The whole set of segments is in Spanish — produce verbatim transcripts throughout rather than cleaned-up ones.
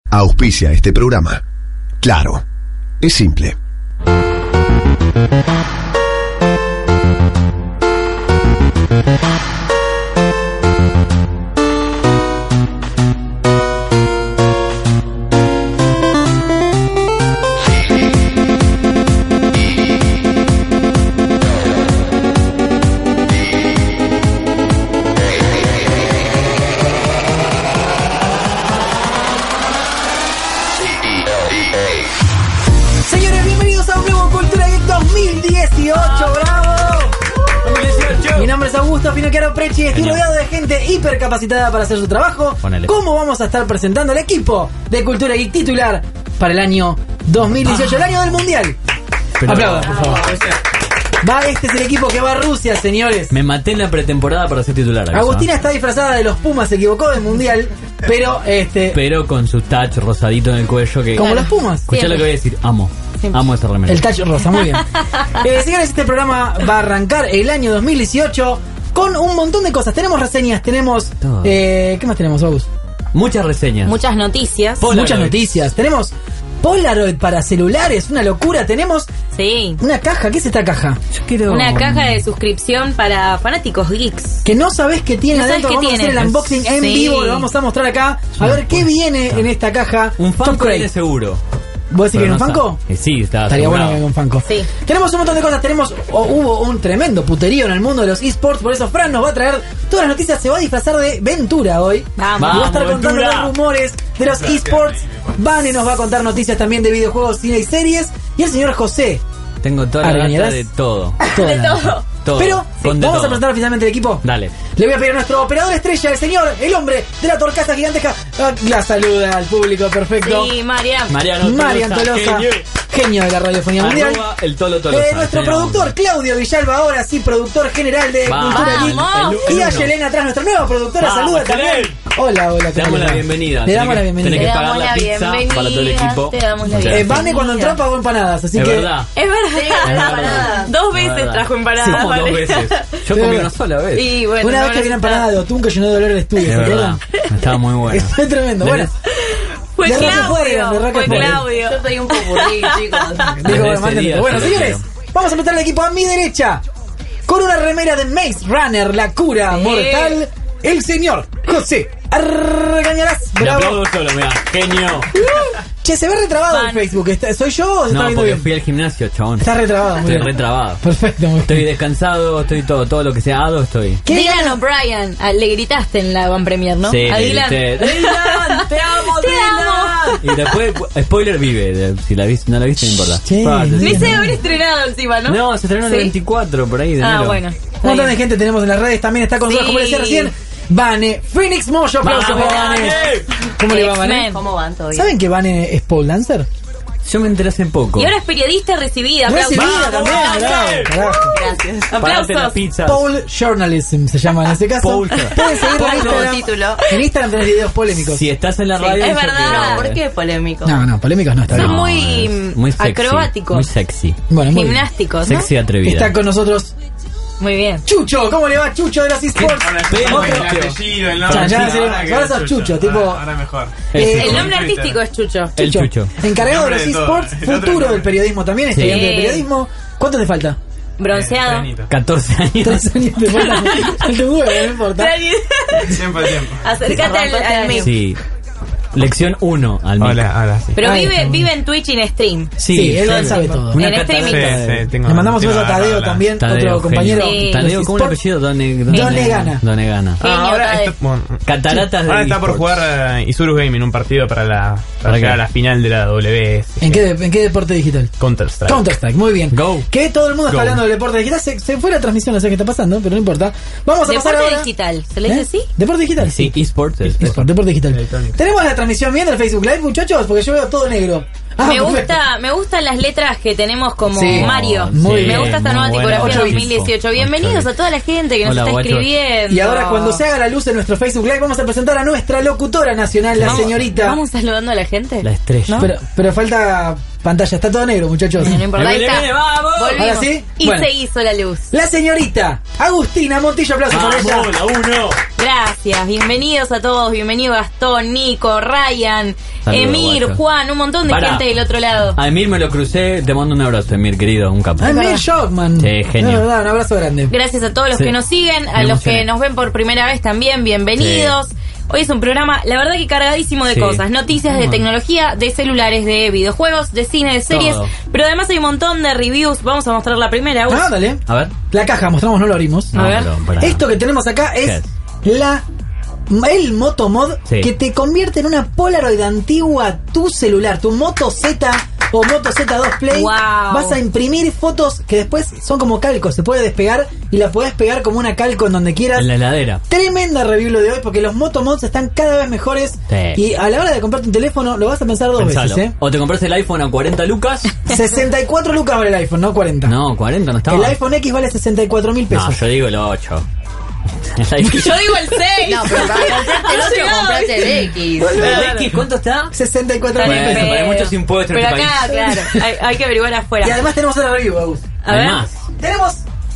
auspicia este programa. Claro, es simple. Estoy rodeado de gente hipercapacitada para hacer su trabajo. Ponele. ¿Cómo vamos a estar presentando el equipo de Cultura Geek titular para el año dos mil dieciocho, ah. el año del Mundial? Pero... Aplaudan, por favor. Va, este es el equipo que va a Rusia, señores. Me maté en la pretemporada para ser titular. Agustina está disfrazada de los Pumas, se equivocó del Mundial, pero este... Pero con su touch rosadito en el cuello que... Como los Pumas. Escuchá lo que voy a decir, amo. Siempre. Amo esa remera. El touch rosa, muy bien. eh, señores, este programa va a arrancar el año dos mil dieciocho... con un montón de cosas. Tenemos reseñas, tenemos... Eh, ¿Qué más tenemos, Agus? Muchas reseñas. Muchas noticias. Polaroid. Muchas noticias. Tenemos Polaroid para celulares, una locura. Tenemos sí. una caja. ¿Qué es esta caja? Yo quiero... Una caja de suscripción para fanáticos geeks. Que no sabés qué tiene no adentro. Qué vamos tiene. a hacer el unboxing en sí. vivo. Lo vamos a mostrar acá. A ver qué viene en esta caja. Un Funko viene seguro. ¿Vos decís que viene un Funko? Eh, sí, está estaría asegurado. bueno que venga un Funko. Sí. Tenemos un montón de cosas. Tenemos oh, hubo un tremendo puterío en el mundo de los esports. Por eso Fran nos va a traer todas las noticias. Se va a disfrazar de Ventura hoy. Vamos, va a estar Ventura. contando los rumores de los esports. Vane nos va a contar noticias también de videojuegos, cine y series. Y el señor José. Tengo toda la data de todo. Toda de todo. todo. Pero sí, vamos todo. a presentar oficialmente el equipo. Dale. Le voy a pedir a nuestro operador estrella, el señor, el hombre de la torcaza gigantesca. La saluda al público, perfecto. Sí, Marian. Mariano Marian Tolosa, genio. genio de la radiofonía mundial. Arroba el Tolo Tolosa. Eh, nuestro productor, uno. Claudio Villalba, ahora sí, productor general de Va, Cultura Geek. Y a Yelena atrás, nuestra nueva productora, Va, saluda también. Hola, hola. Te damos la bienvenida. Le damos la bienvenida. Tenés que pagar la la pizza bienvenida. para todo el equipo. Te damos la eh, Vane cuando entró pagó empanadas, así es que... Verdad. Es verdad. Es verdad. Dos veces verdad. trajo empanadas. Sí, como dos veces. Yo comí una sola vez. Y bueno, una no vez que viene empanada de Otún que llenó de dolor el estudio, ¿se acuerdan? Estaba muy bueno. Fue tremendo. Bueno. Fue de Claudio. de Fue Claudio. Yo soy un popurrí, chicos. Digo, bueno, bueno señores, vamos a meter al equipo a mi derecha. Con una remera de Maze Runner, la cura sí. mortal, el señor José Argañarás. Me aplaudo solo, mira, genio. Che, se ve retrabado Van. en Facebook. ¿Está, ¿Soy yo o se no, está viendo porque bien? fui al gimnasio, chabón. Está retrabado, muy Estoy bien. retrabado. Perfecto, muy Estoy bien. descansado, estoy todo, todo lo que sea Ado estoy. Dylan O'Brien, le gritaste en la One Premier, ¿no? Sí, a le Dylan. grité, Dylan, te amo, te Dylan. amo. Y después, spoiler vive, si la viste, no la viste, no importa. Sí, ah, Ni se haber estrenado encima, ¿no? No, se estrenó el ¿Sí? veinticuatro, por ahí de Ah, enero. bueno. Un montón de gente tenemos en las redes, también está con nosotros, Sí. como les decía recién, Vane, Phoenix Moyo, aplausos para Vane. ¿Cómo le va, Vane? ¿Cómo van? ¿Todo bien? ¿Saben que Vane es pole dancer? Yo me enteré hace poco. Y ahora es periodista recibida. Aplausos. Recibida también, bravo, carajo. Gracias. Párate la Aplausos. pizza. Pole journalism se llama en este caso. Pole. Pueden seguirlo en Instagram. título. En Instagram tenés videos polémicos. Si estás en la Sí, radio... es yo verdad. te- No, ¿por qué polémico? No, no, polémicos no está Son bien. No, muy, es muy sexy, acrobáticos. Muy sexy. Bueno, muy bien. Gimnásticos, ¿no? Sexy atrevida. Está con nosotros Muy bien. Chucho. ¿Cómo le va, Chucho de los esports? Pero- El apellido, el Ya, nombre. ya, sí, ahora que ahora es sos Chucho, tipo- Ahora, ahora mejor. Eh, El nombre artístico es Chucho. El Chucho. Encargado de El los nombre de todo. esports, El otro futuro nombre. del periodismo también, Sí. estudiante de periodismo. ¿Cuánto te falta? Bronceado. Trenito. catorce años. Tres años te falta. Falta un huevo, no importa. Tiempo al tiempo. Acércate al, al mic. Sí. Lección uno al mic. Hola, ahora sí. Pero Ahí vive, está. vive en Twitch y en stream. Sí, Sí, él sí. sabe todo. Una En catarata streaming. Sí, de- sí, tengo- Le mandamos un tengo beso a Tadeo agarrada. también, Tadeo, otro compañero. genio. Sí. Tadeo, ¿cómo le Sport. apellido? Done, Donegana. Donegana. Genio, Ah, ahora Tadeo. está, bueno, Cataratas de ahora está por esports. jugar uh, Isurus Gaming, un partido para la para ¿Para llegar qué? a la final de la W S. ¿En qué, ¿En qué deporte digital? Counter Strike. Counter Strike, muy bien. Go. Que todo el mundo está Go. hablando del deporte digital. Se, se fue la transmisión, no sé qué está pasando, pero no importa. Vamos a pasar Deporte ahora. digital. ¿Se le dice ¿Eh? así? ¿Deporte digital? Sí, esports. es- eSport, deporte digital. Electrónico. ¿Tenemos la transmisión bien del Facebook Live, muchachos? Porque yo veo todo negro. Ah, me perfecto. gusta, me gustan las letras que tenemos como Sí. Mario. Muy me bien, gusta esta muy nueva buena. tipografía Ocho dos mil dieciocho. bits. Bienvenidos Ocho a toda la gente que nos Hola, está guacho. escribiendo. Y ahora cuando se haga la luz en nuestro Facebook Live vamos a presentar a nuestra locutora nacional, la Vamos- señorita. Vamos saludando a la gente. La estrella. ¿No? Pero, pero falta pantalla está todo negro, muchachos. No importa, ahí está. ¡Vamos! Volvimos. Ahora sí. Y Bueno. se hizo la luz. La señorita Agustina Montillo, aplausos para ella. ¡Vamos, la uno! Gracias, bienvenidos a todos, bienvenido Gastón, Nico, Ryan, Saludos, Emir, guacho. Juan, un montón de Pará. gente del otro lado. A Emir me lo crucé, te mando un abrazo, Emir, querido, un capo. Ay, Emir Shockman. Sí, genio. De verdad, un abrazo grande. Gracias a todos los Sí. que nos siguen, a Me los emocioné. que nos ven por primera vez también, bienvenidos. Hoy es un programa, la verdad que cargadísimo de Sí. cosas, noticias de Mm. tecnología, de celulares, de videojuegos, de cine, de series, Todo. pero además hay un montón de reviews. Vamos a mostrar la primera. Gus. Ah, dale. A ver. La caja, mostramos, no lo abrimos. A ver. pero pará. Esto que tenemos acá es la el Motomod Sí. que te convierte en una Polaroid antigua tu celular, tu Moto Z o Moto Z dos Play. Wow. Vas a imprimir fotos que después son como calcos, se puede despegar y la podés pegar como una calco en donde quieras. En la heladera. Tremenda review lo de hoy porque los Motomods están cada vez mejores Sí. y a la hora de comprarte un teléfono lo vas a pensar dos Pensalo. veces, ¿eh? O te compras el iPhone a cuarenta lucas. sesenta y cuatro lucas vale el iPhone, no cuarenta. No, cuarenta no estaba. El iPhone X vale sesenta y cuatro mil pesos. No, yo digo el ocho. El iPhone- Yo digo el seis. No, pero para comprarte el otro, comprate el X. ¿El X cuánto está? sesenta y cuatro mil Dale, pesos. Bueno, hay muchos impuestos en Pero este acá, país. claro, hay, hay que averiguar afuera. Y además tenemos otra review, Agus. A ver. Además, Tenemos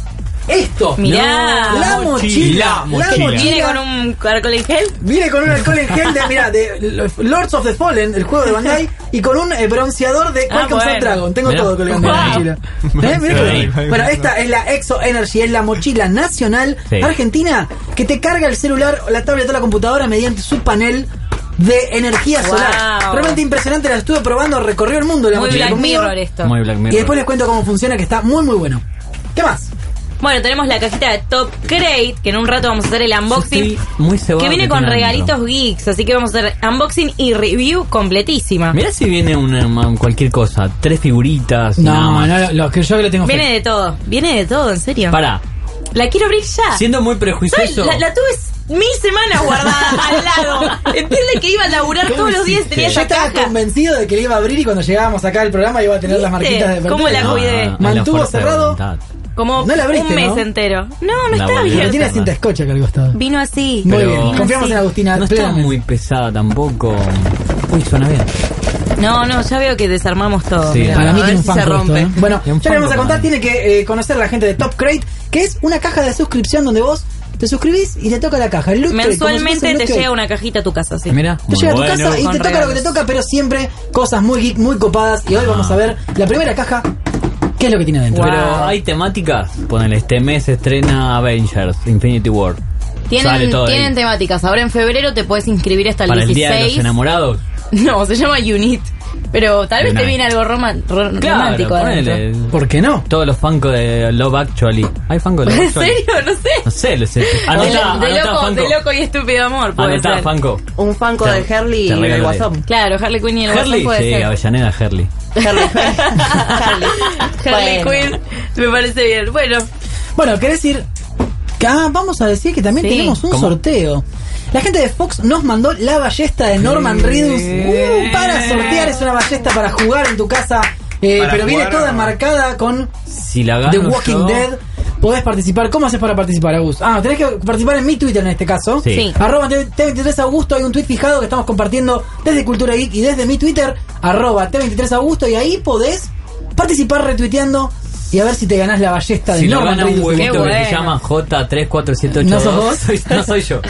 esto. Mirá. La mochila. La La mochila. mochila. ¿Viene con un alcohol en gel? Viene con un alcohol en gel de, mira, de Lords of the Fallen, el juego de Bandai, y con un eh, bronceador de Ah, Welcome bueno. Dragon. Tengo Mirá. todo colgando en la Wow. mochila. ¿Eh? Mirá qué Sí. bueno. Bueno, esta es la Exo Energy, es la mochila nacional Sí. argentina que te carga el celular, la tablet o la computadora mediante su panel de energía Wow. solar. Realmente impresionante, la estuve probando, recorrió el mundo la Muy mochila Black conmigo. Mirror esto. muy Black Mirror. Y después les cuento cómo funciona, que está muy muy bueno. ¿Qué más? Bueno, tenemos la cajita de Top Crate, que en un rato vamos a hacer el unboxing. Estoy muy cebado Que viene que con tiene regalitos adentro. geeks, así que vamos a hacer unboxing y review completísima. Mirá si viene una, una- cualquier cosa, tres figuritas y nada No, más. no, lo que yo que lo tengo fe. Viene de todo, viene de todo, en serio. Pará, La quiero abrir ya. siendo muy ¿Sabes? prejuicioso. La, la tuve mil semanas guardada al lado. Entiende que iba a laburar todos los días y tenía Yo esa estaba caja. convencido de que le iba a abrir y cuando llegábamos acá al programa iba a tener las ¿Viste? marquitas de ¿Cómo la apertura. cuidé? Ah, Mantuvo es la fuerza de cerrado. voluntad. Como No la abriste, un mes ¿no? entero. No, no La está volví a Pero abierta. tiene cinta scotch acá al costado. Vino así. Muy Pero- bien, confiamos en Agustina. No está plenamente. muy pesada tampoco. Uy, suena bien. No, no, ya veo que desarmamos todo. Sí. Mirá. Para mí A tiene ver un si fan se rompe. esto, ¿eh? Bueno, Tiene un ya le vamos a fan, contar, man. tiene que eh, conocer a la gente de Top Crate, que es una caja de suscripción donde vos te suscribís y te toca la caja. El Loot Crate, como si fuese Mensualmente un Loot te Crate. llega una cajita a tu casa, sí. Mira, Te muy llega a tu bueno. casa y Con te toca lo que regalos. te toca, pero siempre cosas muy geek, muy copadas. Y hoy vamos a ver la primera caja. ¿Qué es lo que tiene adentro? Pero Wow. hay temáticas. Ponele, este mes se estrena Avengers, Infinity War. Sale Tienen, todo ahí. tienen temáticas. Ahora en febrero te puedes inscribir hasta el Para el Día de los dieciséis. Enamorados. No, se llama Unit. Pero tal vez te Unite. viene algo roman- ro- romántico Claro, adentro. ponele. ¿Por qué no? Todos los fancos de Love Actually. ¿Hay fancos de Love ¿En Actually? serio? No sé. No sé, lo sé. de, Anotá, de anotá, loco, Fanco. de loco y estúpido amor puede Anotá, ser. Fanco. Un fanco Te- de Herley te y el regalo Guasón. Claro, Harley Quinn y el Guasón Herley, puede sí, ser. Avellaneda Herley. Harley. Harley. Harley Bueno. Quinn me parece bien. Bueno, Bueno, ¿querés ir? Ah, vamos a decir que también Sí. tenemos un ¿Cómo? sorteo. La gente de Fox nos mandó la ballesta de Norman Reedus uh, para sortear. Es una ballesta para jugar en tu casa, eh, Para pero viene jugar, toda ¿no? enmarcada con Si la gano The Walking yo- Dead. Podés participar. ¿Cómo haces para participar, Agus? Ah, tenés que participar en mi Twitter en este caso. Sí. Sí. Arroba T veintitrés Augusto. Hay un tweet fijado que estamos compartiendo desde Cultura Geek y desde mi Twitter, arroba T veintitrés Augusto. Y ahí podés participar retuiteando y a ver si te ganás la ballesta de Si lo Norman gana un Reedus. huevito Qué que bueno. se llama J tres cuatro siete ocho ¿No sos dos. vos? Soy- No soy yo.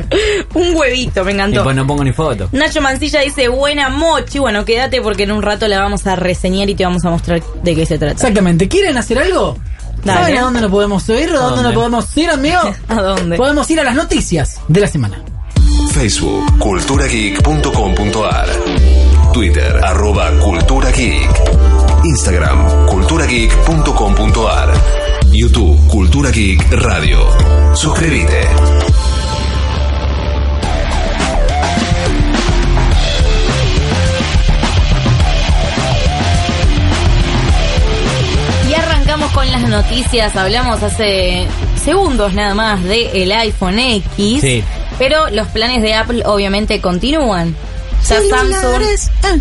un huevito, me Y encantó. pues no pongo ni foto. Nacho Mancilla dice, buena mochi. Bueno, quédate porque en un rato la vamos a reseñar y te vamos a mostrar de qué se trata. Exactamente. ¿Quieren hacer algo? Dale. ¿Saben a dónde nos podemos ir? ¿A dónde, dónde? nos podemos ir, amigo? ¿A dónde? Podemos ir a las noticias de la semana. Facebook, culturageek punto com punto ar. Twitter, arroba Cultura Geek. Instagram, culturageek punto com punto ar. YouTube, Cultura Geek Radio. Suscríbete. Y arrancamos con las noticias. Hablamos hace segundos nada más de el iPhone X. Sí. Pero los planes de Apple obviamente continúan. Ya Samsung.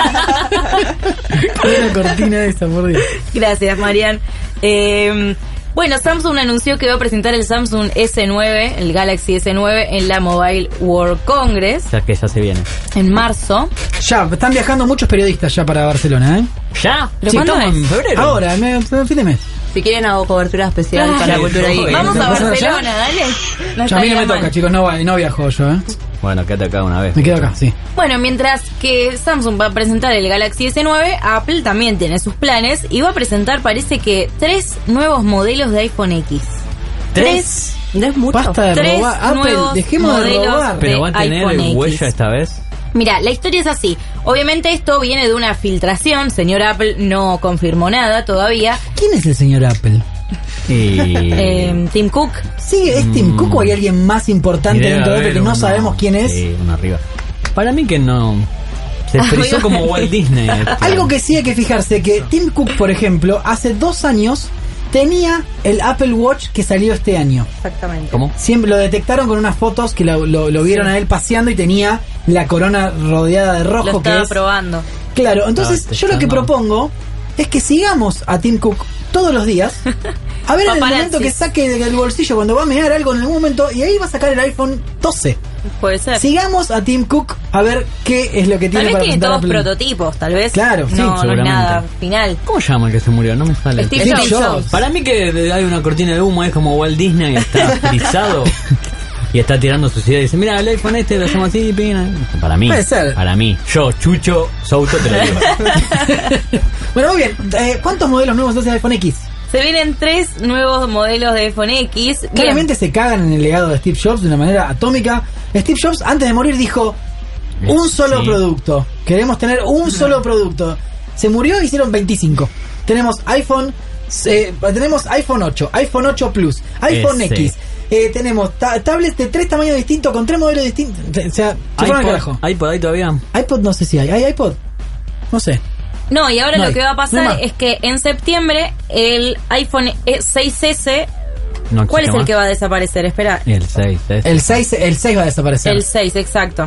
Qué buena cortina esa, por Dios. Gracias, Marian. Eh, Bueno, Samsung anunció que va a presentar el Samsung ese nueve, el Galaxy ese nueve, en la Mobile World Congress. O sea que ya se viene. En marzo. Ya, están viajando muchos periodistas ya para Barcelona, ¿eh? ¿Ya? ¿Pero Sí, cuándo estamos es? en febrero. Ahora, me, me- fin de mes. Si quieren hago cobertura especial Ah, para sí, Cultura yo- Geek. Vamos a ¿Empezamos allá? Barcelona, dale. No Ya a mí no estaría me mal. toca, chicos, no, va- no viajo yo, ¿eh? Bueno, quédate acá una vez. Me quedo acá, sí. Bueno, mientras que Samsung va a presentar el Galaxy ese nueve, Apple también tiene sus planes y va a presentar, parece que, tres nuevos modelos de iPhone X. ¿Tres? No es mucho. Basta de Tres robar. Apple, nuevos dejemos de modelos. robar. Pero va a de tener iPhone X. huella esta vez. Mira, la historia es así. Obviamente esto viene de una filtración. Señor Apple no confirmó nada todavía. ¿Quién es el señor Apple? Y... Eh, Tim Cook. ¿Sí, es Tim Mm. Cook o hay alguien más importante Y debe dentro de Apple haber que no uno. sabemos quién es? Sí, uno arriba. Para mí que no... Se Ah, frizó oiga. como Walt Disney. este. Algo que sí hay que fijarse, que Tim Cook, por ejemplo, hace dos años tenía el Apple Watch que salió este año. Exactamente. ¿Cómo? Siempre lo detectaron con unas fotos que lo, lo- lo vieron a él paseando y tenía la corona rodeada de rojo, Lo que estaba es... probando. Claro, entonces Estaba yo lo que testando. propongo es que sigamos a Tim Cook todos los días. A ver en el Paparazzi. momento que saque del bolsillo cuando va a mirar algo en algún momento y ahí va a sacar el iPhone doce. Puede ser. Sigamos a Tim Cook a ver qué es lo que Tal tiene vez para tiene presentar todos Apple. prototipos, tal vez. Claro, sí, no, no es seguramente. nada final. ¿Cómo se llama el que se murió? No me sale. Steve Steve Jobs. Jobs. Para mí que hay una cortina de humo, es como Walt Disney, está frisado y está tirando sus ideas y dice, mira, el iPhone este lo hacemos así, pina. Para mí, Puede ser. para mí, yo, Chucho, Souto, te lo digo. Bueno, muy bien. Eh, ¿Cuántos modelos nuevos hace el iPhone X? Se vienen tres nuevos modelos de iPhone X. Bien. Claramente se cagan en el legado de Steve Jobs de una manera atómica. Steve Jobs, antes de morir, dijo: un solo Sí. producto. Queremos tener un solo producto. Se murió e hicieron veinticinco. Tenemos iPhone, eh, tenemos iPhone ocho, iPhone ocho Plus, iPhone Ese. X. Eh, tenemos ta- tablets de tres tamaños distintos con tres modelos distintos. O sea, se fueron al carajo. iPod, iPod ahí todavía. iPod no sé si hay. ¿Hay iPod? No sé. No, y ahora No lo hay. que va a No hay pasar más. es que en septiembre el iPhone seis ese. No ¿Cuál es existe el que más. va a desaparecer? Espera. El seis. ese. El seis, el seis va a desaparecer. El seis, exacto.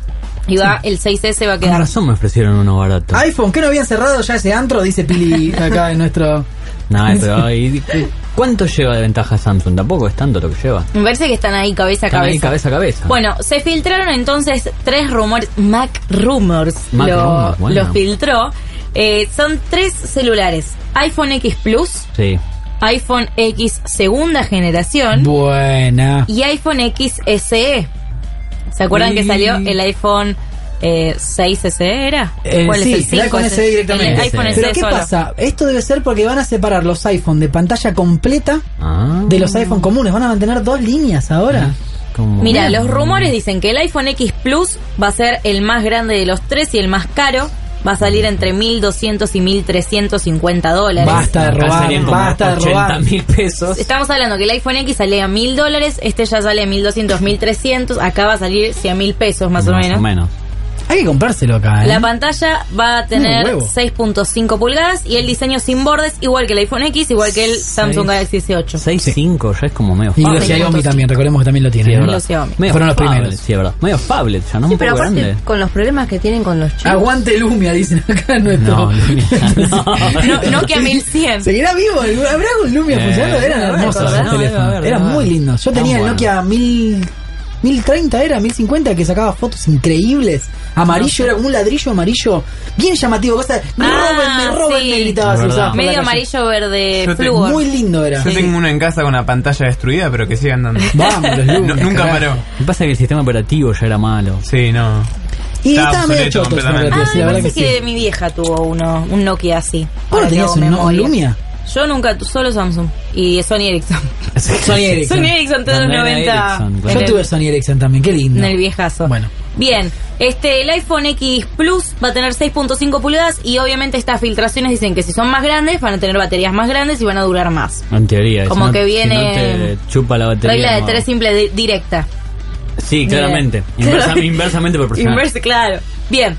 Y va, el seis ese va a Con quedar. razón me ofrecieron uno barato. iPhone, ¿qué no habían cerrado ya ese antro? Dice Pili acá en nuestro... No, pero ahí- ¿cuánto lleva de ventaja Samsung? Tampoco es tanto lo que lleva. Me parece que están ahí cabeza a Están cabeza. ahí cabeza a cabeza. Bueno, se filtraron entonces tres rumores. Mac Rumors Mac lo, Rumors, bueno. lo filtró. Eh, son tres celulares: iPhone X Plus, Sí. iPhone X segunda generación Buena. y iPhone X S E. ¿Se acuerdan Y- que salió el iPhone eh, seis S E? ¿Era? Eh, ¿Cuál sí, es el el cinco? iPhone S E directamente. El iPhone S E Pero ¿qué solo. pasa? Esto debe ser porque van a separar los iPhone de pantalla completa Ah. de los iPhone comunes. Van a mantener dos líneas ahora. Como- Mira, los rumores dicen que el iPhone X Plus va a ser el más grande de los tres y el más caro. Va a salir entre mil doscientos y mil trescientos cincuenta dólares. Basta de Acá robar, serían como basta de ochenta robar. mil pesos. Estamos hablando que el iPhone X sale a mil dólares, este ya sale a mil doscientos, mil trescientos, acá va a salir cien mil pesos más, o menos. Hay que comprárselo acá, ¿eh? La pantalla va a tener Mm, huevo. seis punto cinco pulgadas y el diseño sin bordes, igual que el iPhone X, igual que el Samsung Galaxy S ocho. seis punto cinco ya es como medio Y phablet. los Xiaomi también, recordemos que también lo Sí, tienen. es ¿eh? verdad. Los Xiaomi. Medio Fueron los phablet, primeros. Sí, es verdad. Medio phablet ya, ¿no? Sí, Un pero poco aparte, grande. con los problemas que tienen con los chicos. Aguante Lumia, dicen acá en nuestro... No, Lumia, no. No, Nokia mil cien. ¿Seguirá vivo? ¿Habrá un Lumia Eh, funcionando? Eran debe haber, hermosos ¿verdad? los No, debe teléfonos. haber, Eran debe muy haber. lindos. Yo Tan tenía el bueno. Nokia mil... mil treinta era, mil cincuenta, que sacaba fotos increíbles. Amarillo, era como un ladrillo amarillo. Bien llamativo, cosa. Ah, Róbenme, róbenme, sí. gritaba Es si verdad. usabas por la Medio calle. amarillo verde Yo te- flúor. Muy lindo era. Yo tengo uno en casa con una pantalla destruida, pero que sigue andando. Vamos, los Lumia. No- nunca carajo. paró. Lo que pasa es que el sistema operativo ya era malo. Sí, no. Y Estaba estaba medio obsoleto choto ese completamente. operativo, Ah, sí, la me verdad parece que que, sí. mi vieja tuvo uno, un Nokia así. ¿Vos Ahora no tenías que hago un, un memoria. Lumia? Yo nunca, solo Samsung. Y Sony Ericsson. Sony Ericsson. Sony Ericsson, todos los Cuando era noventa. Ericsson, en Yo el- tuve Sony Ericsson también, qué lindo. En el viejazo. Bueno. Bien, este, el iPhone X Plus va a tener seis punto cinco pulgadas y obviamente estas filtraciones dicen que si son más grandes van a tener baterías más grandes y van a durar más. En teoría. Como si no- que viene- si no te chupa la batería. Regla de no. tres simple di- directa. Sí, claramente. Bien. Inversa- inversamente proporcional. Inverse, claro. Bien.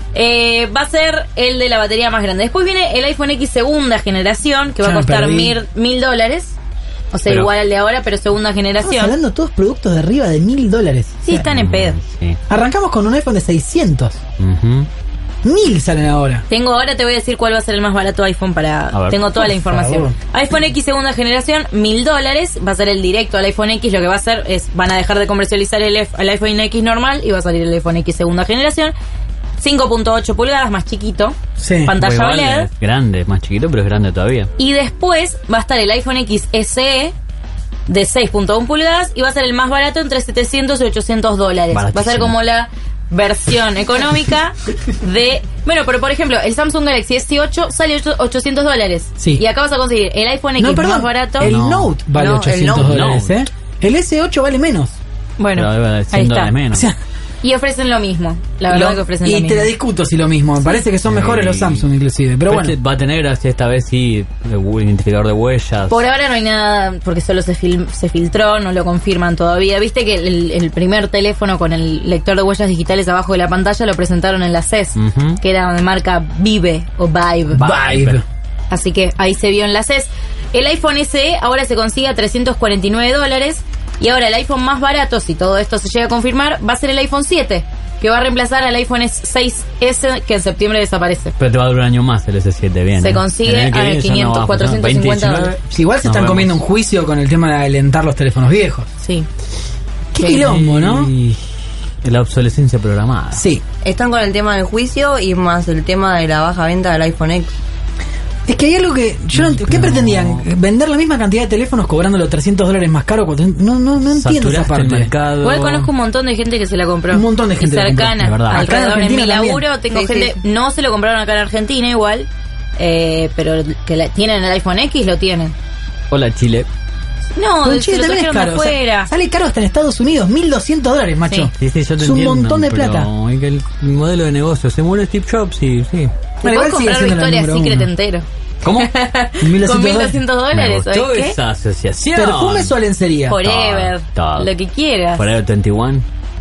Eh, va a ser el de la batería más grande. Después viene el iPhone X segunda generación, que va Ya a me costar perdí. mil, mil dólares. O sea, Pero- igual al de ahora, pero segunda Estamos generación. hablando de todos productos de arriba de mil dólares. Sí, están en pedo. Sí. Arrancamos con un iPhone de seiscientos. Ujú. Mil salen ahora. Tengo ahora, te voy a decir cuál va a ser el más barato iPhone para... A ver. Tengo toda Por la información. favor. iPhone X segunda generación, mil dólares. Va a ser el directo al iPhone X. Lo que va a hacer es, van a dejar de comercializar el, F- el iPhone X normal y va a salir el iPhone X segunda generación. cinco punto ocho pulgadas, más chiquito. Sí. Pantalla Igual O L E D. es grande, es más chiquito, pero es grande todavía. Y después va a estar el iPhone X S E de seis punto uno pulgadas y va a ser el más barato entre setecientos y ochocientos dólares. Va a ser Baratísimo. como la versión económica de... Bueno, pero por ejemplo, el Samsung Galaxy S ocho sale ocho- ochocientos dólares. Sí. Y acá vas a conseguir el iPhone X No, perdón. más barato. El No. Note vale No, el ochocientos Note. dólares, ¿eh? El S ocho vale menos. Bueno, Pero debe de ahí cien está. dólares menos. O sea, Y ofrecen lo mismo. La verdad lo- que ofrecen y lo te mismo. la discuto si lo mismo. Me parece que son mejores los Sí. Samsung inclusive. Pero bueno. este va a tener gracias esta vez sí el identificador de huellas. Por ahora no hay nada, porque solo se, fil- se filtró, no lo confirman todavía. Viste que el, el primer teléfono con el lector de huellas digitales abajo de la pantalla lo presentaron en la C E S, Ujú. que era de marca Vive o Vive. Vibe. Así que ahí se vio en la C E S. El iPhone S E ahora se consigue a trescientos cuarenta y nueve dólares. Y ahora el iPhone más barato, si todo esto se llega a confirmar, va a ser el iPhone siete, que va a reemplazar al iPhone seis ese que en septiembre desaparece. Pero te va a durar un año más el S siete, bien. Se ¿eh? consigue El año que a viene ya quinientos, no va cuatrocientos cincuenta veinte diecinueve. dólares. Si igual se Nos están vemos. comiendo un juicio con el tema de adelantar los teléfonos viejos. Sí. Qué Sí. quilombo, ¿no? Y la obsolescencia programada. Sí. Están con el tema del juicio y más el tema de la baja venta del iPhone X. Es que hay algo que yo no ent- ¿qué No. pretendían? ¿Vender la misma cantidad de teléfonos cobrándolo trescientos dólares más caro? cuatrocientos No, no, no entiendo esa Saturaste parte. el mercado. Igual conozco un montón de gente que se la compró. Un montón de gente Y la compró, cercana, de verdad. Acá en alrededor en mi Argentina también. laburo tengo Sí, gente, sí. no se lo compraron acá en Argentina igual, eh, pero que la- tienen el iPhone X, lo tienen. Hola, Chile. No, Pero en se Chile lo también es trajeron de caro. o sea, afuera. sale caro hasta en Estados Unidos, mil doscientos dólares, macho. Sí, sí, yo te Es un entiendo, montón de pero plata. es que el modelo de negocio se muere Steve Jobs y sí. Te Bueno, puedes igual sigue comprar siendo la Victoria número Secret uno. entero. ¿Cómo? Con mil doscientos mil doscientos Me dólares, gustó ¿sabes qué? esa asociación. ¿Perfumes o lencería? Forever, Todo, todo. lo que quieras. Forever veintiuno.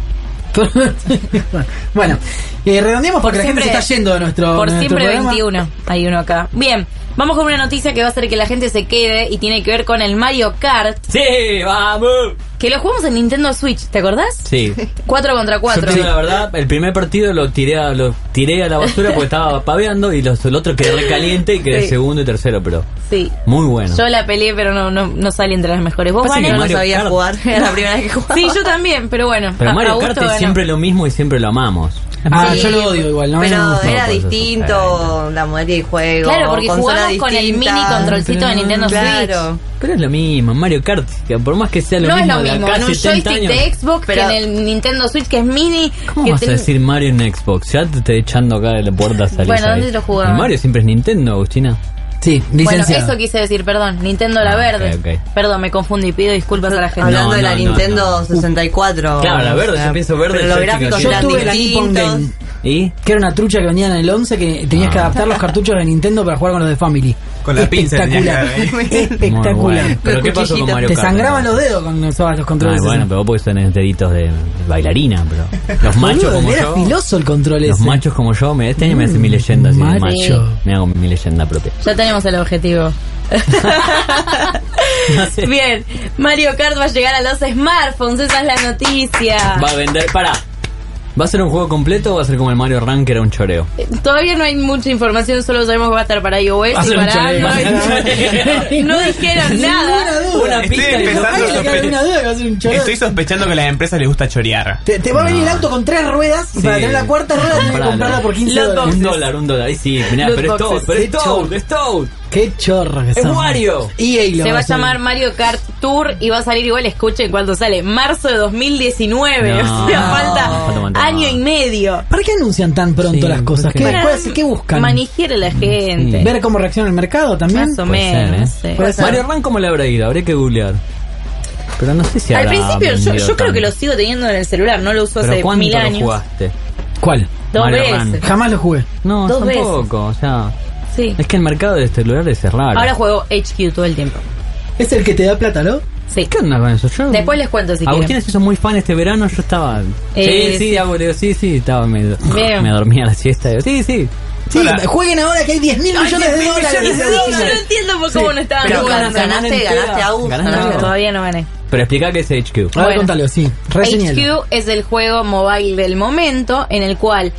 Bueno, eh, redondeamos porque la gente se está yendo de nuestro, Por de nuestro siempre programa. veintiuno. Hay uno acá. Bien, vamos con una noticia que va a hacer que la gente se quede y tiene que ver con el Mario Kart, ¡Sí! ¡Vamos! que lo jugamos en Nintendo Switch, ¿te acordás? Sí. cuatro contra Yo cuatro. te digo la verdad, el primer partido lo tiré a, lo tiré a la basura porque estaba paveando y los, el otro quedé recaliente y quedé Sí. segundo y tercero, pero Sí. muy bueno. Yo la peleé, pero no, no, no salí entre las mejores. ¿Vos, Pasa que Vane? Yo no Mario sabía Kart. jugar, era la primera vez que jugaba. Sí, yo también, pero bueno. Pero a- Mario Augusto Kart es ganó. siempre lo mismo y siempre lo amamos. Ah, Sí, yo lo odio igual, no, pero no me gusta. era por eso. distinto la modalidad de juego. Claro, porque consola jugamos con el distinta. mini controlcito de Nintendo Claro. Pero es lo mismo, Mario Kart, que por más que sea lo No es mismo lo de mismo, acá en un setenta joystick años. de Xbox Pero- que en el Nintendo Switch que es mini. ¿Cómo que vas a ten- decir Mario en Xbox? Ya te estoy echando acá de la puerta a salir. Bueno, ¿dónde lo jugabas? El Mario siempre es Nintendo, Agustina. Sí, Bueno, licenciado. eso quise decir, perdón. Nintendo la Ah, verde. ok, ok. Perdón, me confundí. Pido disculpas a la gente. Hablando No, de la no, no, Nintendo no. sesenta y cuatro. Claro, la verde, yo pienso verde, Pero los yo gráficos chico, Yo eran tuve la Nippon distintos. Game, ¿Y? que era una trucha que vendían en el once que tenías Ah. que adaptar los cartuchos de Nintendo para jugar con los de Family. Con la pinza Espectacular. tenías que ver. Espectacular. Muy bueno. ¿Pero Los qué pasó con cuchillitos. Mario Te Kart? sangraban los dedos cuando usabas los controles. Ay, bueno, esos. pero vos porque tenés deditos de bailarina, pero los machos Boludo, como era yo, filoso el control los ese. machos como yo, me, este año me hace mi leyenda así de macho. macho. Me hago mi leyenda propia. Ya tenemos el objetivo. No sé. Bien, Mario Kart va a llegar a los smartphones, esa es la noticia. Va a vender, pará. ¿Va a ser un juego completo o va a ser como el Mario Run que era un choreo? Eh, Todavía no hay mucha información, solo sabemos que va a estar para iOS Va a y ser un para choreo. Android. No dijeron nada. Una Estoy pista y empezando Ay, a le queda sospe- una duda que va a ser un choreo. Estoy sospechando que a las empresas les gusta chorear. Te, te va a venir el auto con tres ruedas y Sí. para tener la cuarta rueda tienes que Comprala. comprarla por quince Los dólares. un dólar, un dólar. Ahí sí, mirá, Los pero es Toad, boxes. pero es Qué Toad, chorro. es Toad. Qué chorro que Es son. Wario. E A lo Se va a hacer. llamar Mario Kart Tour y va a salir igual, escuchen cuándo sale, marzo de dos mil diecinueve, No. o sea, No. falta Falta un montón. año y medio. ¿Para qué anuncian tan pronto Sí, las cosas? ¿por ¿Qué, qué? cuál es- qué buscan? Manigiere a la gente. Sí. ¿Ver cómo reacciona el mercado también? Más o Puede ser, menos. ¿eh? sí. Puede ser. Mario Run, ¿cómo le habrá ido? Habría que googlear. Pero no sé si Al habrá principio yo, vendido yo creo que lo tanto. sigo teniendo en el celular, no lo uso ¿Pero hace cuánto mil lo años. jugaste? ¿Cuál? Dos Mario veces. Run. Jamás lo jugué. No, Dos tampoco, o sea... Sí. Es que el mercado de celulares es raro. Ahora juego H Q todo el tiempo. Es el que te da plata, ¿no? Sí. ¿Qué onda con eso? Yo... Después les cuento si Agustín quieren. se hizo muy fan este verano, yo estaba... Eh, sí, sí, sí. hago, le digo, sí, sí, estaba... Me, Bien. me dormía a la siesta, digo, sí, sí. Sí, Hola. jueguen ahora que hay diez mil millones de diez mil dólares. millones de Sí, yo dólares. no entiendo por cómo no estaban Pero jugando. ganas- ganaste, entera. ganaste, Agus, Ganaste. ganaste. No, todavía no gané. Pero explica qué es H Q. A ver, Bueno. contalo, sí. Reseñalo. H Q es el juego mobile del momento en el cual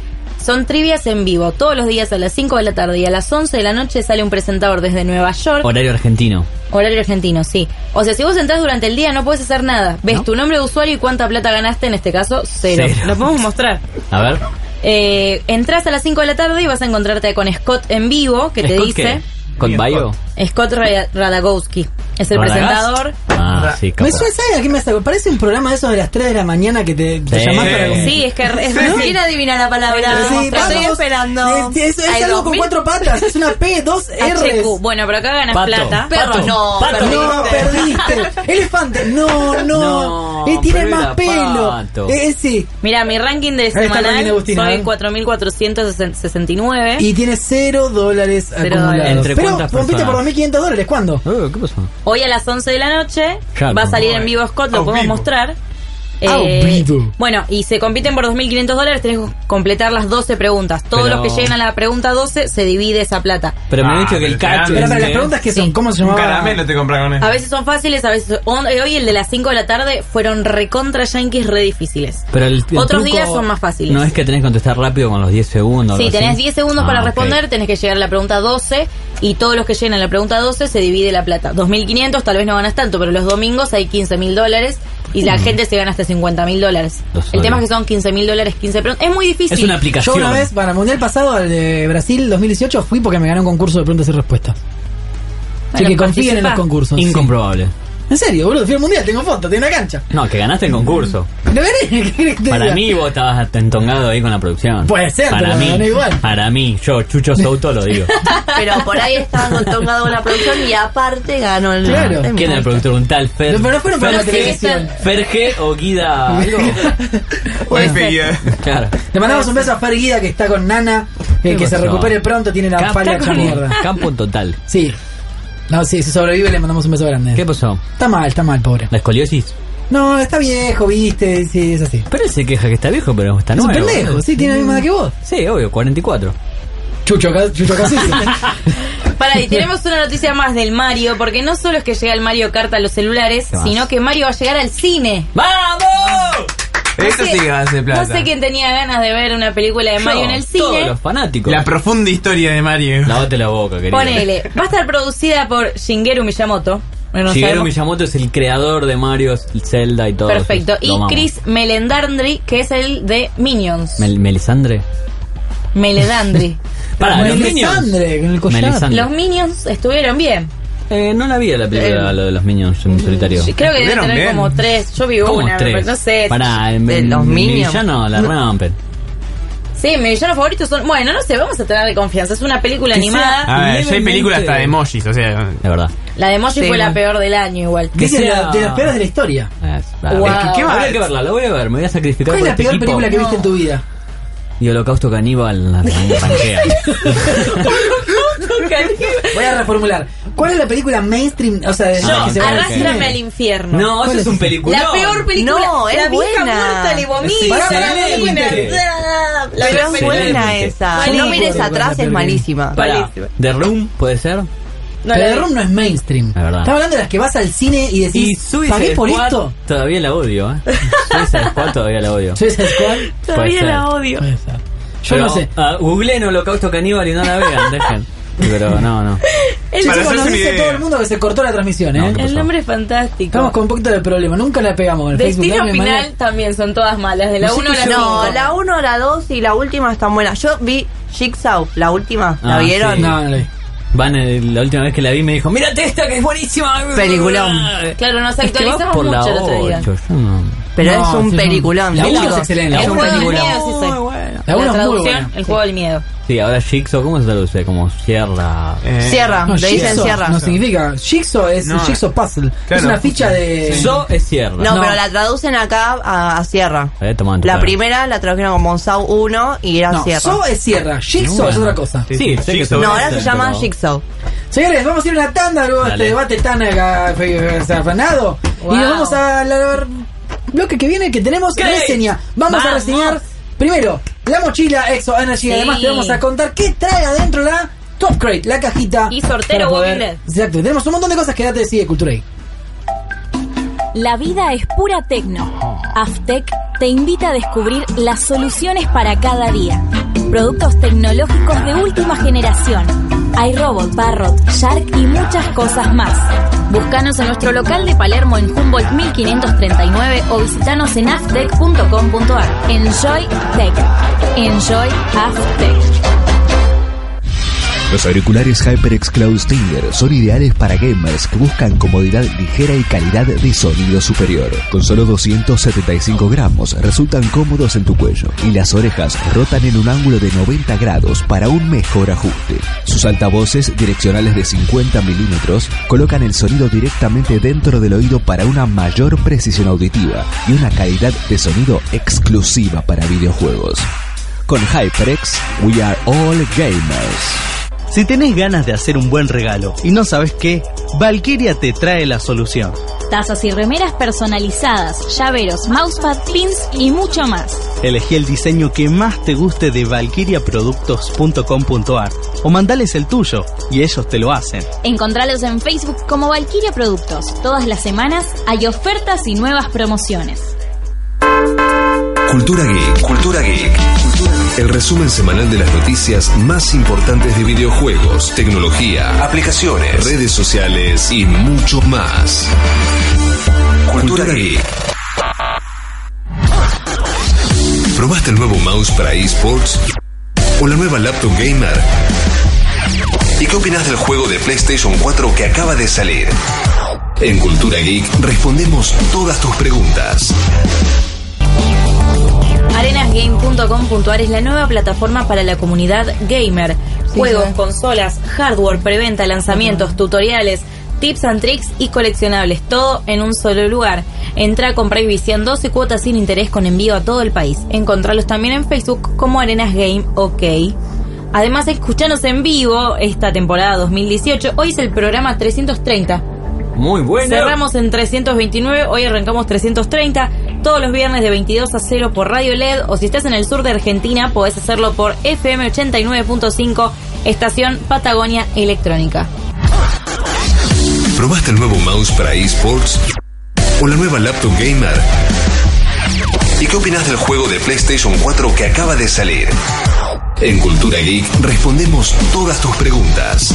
Son trivias en vivo. Todos los días a las cinco de la tarde y a las once de la noche sale un presentador desde Nueva York. Horario argentino. Horario argentino, sí. O sea, si vos entras durante el día no puedes hacer nada. Ves ¿No? tu nombre de usuario y cuánta plata ganaste, en este caso, cero. Cero. Lo podemos mostrar. A ver. Eh, entras a las cinco de la tarde y vas a encontrarte con Scott en vivo, que te ¿Scott dice... qué? ¿Scott Baio? Scott Ra- Radagowski. Es el ¿Radagast? presentador. Ah, sí, Me capaz. suena, ¿sabes a qué me hace? Parece un programa de esos de las tres de la mañana que te, te Sí. llamás para... Sí, es que es Ni ¿no? siquiera adivina la palabra. Sí, Te estoy vamos. esperando. Es, es- es Hay algo dos con mil- cuatro patas, es una P, dos H R's. Q. Bueno, pero acá ganas Pato. plata. Perro, Pato. no, Pato. No, perdiste. Elefante, no, no. No, Eh, tiene pero más era pelo. pato. Eh, sí. Mira, mi ranking de está el ranking de semanal Agustina, soy ¿eh? cuatro mil cuatrocientos sesenta y nueve. Y tiene cero dólares Cero acumulados. dólares. ¿Entre Pero cuántas compite por personas? dos mil quinientos dólares. ¿Cuándo? Oh, ¿qué pasó? Hoy a las once de la noche Ya, va a salir como- en vivo Scott, lo Au podemos vivo. mostrar. Au vivo. Bueno, y se compiten por dos mil quinientos dólares, tenés que completar las doce preguntas. Todos Pero- los que lleguen a la pregunta doce se divide esa plata. Pero me han Ah, dicho que el pero cacho. ya- Pero para es las que- preguntas que Sí. son, ¿cómo se Un llamaba? caramelo te compran con eso. A veces son fáciles, a veces... on- Hoy el de las cinco de la tarde fueron recontra yankees re difíciles. Pero el, el Otros truco días son más fáciles. No es que tenés que contestar rápido con los diez segundos. Sí, algo tenés así. diez segundos Ah, para ok. responder, tenés que llegar a la pregunta doce y todos los que lleguen a la pregunta doce se divide la plata. dos mil quinientos tal vez no ganas tanto, pero los domingos hay quince mil dólares y la gente se gana hasta cincuenta mil dólares. Lo El tema es soy. que son quince mil dólares, quince preguntas. Es muy difícil. Es una Yo aplicación. una vez, para el Mundial pasado, al de Brasil dos mil dieciocho, fui porque me gané un concurso de preguntas y respuestas. Así Bueno, que confíen en participá. los concursos. Incomprobable. Sí. En serio, boludo, fui al Mundial, tengo foto, tengo una cancha. No, que ganaste el concurso. ¿Lo gané? ¿Qué querés que te Para diga? mí vos estabas entongado ahí con la producción. Puede ser, para pero mí, gané igual. Para mí, yo, Chucho Souto, lo digo. Pero por ahí estaba tongado con la producción y aparte ganó el. Claro. el ¿Quién es el productor? ¿Un tal Fer? No, pero no fueron para la Ferge- televisión. Ferge o Guida algo. Muy fea. Claro. Le mandamos un beso a Fer Guida, que está con Nana, eh, ¿Qué que se pasó? recupere pronto, tiene la Campo- pala hecha mierda. Campo total. Sí. No, sí, si sobrevive le mandamos un beso grande. ¿Qué pasó? Está mal, está mal, pobre. ¿La escoliosis? No, está viejo, viste, sí, es así. Pero él se queja que está viejo, pero está Es un nuevo. pendejo, sí, tiene la misma edad que vos. Sí, obvio, cuarenta y cuatro. Chucho, ca- Chucho Casucci. Para, y tenemos una noticia más del Mario, porque no solo es que llega el Mario Kart a los celulares, ¿Qué más? sino que Mario va a llegar al cine. ¡Vamos! Eso sé- sí que va a ser plata. No sé quién tenía ganas de ver una película de Mario Yo, en el Todos cine. los fanáticos. La profunda historia de Mario. Lávate la boca, querido. Ponele, va a estar producida por Shigeru Miyamoto. Bueno, no Shigeru sabemos- Miyamoto es el creador de Mario, Zelda y todo. Perfecto. Lo Y amamos. Chris Meledandri, que es el de Minions. Mel- Melisandre. Meledandri. Para, los Minions. Melisandre, con el collar. Melisandre. Los Minions estuvieron bien. Eh, no la vi a la película, Eh, lo de los Minions en solitario. Creo que deben Estuvieron tener bien. como tres. Yo vi ¿Cómo una, tres? pero no sé. Pará, el, De el- los mi Minions. villano la rompen. Sí, mis villanos favoritos son. Bueno, no sé, vamos a tener de confianza. Es una película Que animada. A ver, ya hay Levemente- películas hasta de emojis, o sea. De verdad. La de Emoji Sí. fue la peor del año, igual. Que Dice sea- de, de las peores de la historia. Es, ah, Wow. es que, ¿qué va? va? Habrá que verla, la voy a ver, me voy a sacrificar ¿Cuál es por la este peor equipo. película que viste en tu vida? Y Holocausto Caníbal la ranquea. Voy a reformular. ¿Cuál es la película mainstream? O sea, de Yo, la que se ve en el arrástrame cine? al infierno. No, eso ¿Cuál es es un esa? película. La peor película. No, es la vieja buena. muerta le vomita. Sí, Pará, pará, la pará, buena. pará. La Pero peor es película. buena Excelente. esa. Sí, No mires acuerdo, atrás, acuerdo, es malísima. Pará, Malísima. The Room, ¿puede ser? No, Pero la The vi. Room no es mainstream. Es verdad. Estamos hablando de las que vas al cine y Y decís, Suicide ¿pagué por Squad esto? todavía la odio, ¿eh? Suicide Squad todavía la odio. Suicide Squad. Todavía Puede la ser. odio. Puede ser. Yo Pero, no sé. ah, googleen Holocausto Caníbal y no la vean, dejen. Pero no, no. El, Chicos, Para nos hacerse una dice idea. todo el mundo que se cortó la transmisión, ¿eh? No, ¿qué el pasó? nombre es fantástico. Estamos con un poquito de problema. Nunca la pegamos en el Facebook Destino Live, Final Manuel. también son todas malas. De la No sé uno a qué la yo- cinco. No, la uno, la dos y la última están buenas. Yo vi Jigsaw, la última. ¿La Ah, vieron? sí. No, no la vi. Van, eh, la última vez que la vi me dijo, mírate esta que es buenísima. Peliculón. Claro, nos Es que vas actualizamos por la mucho el otro día. ocho, yo no. Pero No, es un sí, no. peliculón. La uno chicos. es excelente. El Es un juego del peliculón. miedo, sí sé. La La, uno es muy traducción, buena. el juego del miedo. Sí, ahora Jigsaw, ¿cómo se traduce? Como sierra. Eh, Cierra, No, le dicen Jigsaw cierra. no significa. Jigsaw es No. Jigsaw Puzzle. Claro. Es una ficha de. So es sierra. No, No. pero la traducen acá a, a Sierra. Eh, toma en tu La cara. primera la tradujeron como Saw uno y era No, Sierra. So es sierra. Jigsaw Bueno. es otra cosa. Sí, Sí, sé que Jigsaw. son No, ahora se esas, llama pero- Jigsaw. Señores, vamos a ir a una tanda luego de este Dale. debate tan acá, fe- desafanado. Wow. Y nos vamos al bloque que viene que tenemos ¿Qué? reseña. Vamos, a Vamos. reseñar primero la mochila Exo Energy. Sí. Además te vamos a contar qué trae adentro la Top Crate, la cajita. Y sortero para poder- Walking Dead. Exacto, tenemos un montón de cosas que date de Sigue Cultura ahí. La vida es pura tecno. Aftec te invita a descubrir las soluciones para cada día. Productos tecnológicos de última generación. iRobot, Parrot, Shark y muchas cosas más. Búscanos en nuestro local de Palermo en Humboldt mil quinientos treinta y nueve o visitanos en aftec punto com punto ar. Enjoy Tech. Enjoy Aftec. Los auriculares HyperX Cloud Stinger son ideales para gamers que buscan comodidad ligera y calidad de sonido superior. Con solo doscientos setenta y cinco gramos resultan cómodos en tu cuello y las orejas rotan en un ángulo de noventa grados para un mejor ajuste. Sus altavoces direccionales de cincuenta milímetros colocan el sonido directamente dentro del oído para una mayor precisión auditiva y una calidad de sonido exclusiva para videojuegos. Con HyperX, we are all gamers. Si tenés ganas de hacer un buen regalo y no sabes qué, Valkyria te trae la solución. Tazas y remeras personalizadas, llaveros, mousepad, pins y mucho más. Elegí el diseño que más te guste de valkyria productos punto com punto ar o mandales el tuyo y ellos te lo hacen. Encontralos en Facebook como Valkyria Productos. Todas las semanas hay ofertas y nuevas promociones. Cultura Geek. Cultura Geek. El resumen semanal de las noticias más importantes de videojuegos, tecnología, aplicaciones, redes sociales y mucho más. Cultura Geek. ¿Probaste el nuevo mouse para eSports? ¿O la nueva laptop gamer? ¿Y qué opinas del juego de PlayStation cuatro que acaba de salir? En Cultura Geek respondemos todas tus preguntas. arenasgame punto com punto ar es la nueva plataforma para la comunidad gamer. Sí, Juegos, sí. consolas, hardware, preventa, lanzamientos, uh-huh. tutoriales, tips and tricks y coleccionables, todo en un solo lugar. Entra, compra y vicia en doce cuotas sin interés con envío a todo el país. Encontralos también en Facebook como Arenas Game OK. Además, escuchanos en vivo esta temporada dos mil dieciocho. Hoy es el programa trescientos treinta. Muy bueno. Cerramos en trescientos veintinueve, hoy arrancamos trescientos treinta. Todos los viernes de veintidós a cero por Radio L E D, o si estás en el sur de Argentina, podés hacerlo por F M ochenta y nueve punto cinco, estación Patagonia Electrónica. ¿Probaste el nuevo mouse para eSports? ¿O la nueva laptop gamer? ¿Y qué opinas del juego de PlayStation cuatro que acaba de salir? En Cultura Geek respondemos todas tus preguntas.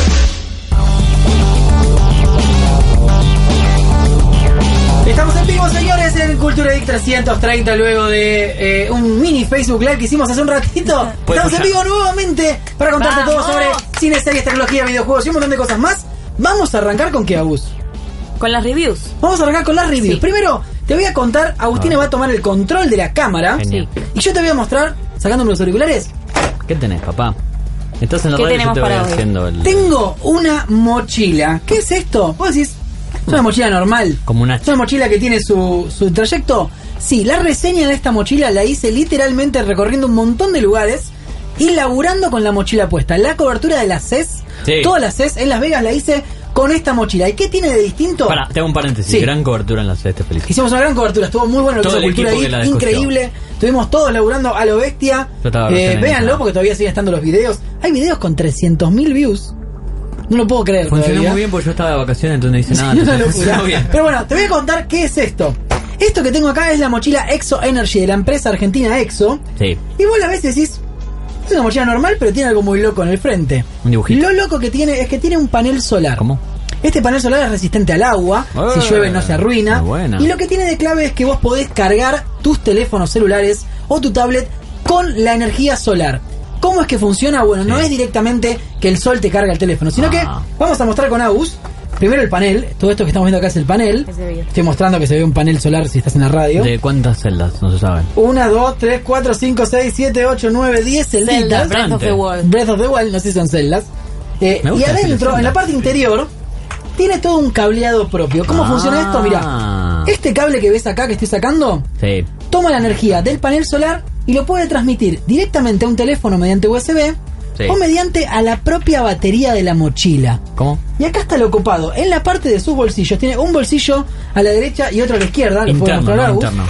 Estamos en vivo, señores, en Cultura Geek trescientos treinta, luego de eh, un mini Facebook Live que hicimimos hace un ratito. Estamos en vivo nuevamente para contarte ¡Vamos! todo sobre cine, series, tecnología, videojuegos y un montón de cosas más. Vamos a arrancar con qué, Agus. Con las reviews. Vamos a arrancar con las reviews. Sí. Primero, te voy a contar, Agustina va a tomar el control de la cámara. Genial. Y yo te voy a mostrar, sacándome los auriculares. ¿Qué tenés, papá? Estás en la ¿Qué radio, tenemos yo te para voy hoy? haciendo el... Tengo una mochila. ¿Qué es esto? Vos decís, es una mochila normal. Como una... Es una mochila que tiene su, su trayecto. Sí, la reseña de esta mochila la hice literalmente recorriendo un montón de lugares y laburando con la mochila puesta. La cobertura de la C E S, sí. todas las C E S en Las Vegas la hice con esta mochila. ¿Y qué tiene de distinto? Pará, te hago un paréntesis. Sí. Gran cobertura en la C E S, te felicito. Hicimos una gran cobertura, estuvo muy bueno lo que hizo Cultura Geek, increíble. Estuvimos todos laburando a lo bestia. Eh, véanlo porque todavía siguen estando los videos. Hay videos con trescientos mil views. No lo puedo creer. Funcionó todavía. muy bien porque yo estaba de vacaciones, entonces no hice nada. Sí, una locura. Bien. Pero bueno, te voy a contar qué es esto. Esto que tengo acá es la mochila Exo Energy de la empresa argentina Exo. Sí. Y vos a veces decís, es una mochila normal, pero tiene algo muy loco en el frente. Un dibujito. Lo loco que tiene es que tiene un panel solar. ¿Cómo? Este panel solar es resistente al agua, eh, si llueve no se arruina. Y lo que tiene de clave es que vos podés cargar tus teléfonos celulares o tu tablet con la energía solar. ¿Cómo es que funciona? Bueno, sí. no es directamente que el sol te carga el teléfono, sino ah. que vamos a mostrar con Agus. Primero el panel, todo esto que estamos viendo acá es el panel. Estoy mostrando que se ve un panel solar si estás en la radio. ¿De cuántas celdas? No se saben. Una, dos, tres, cuatro, cinco, seis, siete, ocho, nueve, diez celditas. Breath of the Wild. Breath of the Wild, no sé si son celdas. Eh, y adentro, en la parte interior, tiene todo un cableado propio. ¿Cómo ah. funciona esto? Mirá, este cable que ves acá que estoy sacando, sí. toma la energía del panel solar y lo puede transmitir directamente a un teléfono mediante U S B, sí. o mediante a la propia batería de la mochila. ¿Cómo? Y acá está lo copado. En la parte de sus bolsillos tiene un bolsillo a la derecha y otro a la izquierda. Lo puedo mostrar, no, interno.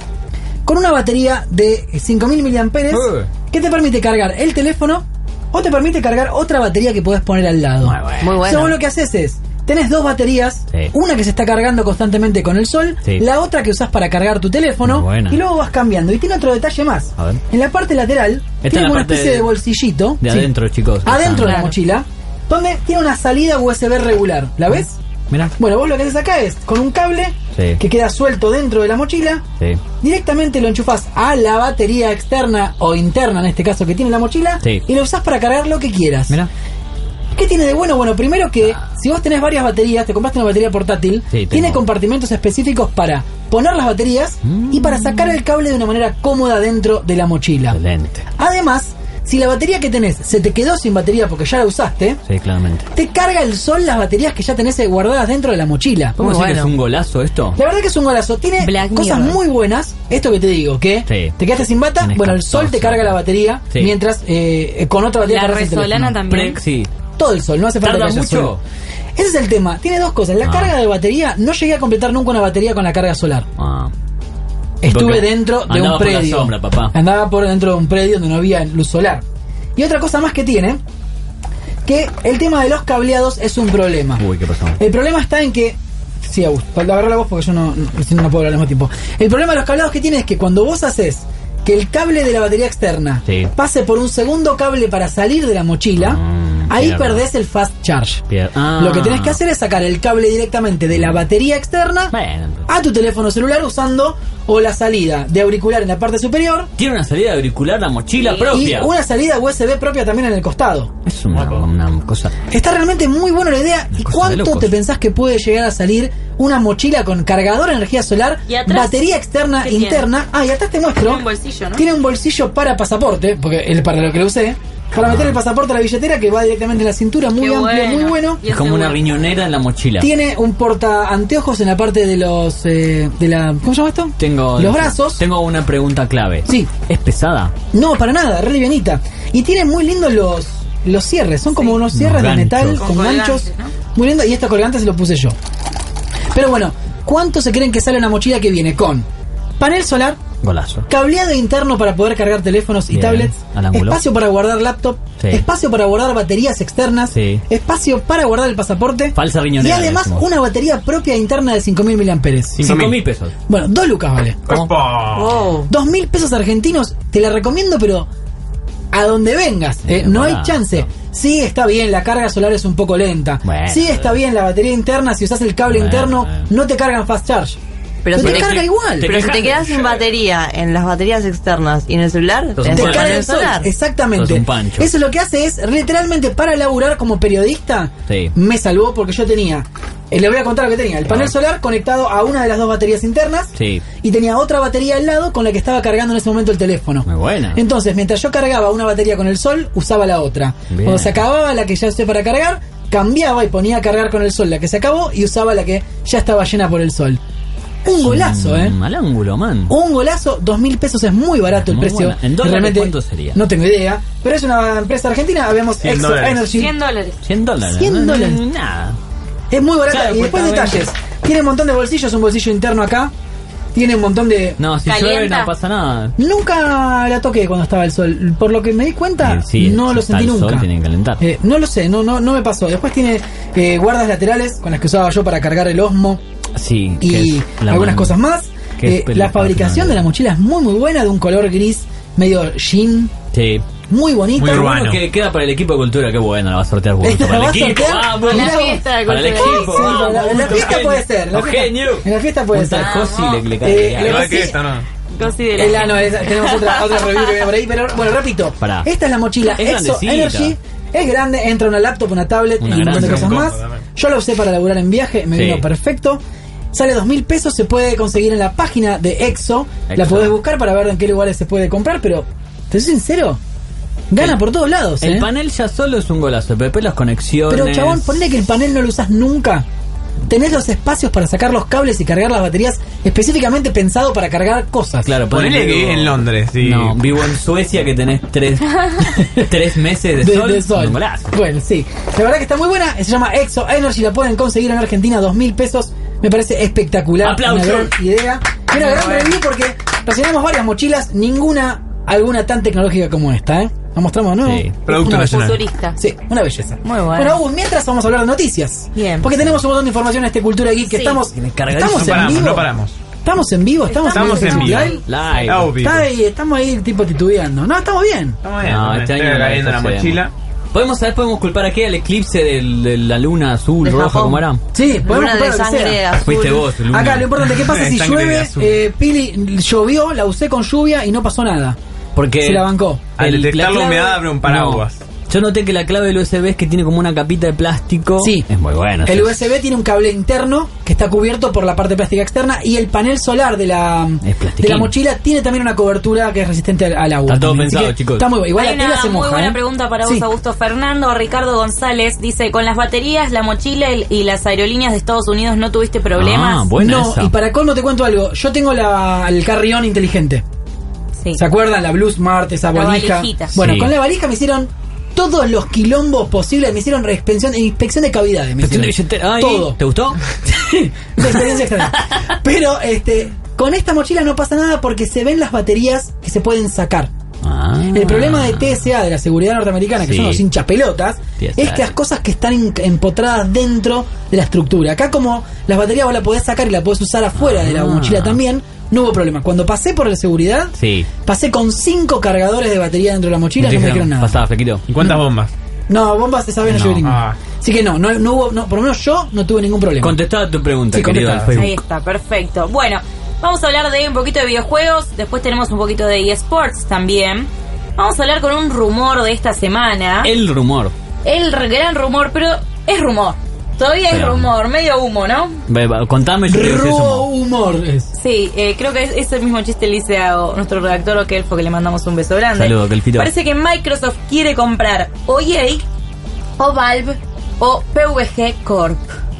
Con una batería de cinco mil miliamperios hora uh. que te permite cargar el teléfono o te permite cargar otra batería que podés poner al lado. Muy bueno. Muy bueno. Entonces vos lo que haces es tenés dos baterías, Sí. una que se está cargando constantemente con el sol, Sí. la otra que usás para cargar tu teléfono, Muy buena. y luego vas cambiando. Y tiene otro detalle más. A ver. En la parte lateral en tiene la una parte especie de, de- bolsillito. De sí, adentro, chicos. adentro de la Claro. mochila, donde tiene una salida U S B regular. ¿La ves? Mira. Bueno, vos lo que haces acá es, con un cable Sí. que queda suelto dentro de la mochila, Sí. directamente lo enchufás a la batería externa o interna, en este caso, que tiene la mochila, Sí. y lo usás para cargar lo que quieras. Mira. ¿Qué tiene de bueno? Bueno, primero que si vos tenés varias baterías, te compraste una batería portátil, Sí, tengo. tiene compartimentos específicos para poner las baterías Mm. y para sacar el cable de una manera cómoda dentro de la mochila. Excelente. Además, si la batería que tenés se te quedó sin batería porque ya la usaste, Sí, claramente. te carga el sol las baterías que ya tenés guardadas dentro de la mochila. ¿Podemos Muy decir que bueno. es un golazo esto? La verdad que es un golazo. Tiene Black cosas Mirror. muy buenas. Esto que te digo, que Sí. te quedaste sin bata, Tenés bueno, el sol te catorce. carga la batería, Sí. mientras eh, con otra batería La cargas el resolana teléfono. también. Pre- sí. Todo el sol, no hace falta ¿Tarda que haya mucho? sol. Ese es el tema. Tiene dos cosas. La Ah. carga de batería, no llegué a completar nunca una batería con la carga solar. Ah. Estuve Porque dentro de andaba un por la predio. sombra, papá. Andaba por dentro de un predio donde no había luz solar. Y otra cosa más que tiene, que el tema de los cableados es un problema. Uy, ¿qué pasó? El problema está en que... Sí, Augusto, agarra la voz porque yo no, no, si no, no puedo hablar al mismo tiempo. El problema de los cableados que tiene es que cuando vos haces que el cable de la batería externa Sí. pase por un segundo cable para salir de la mochila, Mm, ahí pierdo. perdés el fast charge. Pier- Ah. Lo que tenés que hacer es sacar el cable directamente de la batería externa Bueno, a tu teléfono celular usando o la salida de auricular en la parte superior tiene una salida auricular, la mochila propia. y una salida U S B propia también en el costado. Es una, una cosa. Está realmente muy buena la idea. ¿Y cosa de cuánto locos. te pensás que puede llegar a salir una mochila con cargador de energía solar, ¿Y atrás? batería externa ¿Qué tiene? interna? Ah, y atrás te muestro. Tiene un bolsillo, ¿no? Tiene un bolsillo para pasaporte, porque es para lo que lo usé. Para meter el pasaporte a la billetera que va directamente en la cintura, muy Qué amplio, bueno. muy bueno. Y Es como seguro. una riñonera en la mochila. Tiene un porta anteojos en la parte de los eh, de la ¿cómo se llama esto? Tengo Los brazos. Tengo una pregunta clave. Sí. ¿Es pesada? No, para nada, re livianita. Y tiene muy lindos los los cierres, son como unos cierres Unos de metal ganchos. con Con ganchos. colgantes, ¿no? Muy lindo, y esta colgante se lo puse yo. Pero bueno, ¿cuánto se creen que sale una mochila que viene con panel solar, Golazo. cableado interno para poder cargar teléfonos y Bien, tablets, al ángulo. espacio para guardar laptop, Sí. espacio para guardar baterías externas, Sí. espacio para guardar el pasaporte Falsa y riñonera. además decimos. una batería propia interna de cinco mil miliamperios. Cinco mil pesos. Bueno, dos lucas vale. Opa. Wow. Dos mil pesos argentinos, te la recomiendo, pero a donde vengas, eh, no hay barato. chance. Sí, está bien, la carga solar es un poco lenta. Bueno. Sí, está bien, la batería interna, si usas el cable Bueno, interno, bueno. no te cargan fast charge. Pero, Pero si te te, carga igual. te pero si te quejas- quedas sin batería en las baterías externas y en el celular, Sos tenés un Te el pancho. carga panel el sol. solar. Exactamente. Sos un pancho. Eso lo que hace es, literalmente, para laburar como periodista, Sí. me salvó porque yo tenía, eh, le voy a contar lo que tenía, el panel Ah. solar conectado a una de las dos baterías internas Sí. y tenía otra batería al lado con la que estaba cargando en ese momento el teléfono. Muy buena. Entonces, mientras yo cargaba una batería con el sol, usaba la otra. Bien. Cuando se acababa la que ya usé para cargar, cambiaba y ponía a cargar con el sol la que se acabó y usaba la que ya estaba llena por el sol. Un golazo, ¿eh? Mm, Al ángulo, man. Un golazo, dos mil pesos es muy barato el Muy precio. buena. ¿En dólares Realmente cuánto sería? No tengo idea, pero es una empresa argentina, habemos cien Exo dólares. Energy. cien dólares. cien dólares. cien No, no, dólares. no, Nada. Es muy barata. Claro, y después pues, detalles. Tiene un montón de bolsillos, un bolsillo interno acá. Tiene un montón de... No, si ¿Calienta? llueve no pasa nada. Nunca la toqué cuando estaba el sol. Por lo que me di cuenta, Eh, sí, no si lo está sentí el sol, nunca. tiene que calentar. Eh, no lo sé, no, no, no me pasó. Después tiene eh, guardas laterales con las que usaba yo para cargar el Osmo Sí. que y es la algunas man- cosas más. que Eh, es pelo- la fabricación de la mochila es muy muy buena, de un color gris medio jean, Sí. muy bonita. Muy Qué urbano. bueno que queda para el equipo de cultura, qué bueno, la va a sortear Bulto. ¿Esta Para la el va a equipo, sortear? vamos. Para la fiesta de Para el cultura. equipo, Sí, vamos. en la- en la Bulto, fiesta genio. puede ser, en la Los fiesta- genios. en la fiesta puede Punta ser. Josi le, le Eh, cae. le Igual Sí. que esta, ¿no? Gosi de la- El ano, esa- tenemos otra, otra review que viene por ahí, pero bueno, repito, Pará. esta es la mochila Es Exo grandecita. Energy, es grande, entra una laptop, una tablet Una y un montón de grande. cosas más. Cómodo también. Yo la usé para laburar en viaje, me Sí. vino perfecto. Sale dos mil pesos, se puede conseguir en la página de Exo, la Exo. podés buscar para ver en qué lugares se puede comprar, pero, te soy sincero, gana El- por todos lados, El ¿eh? panel ya solo es un golazo, pero después las conexiones. Pero chabón, ponle que el panel no lo usas nunca. Tenés los espacios para sacar los cables y cargar las baterías específicamente pensado para cargar cosas. Claro, Ponele vivo- que vive en Londres, sí. No, vivo en Suecia que tenés tres, tres meses de, de, sol. de sol. Un golazo. Bueno, sí. La verdad que está muy buena. Se llama Exo Energy. La pueden conseguir en Argentina, dos mil pesos. Me parece espectacular. ¡Aplausos! Una gran idea. Y una gran review porque reseñamos varias mochilas. Ninguna, alguna tan tecnológica como esta, ¿eh? Nos mostramos, ¿no? Sí. Producto Una nacional. Futurista. Sí, una belleza. Muy bueno. Bueno, Hugo, mientras vamos a hablar de noticias. Bien. Porque tenemos un montón de información en este Cultura Geek que Sí. estamos. cargadísimo. Estamos No en paramos, vivo. no paramos. Estamos en vivo, estamos, Estamos en vivo. live. Live. Ah, obvio. Está ahí, estamos ahí tipo titubeando. No, estamos bien. Estamos bien. No, me este estoy año cayendo la no mochila. ¿Podemos saber, podemos culpar aquí al eclipse del- de la luna azul, De roja, Japón. como era? Sí, podemos Luna de comprar lo que sangre sea. azul. Fuiste vos, Luna. Acá lo importante, ¿qué pasa si Sangre de llueve? azul. Eh, Pili llovió, la usé con lluvia y no pasó nada. Porque Se la bancó. Al el- detectar la clave- humedad abre un paraguas. No. Yo noté que la clave del U S B es que tiene como una capita de plástico. Sí. Es muy bueno. El sí. U S B tiene un cable interno que está cubierto por la parte plástica externa y el panel solar de la, Es plastiquín. de la mochila tiene también una cobertura que es resistente al, al agua. Está todo también. Así pensado, que chicos. Está muy bueno. Igual Hay la tela una se muy moja. buena ¿eh? pregunta para Sí. vos, Augusto Fernando. Ricardo González dice, con las baterías, la mochila y y las aerolíneas de Estados Unidos no tuviste problemas. Ah, buena No, esa. y para colmo te cuento algo. Yo tengo la, el carry-on inteligente. Sí. ¿Se acuerdan? La Blue Smart, esa La valija. valijita. Bueno, Sí. con la valija me hicieron todos los quilombos posibles. Me hicieron inspección, inspección de cavidades. Me Inspección de hicieron. billetera. Ay, Todo. ¿Te gustó? Una experiencia extraña. Pero este, con esta mochila no pasa nada porque se ven las baterías que se pueden sacar. Ah. El problema de T S A, de la seguridad norteamericana, que Sí. son los hinchapelotas, T S A. es que las cosas que están en- empotradas dentro de la estructura. Acá como las baterías vos la podés sacar y la podés usar afuera de la Ah. mochila también, no hubo problema. Cuando pasé por la seguridad, Sí. pasé con cinco cargadores de batería dentro de la mochila y no me dijeron nada. Pasaba, flequito. ¿Y cuántas bombas? No, bombas esa vez no, No. llevé ninguna. Ah. Así que no, no, no hubo, no, por lo menos yo no tuve ningún problema. Contestaba tu pregunta, Sí, querido, al contestaba. Ahí Facebook. está, perfecto. Bueno, vamos a hablar de un poquito de videojuegos, después tenemos un poquito de eSports también. Vamos a hablar con un rumor de esta semana. El rumor. El r- gran rumor, pero es rumor. Todavía es Pero- rumor, medio humo, ¿no? Ve, va, Contame, yo te digo si es Rubo humo. humor es. Sí, eh, creo que es, es el mismo chiste le hice a nuestro redactor Okelfo, que le mandamos un beso grande. Saludos, Okelfito. Parece que Microsoft quiere comprar o E A, o Valve, o P V G Corp.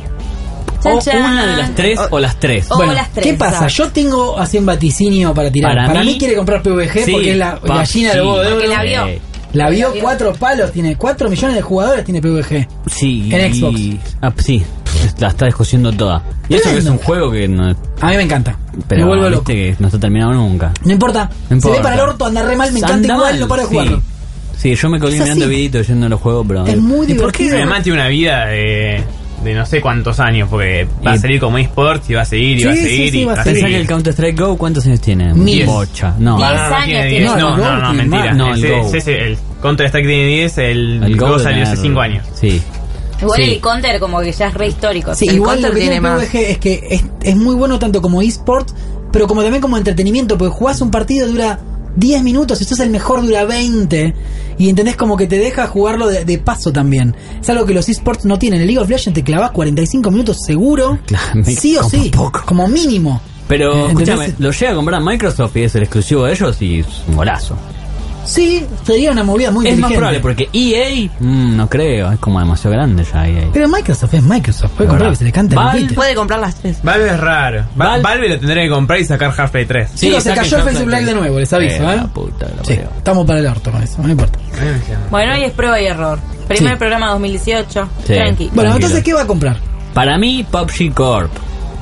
Chan, O chan. una de las tres o las tres. O Bueno, las tres, ¿qué pasa? exacto. Yo tengo así un vaticinio para tirar. Para, Para mí, mí- quiere comprar P V G Sí, porque es la pa- gallina del sí. huevo de Porque oro. la vio. Eh, La vio La vio. cuatro palos, tiene cuatro millones de jugadores, tiene P V G. Sí. En Xbox. Ah, sí. La está descosiendo toda. Y eso que es un juego que no. A mí me encanta. Pero me vuelvo viste loco. que no está terminado nunca. No importa. No importa. Se ve para el orto, anda re mal, me encanta Anda igual, mal, no paro de sí. jugarlo. Sí, yo me colgué Es así. mirando videitos yendo a los juegos, pero. Es muy ¿Y por qué? divertido. Además tiene una vida de, de no sé cuántos años, porque va a Y- salir como eSports y va a seguir y va a Sí, sí, seguir sí, y va a va a Pensá seguir. que el Counter Strike Go, ¿cuántos años tiene? Mil. Bocha. No. Diez. No, no, no años tiene tiene. diez. No, No, el no, Go no, tiene mentira. más. No, el Ese- Go. ese- el Counter Strike tiene diez, el, El Go Go salió hace tener- cinco años. Sí. Igual Sí. el Counter como que ya es re histórico. Sí, El igual lo Counter que tiene tiene P V G es que es, es muy bueno tanto como eSport, pero como también como entretenimiento, porque jugás un partido dura diez minutos, y sos el mejor dura veinte, y entendés como que te deja jugarlo de, de paso también. Es algo que los eSports no tienen. En League of Legends te clavas cuarenta y cinco minutos seguro, Claro, sí o como sí, poco. como mínimo. Pero, Eh, ¿entendés? escúchame, lo llega a comprar Microsoft y es el exclusivo de ellos y es un golazo. Sí, sería una movida muy Es más inteligente. probable porque E A, mm, no creo, es como demasiado grande ya E A. Pero Microsoft es Microsoft, puede comprar lo que se le canta en el Valve- pito. Puede comprar las tres. Valve es raro. Va- Valve- Valve lo tendría que comprar y sacar Half-Life tres. Sí, Chicos, se saquen cayó el Half-Life Facebook Live de nuevo, les aviso, Eh, ¿eh? la puta, la Sí, parió. estamos para el orto con eso, no importa. Bueno, hoy es prueba y error. Primer Sí. programa dos mil dieciocho. Sí. Tranqui. Bueno, Tranquilo. entonces, ¿qué va a comprar? Para mí, P U B G Corp.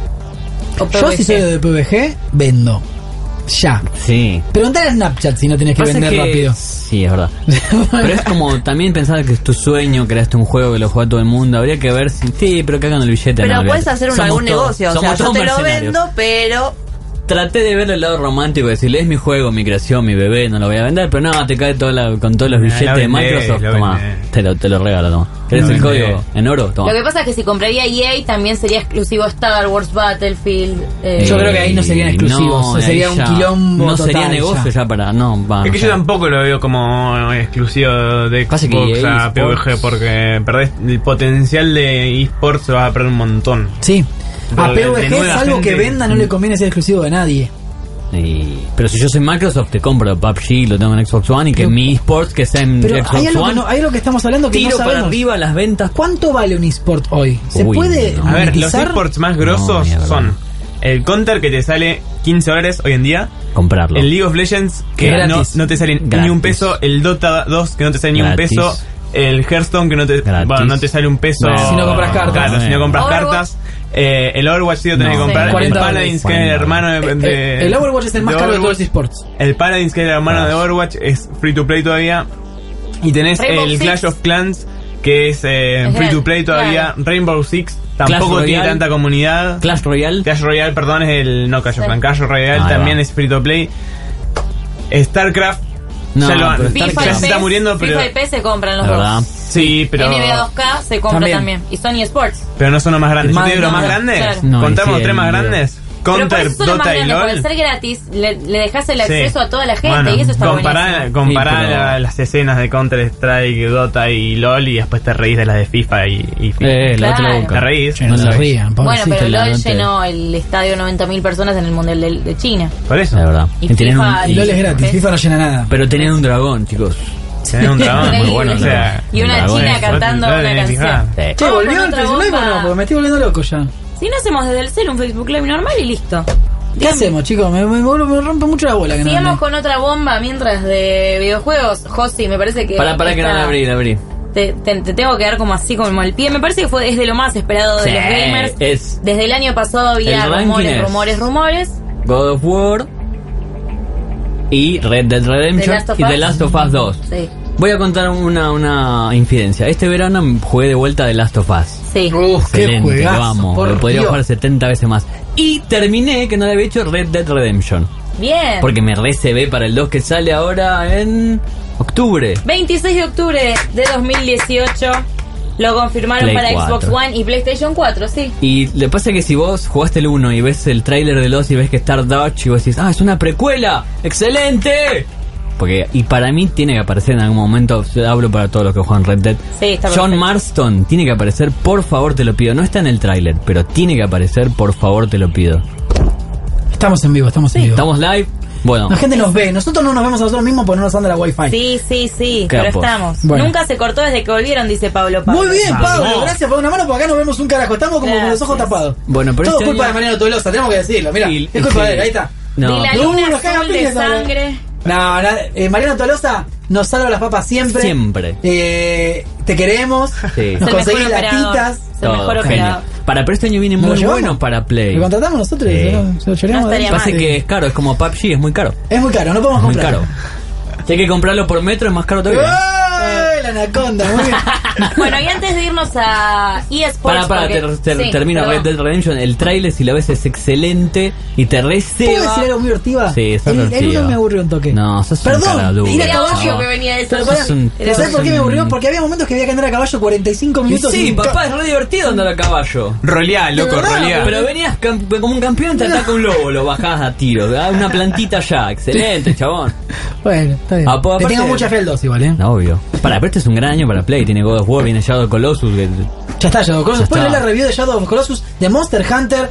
O P Yo V G. si soy de P V G, vendo. Ya. Sí. Preguntale a Snapchat si no tenés que Pasa vender que- rápido. Sí, es verdad. Pero es como también pensar que es tu sueño, creaste un juego que lo juega todo el mundo. Habría que ver si. Sí, pero que hagan el billete. Pero no, puedes olvídate. hacer un, Somos algún todos- negocio. O sea, somos yo todos te lo mercenarios. vendo, pero Traté de ver el lado romántico, de decirle, es mi juego, mi creación, mi bebé, no lo voy a vender, pero no, te cae todo la- con todos los Ah, billetes lo de vendés, Microsoft, lo toma, vendés. te lo, te lo regalo, toma. ¿Querés Lo el vendés. código en oro? Toma. Lo que pasa es que si compraría E A también sería exclusivo Star Wars, Battlefield. eh, Yo creo que ahí no serían exclusivos, No, sería ahí un ya- quilombo No sería total negocio ya. ya, para, no, va. Es que yo tampoco lo veo como exclusivo de Pasa que Xbox E A a P V G Sports- porque perdés el potencial de eSports, se vas a perder un montón. Sí. A De- de P V G, nueva salvo gente. que venda, no le conviene ser exclusivo de nadie. Y- pero si yo soy Microsoft, te compro P U B G, lo tengo en Xbox One y que Pero- mi eSports que sea en Pero Xbox hay algo, que One, no, hay algo que estamos hablando que tiro no para sabemos. arriba las ventas. ¿Cuánto vale un eSport hoy? ¿Se Uy, puede no. A ver, los monetizar? eSports más No, grosos mierda. son el Counter que te sale quince dólares hoy en día, Comprarlo. el League of Legends que no, Gratis. no te sale ni Gratis. un peso, el Dota dos que no te sale ni un Gratis. peso, el Hearthstone que no te, Gratis. bueno, no te sale un peso. Bueno, Si no compras cartas. Claro, si no compras Overwatch. cartas. Eh, el Overwatch sí lo tenés No, que comprar. sí. El cuarenta Paladins, que es el dólares. hermano de, de- Eh, el Overwatch es el más de caro de todos los Overwatch. eSports. El Paladins, que es el hermano Ah. de Overwatch, es free to play todavía. Y tenés Rainbow el Six. Clash of Clans, que es eh, Es free to real, play todavía. claro. Rainbow Six tampoco Clash tiene Royale. tanta comunidad. Clash Royale. Clash Royale, perdón, es el. No, Clash of Sí. Clans. Clash Royale Ahí también va. es free to play. StarCraft. No, ya lo han- pero FIFA ya y se P está E S, muriendo, pero. FIFA y P E S se compran los La dos. verdad. Sí, pero. N B A dos K se compra También. también. Y Sony Sports. Pero no son los más grandes. Yo Más- te digo los no, más no, grandes. claro. No, Contamos y sí, tres más el- grandes. Pero por Counter, eso son los más Dota y grandes, por LOL. ser gratis, le, le dejas el Sí. acceso a toda la gente Bueno, y eso está compará, buenísimo. compará Sí, pero- la- las escenas de Counter Strike, Dota y LOL y después te reís de las de FIFA y, y FIFA. Eh, la otra Claro. boca. Te reís. Che, no se rían, Bueno, pobrecito. pero la LOL mente. llenó el estadio noventa mil personas en el Mundial de, de China. Por eso. La verdad. Y Y tenían FIFA un- Y y- LOL es gratis, FIFA no llena nada. pero tenían un dragón, chicos. Tenés un dragón muy Increíble. bueno. O sea, Y una dragón china es- cantando no te una tenés que canción. fijar. Sí. Che, Vamos ¿volvió con el otra Facebook Live o bomba. no? Porque me estoy volviendo loco ya. Si no hacemos desde el cel un Facebook Live normal y listo. ¿Qué hacemos, chicos? Me, me, me rompe mucho la bola. Que no Sigamos ande. con otra bomba mientras de videojuegos. Josi, me parece que. Para, para que no esta- la abrí, la abrí. Te, te- te tengo que dar como así como el pie. Me parece que fue es de lo más esperado de Sí, los gamers. es- Desde el año pasado había El ranking rumores, es- rumores, rumores. God of War y Red Dead Redemption The Last of y The Us. Last of Us dos. Sí. Voy a contar una, una infidencia. Este verano jugué de vuelta The Last of Us. Sí. Uf, qué Excelente, juegazo. lo amo. por Lo podría Dios. jugar setenta veces más. Y terminé, que no le había hecho, Red Dead Redemption. Bien. Porque me recebé para el dos que sale ahora en octubre. veintiséis de octubre de dos mil dieciocho. Lo confirmaron Play para cuatro. Xbox One y PlayStation cuatro, sí. Y le pasa que si vos jugaste el uno y ves el tráiler del dos y ves que está Dutch y vos decís, ah, es una precuela, excelente. Porque, y para mí tiene que aparecer en algún momento, hablo para todos los que juegan Red Dead. Sí, está John perfecto. Marston tiene que aparecer, por favor te lo pido. No está en el tráiler, pero tiene que aparecer, por favor te lo pido. Estamos en vivo, estamos en vivo. Estamos live. Bueno, La gente nos ve, nosotros no nos vemos a nosotros mismos porque no nos anda la wifi. Sí, sí, sí, Capos. pero estamos. Bueno. Nunca se cortó desde que volvieron, dice Pablo Pablo. Muy bien, Pablo, Vamos. gracias por una mano porque acá no vemos un carajo, estamos como con los ojos Gracias. tapados. Bueno, pero todo este culpa año- de Mariano Tolosa, tenemos que decirlo, mira, Y- es culpa sí. de él, ahí está. no. De la No, luna nos cagan azul de piñas ahora. sangre. No, no, eh, Mariano Tolosa nos salva las papas siempre. Siempre. Eh, te queremos. Sí. Nos Es el conseguís mejor operador. latitas. Es el mejor Todo, operador. genio. Para, pero este año viene ¿Nos lo muy llevamos? bueno para Play. Lo contratamos nosotros y Sí. se lo, se lo choreamos No de ahí. estaría Pasa mal. que es caro, es como P U B G, es muy caro. Es muy caro, no podemos Es muy comprar. caro. Si hay que comprarlo por metro es más caro todavía. ¡Ay, la anaconda! Muy bien. Bueno, y antes de irnos a eSports. Para, para, porque- ter- ter- sí, termina perdón. Red Dead Redemption. El trailer, si lo ves, es excelente y te ¿Puedo receba. decir algo muy divertido? Sí, eso es el, el divertido. uno me aburrió un toque. No, sos un Perdón, cara dura. ir a Era caballo. obvio que venía de eso. Pero pará, Sos un- ¿sabes sos por qué me un- aburrió? Porque había momentos que había que andar a caballo cuarenta y cinco minutos. Sí, sin papá, ca- es re divertido andar a caballo. Roleá, loco, verdad, roleá. Pero venías cam- como un campeón, te ataca un lobo, lo bajás a tiro. Da una plantita ya, excelente, chabón. Bueno, está bien. Ah, pues, Le aparte- tengo mucha fe al dos igual, ¿eh? No, obvio. Para, pero este es un gran año para Play. Tiene God of War, viene Shadow of Colossus. que- Ya está, Shadow of Colossus. Ya Pueden leer está. la review de Shadow of Colossus, de Monster Hunter,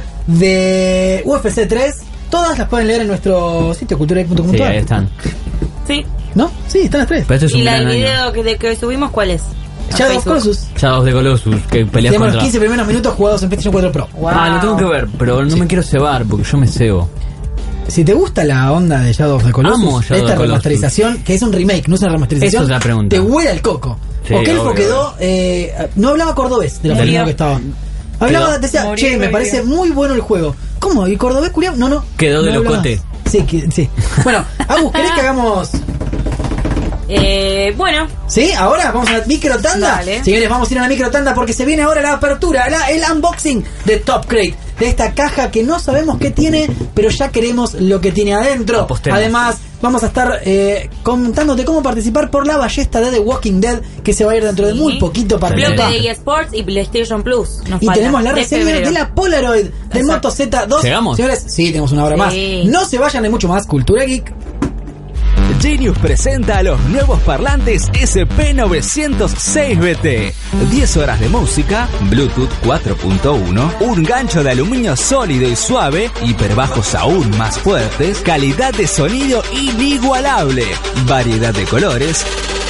de U F C tres. Todas las pueden leer en nuestro sitio cultura punto com Sí, punto a r. ahí están. Sí. ¿No? Sí, están las tres. Pero este es ¿Y un la, gran el año. video que, de que subimos cuál es? A Shadow of Facebook. Colossus. Shadow of the Colossus, que peleas Tenemos los contra... quince primeros minutos jugados en PlayStation cuatro Pro. Wow. Ah, lo tengo que ver, pero no me quiero cebar porque yo me cebo. Si te gusta la onda de Shadow of the Colossus, Amo Shadow esta of the Colossus. remasterización, que es un remake, no es una remasterización, Esa es la pregunta. te huele el coco. Sí, Porque Elfo obvio, quedó, eh, no hablaba cordobés de lo Murió. primero que estaba. Hablaba, Quedó. decía, Murió, che, me murió. parece muy bueno el juego. ¿Cómo? ¿Y cordobés culiao? No, no. Quedó de no hablaba locote. más. Sí, que- sí. Bueno, Agus, ¿querés que hagamos? Eh, bueno, ¿Sí? Ahora vamos a la micro tanda. Dale. Señores, vamos a ir a la micro tanda porque se viene ahora la apertura, la- el unboxing de Top Crate. De esta caja que no sabemos qué tiene, pero ya queremos lo que tiene adentro. Apostemos. Además, vamos a estar eh, contándote cómo participar por la ballesta de The Walking Dead que se va a ir dentro de sí. muy poquito para bloque acá. de eSports y PlayStation Plus. Nos Y falta, tenemos la de reseña febrero. de la Polaroid del Exacto. Moto Z dos. ¿Llegamos? Señores, sí, tenemos una hora Sí. más. No se vayan de mucho más. Cultura Geek. Genius presenta los nuevos parlantes S P novecientos seis B T. diez horas de música, Bluetooth cuatro punto uno, un gancho de aluminio sólido y suave, hiperbajos aún más fuertes, calidad de sonido inigualable, variedad de colores.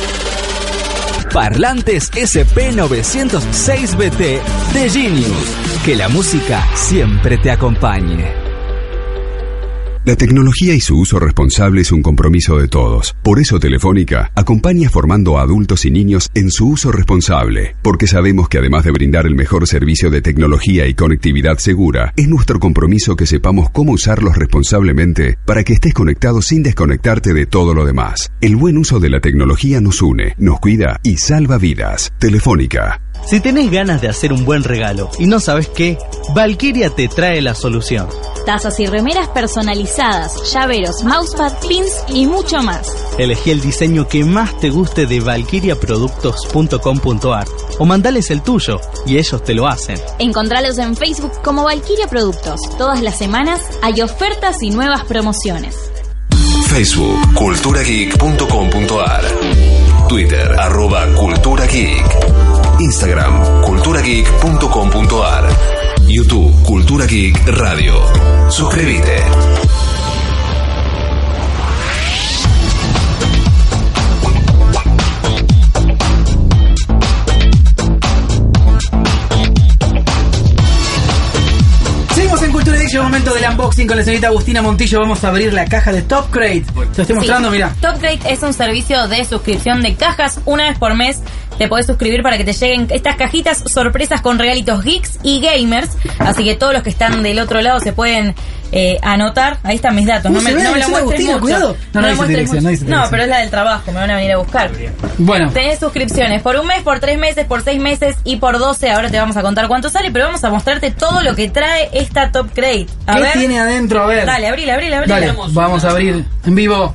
Parlantes S P novecientos seis B T de Genius. Que la música siempre te acompañe. La tecnología y su uso responsable es un compromiso de todos. Por eso Telefónica acompaña formando a adultos y niños en su uso responsable, porque sabemos que además de brindar el mejor servicio de tecnología y conectividad segura, es nuestro compromiso que sepamos cómo usarlos responsablemente para que estés conectado sin desconectarte de todo lo demás. El buen uso de la tecnología nos une, nos cuida y salva vidas. Telefónica. Si tenés ganas de hacer un buen regalo y no sabes qué, Valkyria te trae la solución. Tazas y remeras personalizadas, llaveros, mousepad, pins y mucho más. Elegí el diseño que más te guste de valkyria productos punto com punto a r o mandales el tuyo y ellos te lo hacen. Encontralos en Facebook como Valkyria Productos. Todas las semanas hay ofertas y nuevas promociones. Facebook, cultura geek punto com punto a r. Twitter, arroba Cultura Geek. Instagram, cultura geek punto com punto a r. YouTube, Cultura Geek Radio. Suscríbete. Seguimos en Cultura Geek, llegó el momento del unboxing con la señorita Agustina Montillo. Vamos a abrir la caja de Top Crate. Te estoy mostrando, Sí. mira. Top Crate es un servicio de suscripción de cajas. Una vez por mes te podés suscribir para que te lleguen estas cajitas sorpresas con regalitos geeks y gamers. Así que todos los que están del otro lado se pueden eh, anotar. Ahí están mis datos. Uh, no me, se ve no me la lo dirección, muestres Agustina, mucho. cuidado. No, no me dice muestres dirección, mucho. no dice No, dirección. pero es la del trabajo. Me van a venir a buscar. Bueno. Tenés suscripciones por un mes, por tres meses, por seis meses y por doce. Ahora te vamos a contar cuánto sale, pero vamos a mostrarte todo lo que trae esta Top Crate. A ¿Qué ver. tiene adentro? A ver. Dale, abrila, abrila, abrila. Dale, vamos a abrir en vivo.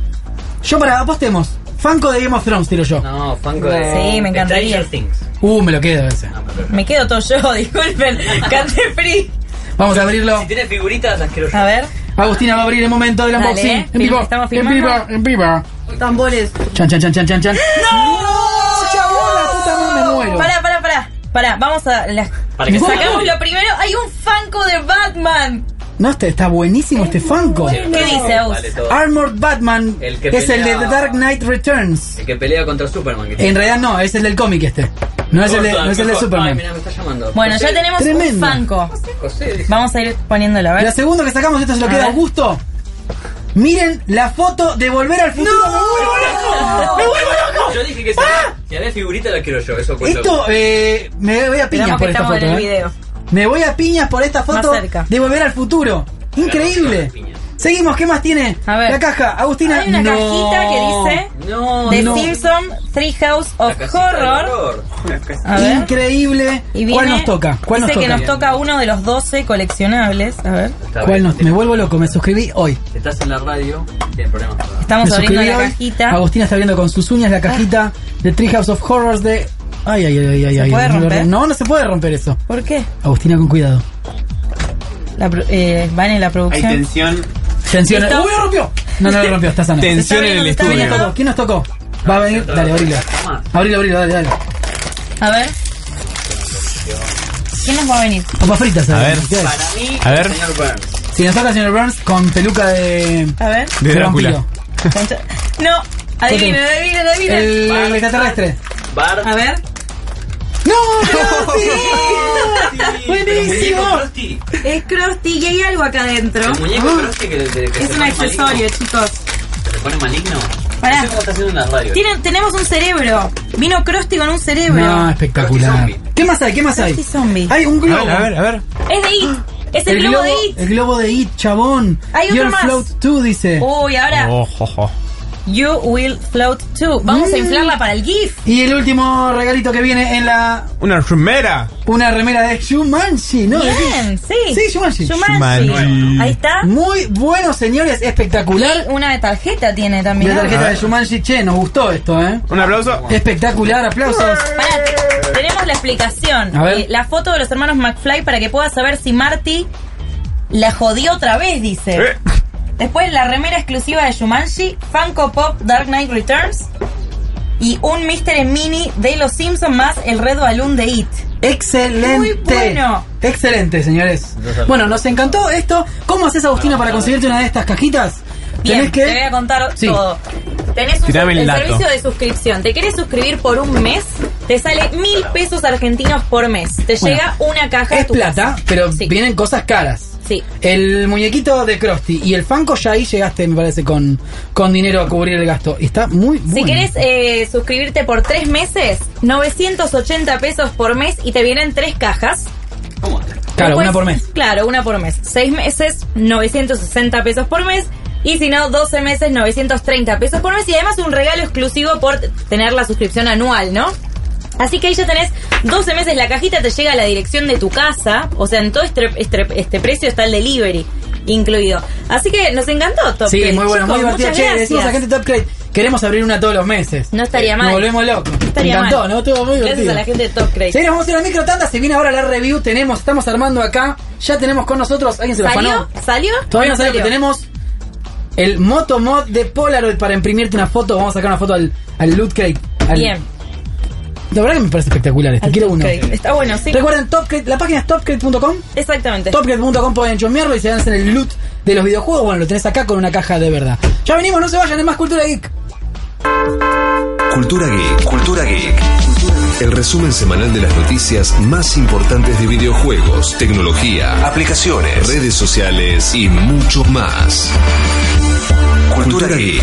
Yo para, apostemos. Funko de Game of Thrones, tiro yo. No, Funko de... Sí, me encantaría. Stranger Things. Uh, me lo quedo ese. Me quedo todo yo, disculpen. Cante free. Vamos a abrirlo. Si tiene figuritas, las quiero yo. A ver. Agustina va a abrir el momento del Dale, unboxing. eh. En vivo. Estamos En filmando. vivo, en vivo. Tambores. Chan, chan, chan, chan, chan, chan. ¡No! ¡Chabón, la puta madre, me muero! Pará, pará, pará. Pará, vamos a... La... Para que Sacamos se- lo primero. Hay un Funko de Batman. No, este está buenísimo este Funko. ¿Qué dice, Aus? Vale todo. Armored Batman El que es el de pelea- The Dark Knight Returns. El que pelea contra Superman. que En realidad no, es el del cómic este. No es el de, no es el de Ay, Superman. mira, me está llamando. Bueno, ya José, tenemos Tremendo. un Funko. José, dice. Vamos a ir poniéndolo, a La ver. segunda que sacamos, esto se lo A queda a ver. Augusto. Miren la foto de Volver al Futuro. ¡No! ¡Me vuelvo loco! ¡Me vuelvo loco! Yo dije que si, si había figurita la quiero yo, eso cuento. Esto, eh, me voy a piñas Esperamos por que esta estamos foto. en el eh. video. Me voy a piñas por esta foto Más cerca. de Volver al Futuro. Increíble. Seguimos, ¿qué más tiene? A ver. La caja, Agustina. Hay una no. cajita que dice No, The no. Simpson Treehouse la of casita del Horror. horror. A ver. Increíble. Y ¿Cuál viene- nos toca? ¿Cuál nos dice toca? que nos toca uno de los doce coleccionables. A ver. Está ¿Cuál bien, nos? Me vuelvo loco, me suscribí hoy. Si estás en la radio, tiene problemas. Estamos Me abriendo suscribí la hoy. cajita. Agustina está viendo con sus uñas la cajita de Treehouse of Horrors de... Ay, ay, ay, ay, ¿Se ay. puede ay, romper? No, no se puede romper eso. ¿Por qué? Agustina, con cuidado. La, pro- eh, van en la Hay producción. tensión. Tensión. ¿Listo? ¡Uy, lo rompió! No, no lo rompió, está sano. Tensión en el ¿Se está ¿Quién estudio. nos tocó? ¿Quién nos tocó? Va a venir. Dale, abrilo. Abrilo, abrilo, dale, dale. A ver. ¿Quién nos va a venir? Papas fritas, A ver. ¿qué es? Para mí, A ver. señor Burns. Si nos toca el señor Burns con peluca de... A ver. De Drácula. vampiro. No. Adivinen, adivinen, adivinen. El, el extraterrestre. Bart. A ver. ¡No! ¡Krusty! ¡Buenísimo! Krusty. Es Krusty y hay algo acá adentro. El muñeco Krusty que, que, que Es se un pone accesorio, maligno. chicos. Que se pone maligno. Pará. No sé cómo está haciendo en la radio. Tienen, tenemos un cerebro. Vino Krusty con un cerebro. No, espectacular. Krusty zombie. ¿Qué más hay? ¿Qué más hay? Krusty zombie. Hay un A globo. ver, a ver, a ver. Es de It. Es el, globo, de It. El globo de It, chabón. Hay otro You'll más. float too, dice. Uy, ahora. Oh, jo, jo. You will float too. Vamos a Mm. inflarla para el GIF. Y el último regalito que viene en la... Una remera. Una remera de Shumanji, ¿no? Bien, sí. Sí, Shumanji. Shumanji. Shumanji. Ahí está. Muy bueno, señores, espectacular. Una tarjeta tiene también. La ¿no? tarjeta A de ver. Shumanji, che, nos gustó esto, ¿eh? Un aplauso. Espectacular, aplausos. Pará, te- tenemos la explicación. A ver. Eh, la foto de los hermanos McFly para que puedas saber si Marty la jodió otra vez, dice. Eh. Después la remera exclusiva de Shumanji, Funko Pop Dark Knight Returns y un Mister Mini de Los Simpsons más el Red Balloon de It. Excelente. Muy bueno. Excelente, señores. Bueno, nos encantó esto. ¿Cómo haces, Agustina, para conseguirte una de estas cajitas? Bien, Tenés que... te voy a contar Sí. todo. Tenés un Tirame ser- el el dato. servicio de suscripción. ¿Te querés suscribir por un mes? Te sale mil pesos argentinos por mes. Te Bueno, llega una caja a Es tu plata, casa. pero Sí. vienen cosas caras. Sí. El muñequito de Krusty y el Funko, ya ahí llegaste, me parece, con, con dinero a cubrir el gasto. Está muy bueno. Si querés eh, suscribirte por tres meses, novecientos ochenta pesos por mes y te vienen tres cajas. ¿Cómo? Claro, Después, una por mes. Claro, una por mes. Seis meses, novecientos sesenta pesos por mes. Y si no, doce meses, novecientos treinta pesos por mes. Y además un regalo exclusivo por tener la suscripción anual, ¿no? Así que ahí ya tenés doce meses, la cajita te llega a la dirección de tu casa. O sea, en todo este, este, este precio está el delivery incluido. Así que nos encantó Top Sí, Crate, muy bueno, chicos, muy divertido. muchas Che, gracias. decimos a gente de Top Crate, queremos abrir una todos los meses. No estaría mal. Nos volvemos locos. No estaría Me encantó, mal. ¿no? Estuvo muy Gracias divertido. a la gente de Top Crate. Sí, nos vamos a ir a la micro tanda. Se viene ahora la review. Tenemos, estamos armando acá. Ya tenemos con nosotros. ¿Alguien se lo ¿Salió? afanó? ¿Salió? Todavía no ¿No salió, pero tenemos el Moto Mod de Polaroid para imprimirte una foto. Vamos a sacar una foto al, al Loot Crate. Al- Bien. La verdad que me parece espectacular este. Al Quiero Top uno. Crate. Está bueno, sí. Recuerden, Top Crate, la página es top crate punto com. Exactamente. top crate punto com pueden chusmearlo y se hacen el loot de los videojuegos. Bueno, lo tenés acá con una caja de verdad. Ya venimos, no se vayan, es más Cultura Geek. Cultura Geek, Cultura Geek. El resumen semanal de las noticias más importantes de videojuegos, tecnología, aplicaciones, redes sociales y mucho más. Cultura Geek.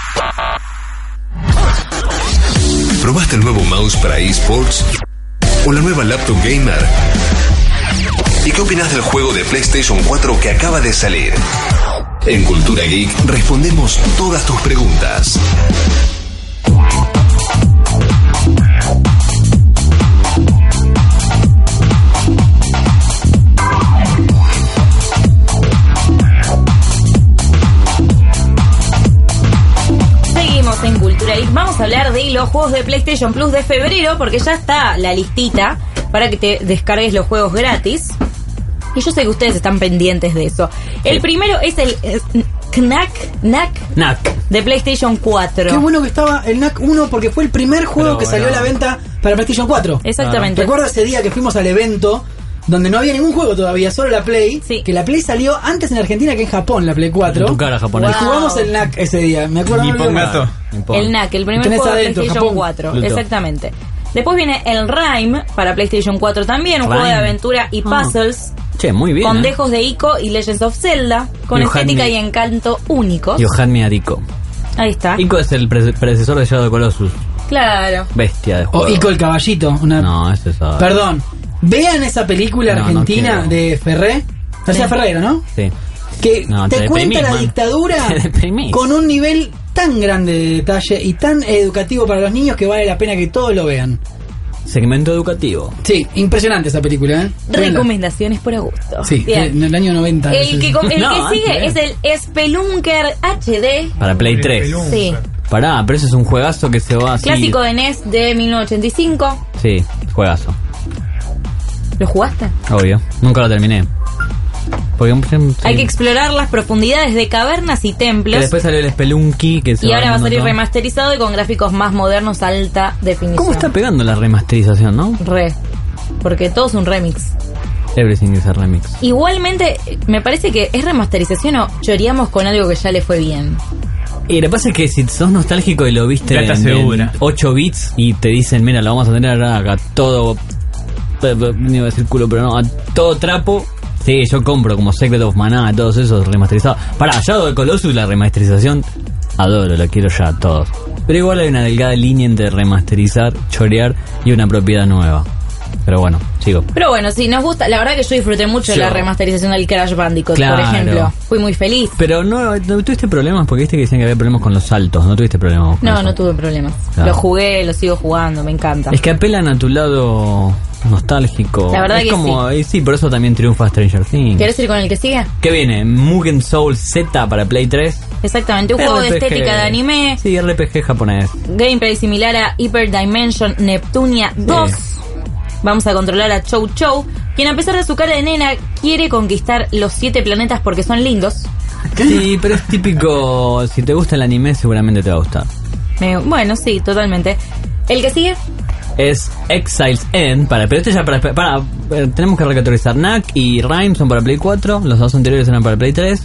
¿Probaste el nuevo mouse para eSports? ¿O la nueva laptop gamer? ¿Y qué opinas del juego de PlayStation cuatro que acaba de salir? En Cultura Geek respondemos todas tus preguntas. Seguimos en Cultura Geek. Vamos a hablar de los juegos de PlayStation Plus de febrero, porque ya está la listita para que te descargues los juegos gratis. Y yo sé que ustedes están pendientes de eso. El Sí. primero es el eh, Knack, Knack Knack. de PlayStation cuatro. Qué bueno que estaba el Knack uno porque fue el primer juego Pero que salió bueno. a la venta para PlayStation cuatro. Exactamente. Recuerdo ese día que fuimos al evento donde no había ningún juego todavía, solo la Play. Sí. Que la Play salió antes en Argentina que en Japón, la Play cuatro. En tu cara, japonés. Y jugamos el Knack ese día, me acuerdo. Ni no me olvido pongato. más. El Knack, el primer Tenés juego de adentro, PlayStation Japón. cuatro. Pluto. Exactamente. Después viene el Rime para PlayStation cuatro también, un Rime. juego de aventura y Ah. puzzles. Che, muy bien. Con ¿eh? dejos de Ico y Legends of Zelda, con You had estética me- y encanto únicos. You had me at Ico. Ahí está. Ico es el pre- predecesor de Shadow of the Colossus. Claro. Bestia de O juego. Ico el caballito. Una... No, ese es... ah, Perdón. Vean esa película No, no argentina quiero. de Ferré. García Sí. Ferreira, ¿no? Sí. Que No, te, te cuenta deprimís, la man. dictadura Te deprimís. con un nivel tan grande de detalle y tan educativo para los niños que vale la pena que todos lo vean. Segmento educativo. Sí, impresionante esa película, ¿eh? Véanla. Recomendaciones por Augusto. Sí, Bien. en el año noventa. El que, com- el No, que sigue antes. es el Spelunker H D. Para Play tres. Sí. Pará, pero ese es un juegazo que se va así. Clásico de N E S de mil novecientos ochenta y cinco. Sí, juegazo. ¿Lo jugaste? Obvio. Nunca lo terminé. Porque sí. Hay que explorar las profundidades de cavernas y Que templos. después salió el Spelunky que se Y ahora va a salir armando todo. remasterizado y con gráficos más modernos, alta definición. ¿Cómo está pegando la remasterización, no? Re. Porque todo es un remix. Everything is a remix. Igualmente, me parece que es remasterización o choreamos con algo que ya le fue bien. Y lo que pasa es que si sos nostálgico y lo viste Plata en, segura. en ocho bits y te dicen, mira, lo vamos a tener acá todo... No iba a decir culo, pero no, a todo trapo. Sí, yo compro como Secret of Mana, todos esos remasterizados. Para Shadow of the Colossus, la remasterización, adoro, la quiero ya, todos. Pero igual hay una delgada línea entre remasterizar, chorear y una propiedad nueva. Pero bueno, sigo. Pero bueno, sí, nos gusta. La verdad que yo disfruté mucho de Yo. la remasterización del Crash Bandicoot, Claro. por ejemplo. Fui muy feliz. Pero no, no tuviste problemas porque viste que decían que había problemas con los saltos, no tuviste problemas con No, eso? no tuve problemas. Claro. Lo jugué, lo sigo jugando, me encanta. Es que apelan a tu lado nostálgico. La verdad es que como, sí. sí, por eso también triunfa Stranger Things. ¿Querés ir con el que sigue? ¿Qué viene? Mugen Soul Z para Play tres. Exactamente, un juego de R P G. estética de anime. Sí, R P G japonés. Gameplay similar a Hyper Dimension Neptunia dos. Vamos a controlar a Chou Chou, quien a pesar de su cara de nena quiere conquistar los siete planetas porque son lindos. Sí, pero es típico. Si te gusta el anime, seguramente te va a gustar. Me- bueno, sí, totalmente. ¿El que sigue? Es Exile's End para. Pero este ya para. para eh, tenemos que recategorizar. Knack y Rime son para Play cuatro. Los dos anteriores eran para Play tres.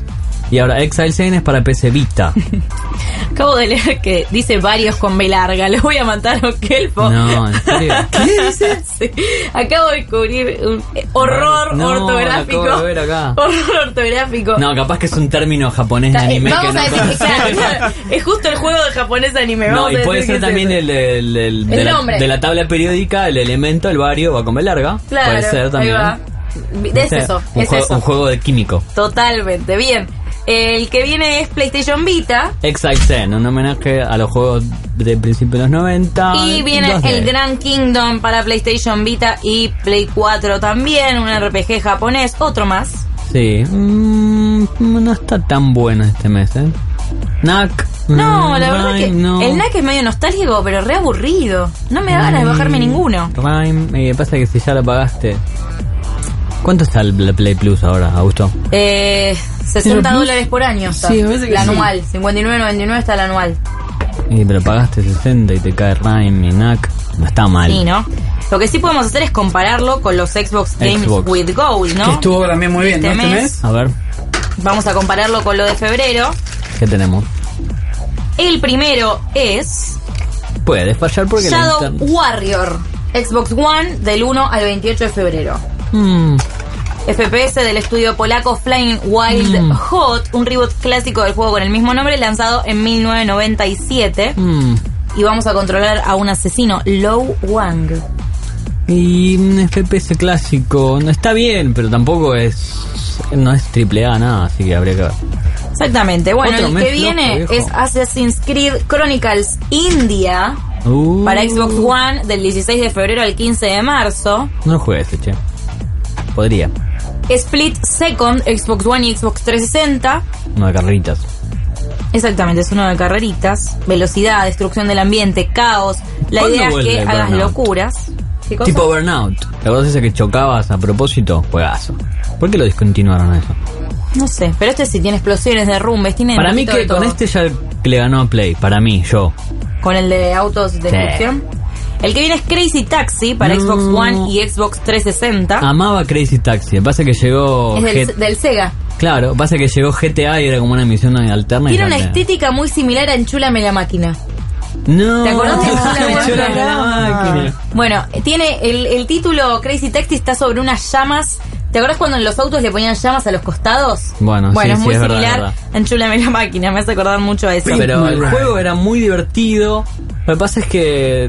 Y ahora Exile Seven es para P C Vita. Acabo de leer que dice varios con B larga. Les voy a matar a Kelpo. No, ¿en serio? ¿Qué dice? Sí. Acabo de descubrir un horror no, ortográfico. lo acabo de ver acá. Horror ortográfico. No, capaz que es un término japonés de anime. Vamos que no a decir que claro, claro, es justo el juego de japonés de anime. No, Vamos y a puede decir ser que también es el, el, el, El de, la, nombre. de la tabla periódica, el elemento, el vario, va con B larga. Claro, puede ser también. ahí va. Es O sea, eso, un es juego, eso. Un juego de químico. Totalmente, bien. El que viene es PlayStation Vita. Exile Zen, un homenaje a los juegos de principios de los noventa. Y viene dos D. el Grand Kingdom para PlayStation Vita y Play cuatro también, un R P G japonés, otro más. Sí, mm, no está tan bueno este mes, ¿eh? N A C. No, mm, la verdad Rime, que no. el N A C es medio nostálgico, pero re aburrido. No me da ganas de bajarme ninguno. Rime, eh, pasa que si ya lo pagaste. ¿Cuánto está el Play Plus ahora, Augusto? Eh, sesenta Plus? dólares por año está. Sí, me parece que la sí. anual, cincuenta y nueve noventa y nueve está la anual. Y pero pagaste sesenta y te cae Rime y N A C. No está mal. Sí, ¿no? Lo que sí podemos hacer es compararlo con los Xbox Games Xbox. with Gold, ¿no? Que estuvo también muy bien, ¿no? Este Este mes. mes. A ver, Vamos a compararlo con lo de febrero. ¿qué tenemos? El primero es Puede fallar porque la Shadow internet- Warrior, Xbox One, del uno al veintiocho de febrero. Mm, F P S del estudio polaco Flying Wild Mm. Hot, un reboot clásico del juego con el mismo nombre, lanzado en mil novecientos noventa y siete. mm. Y vamos a controlar a un asesino, Lo Wang. Y un F P S clásico. No está bien, pero tampoco es. No es triple A nada, así que habría que ver. Exactamente. Bueno, Otro el mes que flojo, viene viejo. es Assassin's Creed Chronicles India Uh, para Xbox One del dieciséis de febrero al quince de marzo. No lo juegues, che. Podría. Split Second, Xbox One y Xbox trescientos sesenta. No de carreritas. Exactamente, es uno de carreritas. Velocidad, destrucción del ambiente, caos. La ¿Cuándo idea es vuelve que el hagas Burnout? locuras. ¿Qué cosa? Tipo Burnout. ¿La cosa esa que chocabas a propósito? Juegazo. ¿Por qué lo discontinuaron eso? No sé, pero este sí tiene explosiones, derrumbes, tiene Para un mí poquito que de con todo. este ya le ganó a Play. Para mí, yo. Con el de autos de Sí. destrucción. El que viene es Crazy Taxi para No. Xbox One y Xbox trescientos sesenta. Amaba Crazy Taxi. Pasa que llegó... es del, G- del Sega. Claro, pasa que llegó G T A y era como una misión alterna. y Tiene ya una te- estética muy similar a Enchúlame la máquina. No. ¿Te acordás de Enchúlame la Enchúlame la máquina? máquina. Bueno, tiene el, el título Crazy Taxi está sobre unas llamas. ¿Te acuerdas cuando en los autos le ponían llamas a los costados? Bueno, Bueno, sí, es muy sí, es verdad, similar es verdad. a Enchúlame la máquina, me hace acordar mucho a eso. Pero el Right. juego era muy divertido. Lo que pasa es que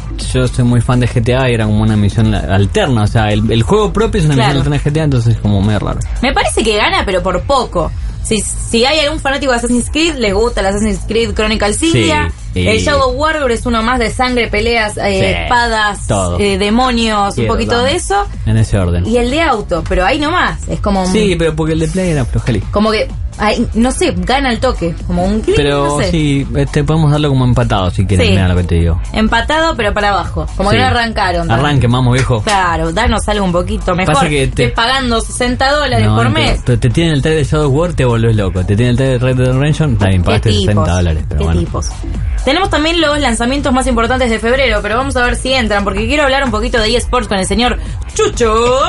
yo soy muy fan de G T A y era como una misión alterna. O sea, el, el juego propio es una Claro. misión alterna de G T A, entonces es como medio raro. Me parece que gana, pero por poco. Si, si hay algún fanático de Assassin's Creed, les gusta el Assassin's Creed Chronicles India. sí. El Shadow Warrior es uno más de sangre, peleas, eh, Sí, espadas, todo. eh, demonios, Quiero, un poquito dame. de eso. En ese orden. Y el de auto, pero ahí nomás. Es como. Sí, pero porque el de Play era flojeli. Como que. Ahí, no sé, gana el toque. Como un clic, Pero no sé. sí, este, podemos darlo como empatado si quieres, Sí. mira lo que te digo. Empatado, pero para abajo. Como Sí. que no arrancaron. tanto. Arranque, vamos, viejo. Claro, danos algo un poquito mejor. Pasa que te- que pagando sesenta dólares No, por pero- mes. Pero te tienen el trailer de Shadow War, te volvés loco. Te tienen el trailer de Red Dead Redemption, también pagaste ¿Qué sesenta tipos? dólares. Pero ¿Qué bueno. tipos? Tenemos también los lanzamientos más importantes de febrero, pero vamos a ver si entran, porque quiero hablar un poquito de eSports con el señor Chucho.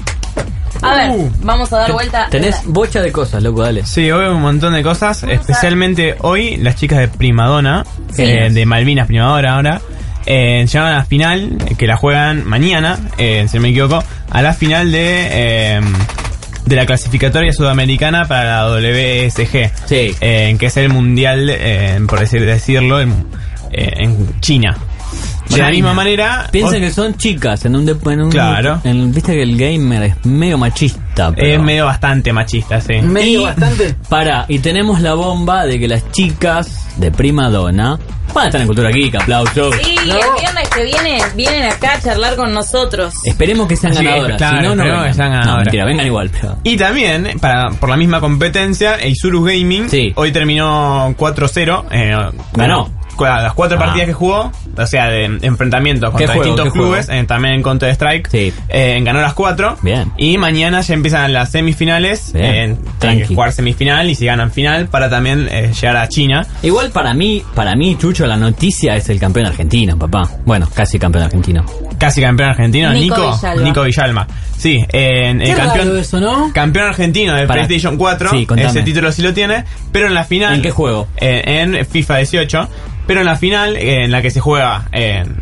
A ver, Uh. vamos a dar vuelta. Tenés bocha de cosas, loco, dale. Sí, hoy un montón de cosas, especialmente hoy las chicas de Primadona, Sí. eh, de Malvinas Primavera ahora, eh, llegan a la final, eh, que la juegan mañana, eh, si no me equivoco, a la final de eh, de la clasificatoria sudamericana para la W S G, Sí. eh, que es el mundial, eh, por decir, decirlo, en, eh, en China. De la misma manera... Piensen ot- que son chicas en un, de- en un Claro. en- viste que el gamer es medio machista, pero Es medio bastante machista, sí. Medio Y- bastante. Para, y tenemos la bomba de que las chicas de Primadona van a estar en Cultura Geek, aplausos. Sí, No. el viernes que viene vienen acá a charlar con nosotros. Esperemos que sean Sí, ganadoras, claro, si no, no esperemos vengan. que sean No, ganadoras. mentira, vengan igual, pero... Y también, para, por la misma competencia, Isurus Gaming Sí. hoy terminó cuatro cero. Eh, Ganó. cu- Las cuatro Ah. partidas que jugó, o sea, de enfrentamientos ¿Qué contra juego, distintos qué clubes, juego? eh, también en Counter Strike, Sí. eh, ganó las cuatro. Bien. Y mañana ya empiezan las semifinales. Bien. Eh, tienen Tranqui. que jugar semifinal y si ganan final para también eh, llegar a China. Igual para mí, para mí, Chucho, Lucho, la noticia es el campeón argentino, papá. Bueno, casi campeón argentino. Casi campeón argentino, Nico Nico Villalba. Nico Villalba. Sí, en Qué el campeón raro eso, ¿no? campeón argentino de Para- PlayStation cuatro. Sí, contame. Ese título sí lo tiene, pero en la final. ¿En qué juego? Eh, en FIFA dieciocho, pero en la final eh, en la que se juega en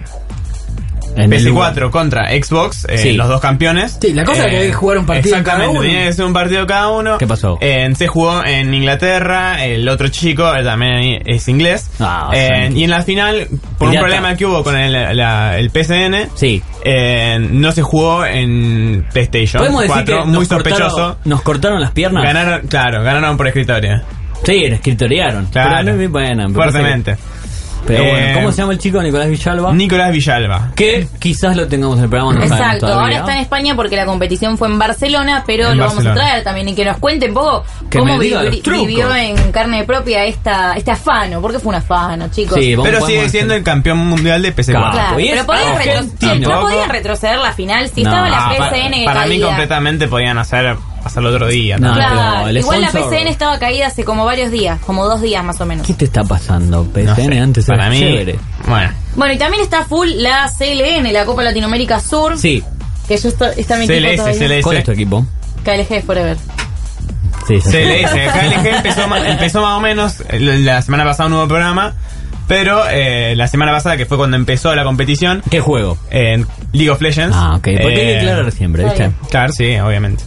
En P S el- cuatro contra Xbox, eh, Sí. los dos campeones. Sí, la cosa es que hay que jugar un partido Exactamente, cada uno. tenía que ser un partido cada uno. ¿Qué pasó? Eh, se jugó en Inglaterra, el otro chico eh, también es inglés. Ah, Eh, tranqui. y en la final, por un Pirata. problema que hubo con el, la- el P S N, Sí. eh, no se jugó en PlayStation Podemos decir cuatro, que muy nos sospechoso. cortaron, nos cortaron las piernas. Ganaron, claro, ganaron por escritorio. Sí, escritoriaron. Claro. Pero no, bueno, me Fuertemente. parece que- Pero Eh, bueno, ¿cómo se llama el chico? Nicolás Villalba. Nicolás Villalba. Que quizás lo tengamos en el programa. No sabemos Exacto, todavía. ahora está en España porque la competición fue en Barcelona, pero En lo vamos a Barcelona. traer también y que nos cuente un poco Que cómo me diga vi- los trucos. vivió en carne propia esta, este afano, porque fue un afano, chicos. Sí, vamos- Pero vamos sigue a siendo hacer- el campeón mundial de P S cuatro. Claro, Y es pero podían, retro- argentino. no podían retroceder la final si No. estaba la Ah, P S pa- N para mí caída. completamente podían hacer hacerlo otro día. No, también. Claro, pero el igual la sponsor- P S N estaba caída hace como varios días, como dos días más o menos. ¿Qué te está pasando? P S No N sé, antes para era mí, chévere. bueno, Bueno, y también está full la C L N, la Copa Latinoamérica Sur, Sí. que yo estoy, está mi C L equipo S, todavía. C L S. ¿Cuál es tu equipo? K L G Forever. Sí, ya sé. C L S, K L G empezó, ma- empezó más o menos, eh, la semana pasada un nuevo programa, pero eh, la semana pasada, que fue cuando empezó la competición, ¿Qué juego? en League of Legends. Ah, ok. Porque hay que eh, aclarar siempre, ¿viste? Claro, sí, obviamente.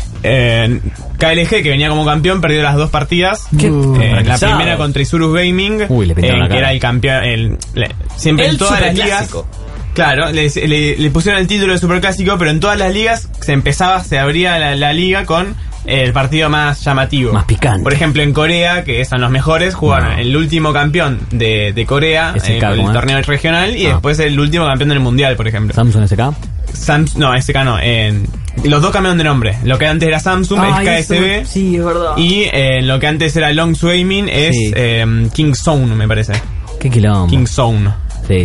Eh, K L G, que venía como campeón, perdió las dos partidas. Qué Eh, la organizado. primera contra Isurus Gaming, Uy, le pintaron eh, la que cara. era el campeón. El, le- siempre El en todas las ligas. superclásico. Claro, le, le- le pusieron el título de superclásico, pero en todas las ligas se empezaba, se abría la, la liga con el partido más llamativo. Más picante. Por ejemplo, en Corea, que son los mejores, jugaron No. el último campeón de, de Corea, S K, eh, ¿cómo el es? torneo regional, y Ah. después el último campeón del mundial, por ejemplo. Samsung S K. Sams- no, S K no. En, los dos cambiaron de nombre. Lo que antes era Samsung Ay, es K S B. eso- Sí, es verdad. Y eh, lo que antes era Long Gaming es Sí. eh, King Zone, me parece. Qué quilombo. King Zone. Sí.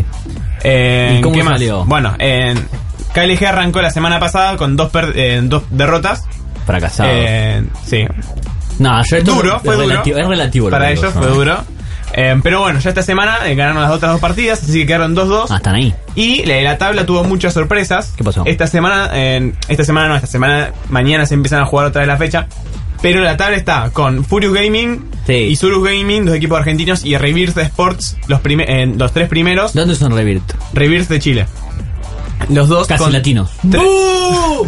Eh, ¿Y cómo ¿qué más? salió? Bueno, en K L G arrancó la semana pasada con dos, per- eh, dos derrotas. Fracasado. Eh, sí. no, yo esto Duro, es fue duro. relativo, es relativo. lo Para que digo ellos yo, fue ¿eh? duro. Eh, pero bueno, ya esta semana eh, ganaron las otras dos partidas, así que quedaron dos dos. Ah, están ahí. Y la, la tabla tuvo muchas sorpresas. ¿Qué pasó? Esta semana, eh, esta semana no, esta semana, mañana se empiezan a jugar otra vez la fecha. Pero la tabla está con Furious Gaming, Sí. Isurus Gaming, dos equipos argentinos, y Reverse Sports, los, prime- eh, los tres primeros. ¿Dónde son Revirt? Reverse de Chile. Los dos Casi con latinos. tre-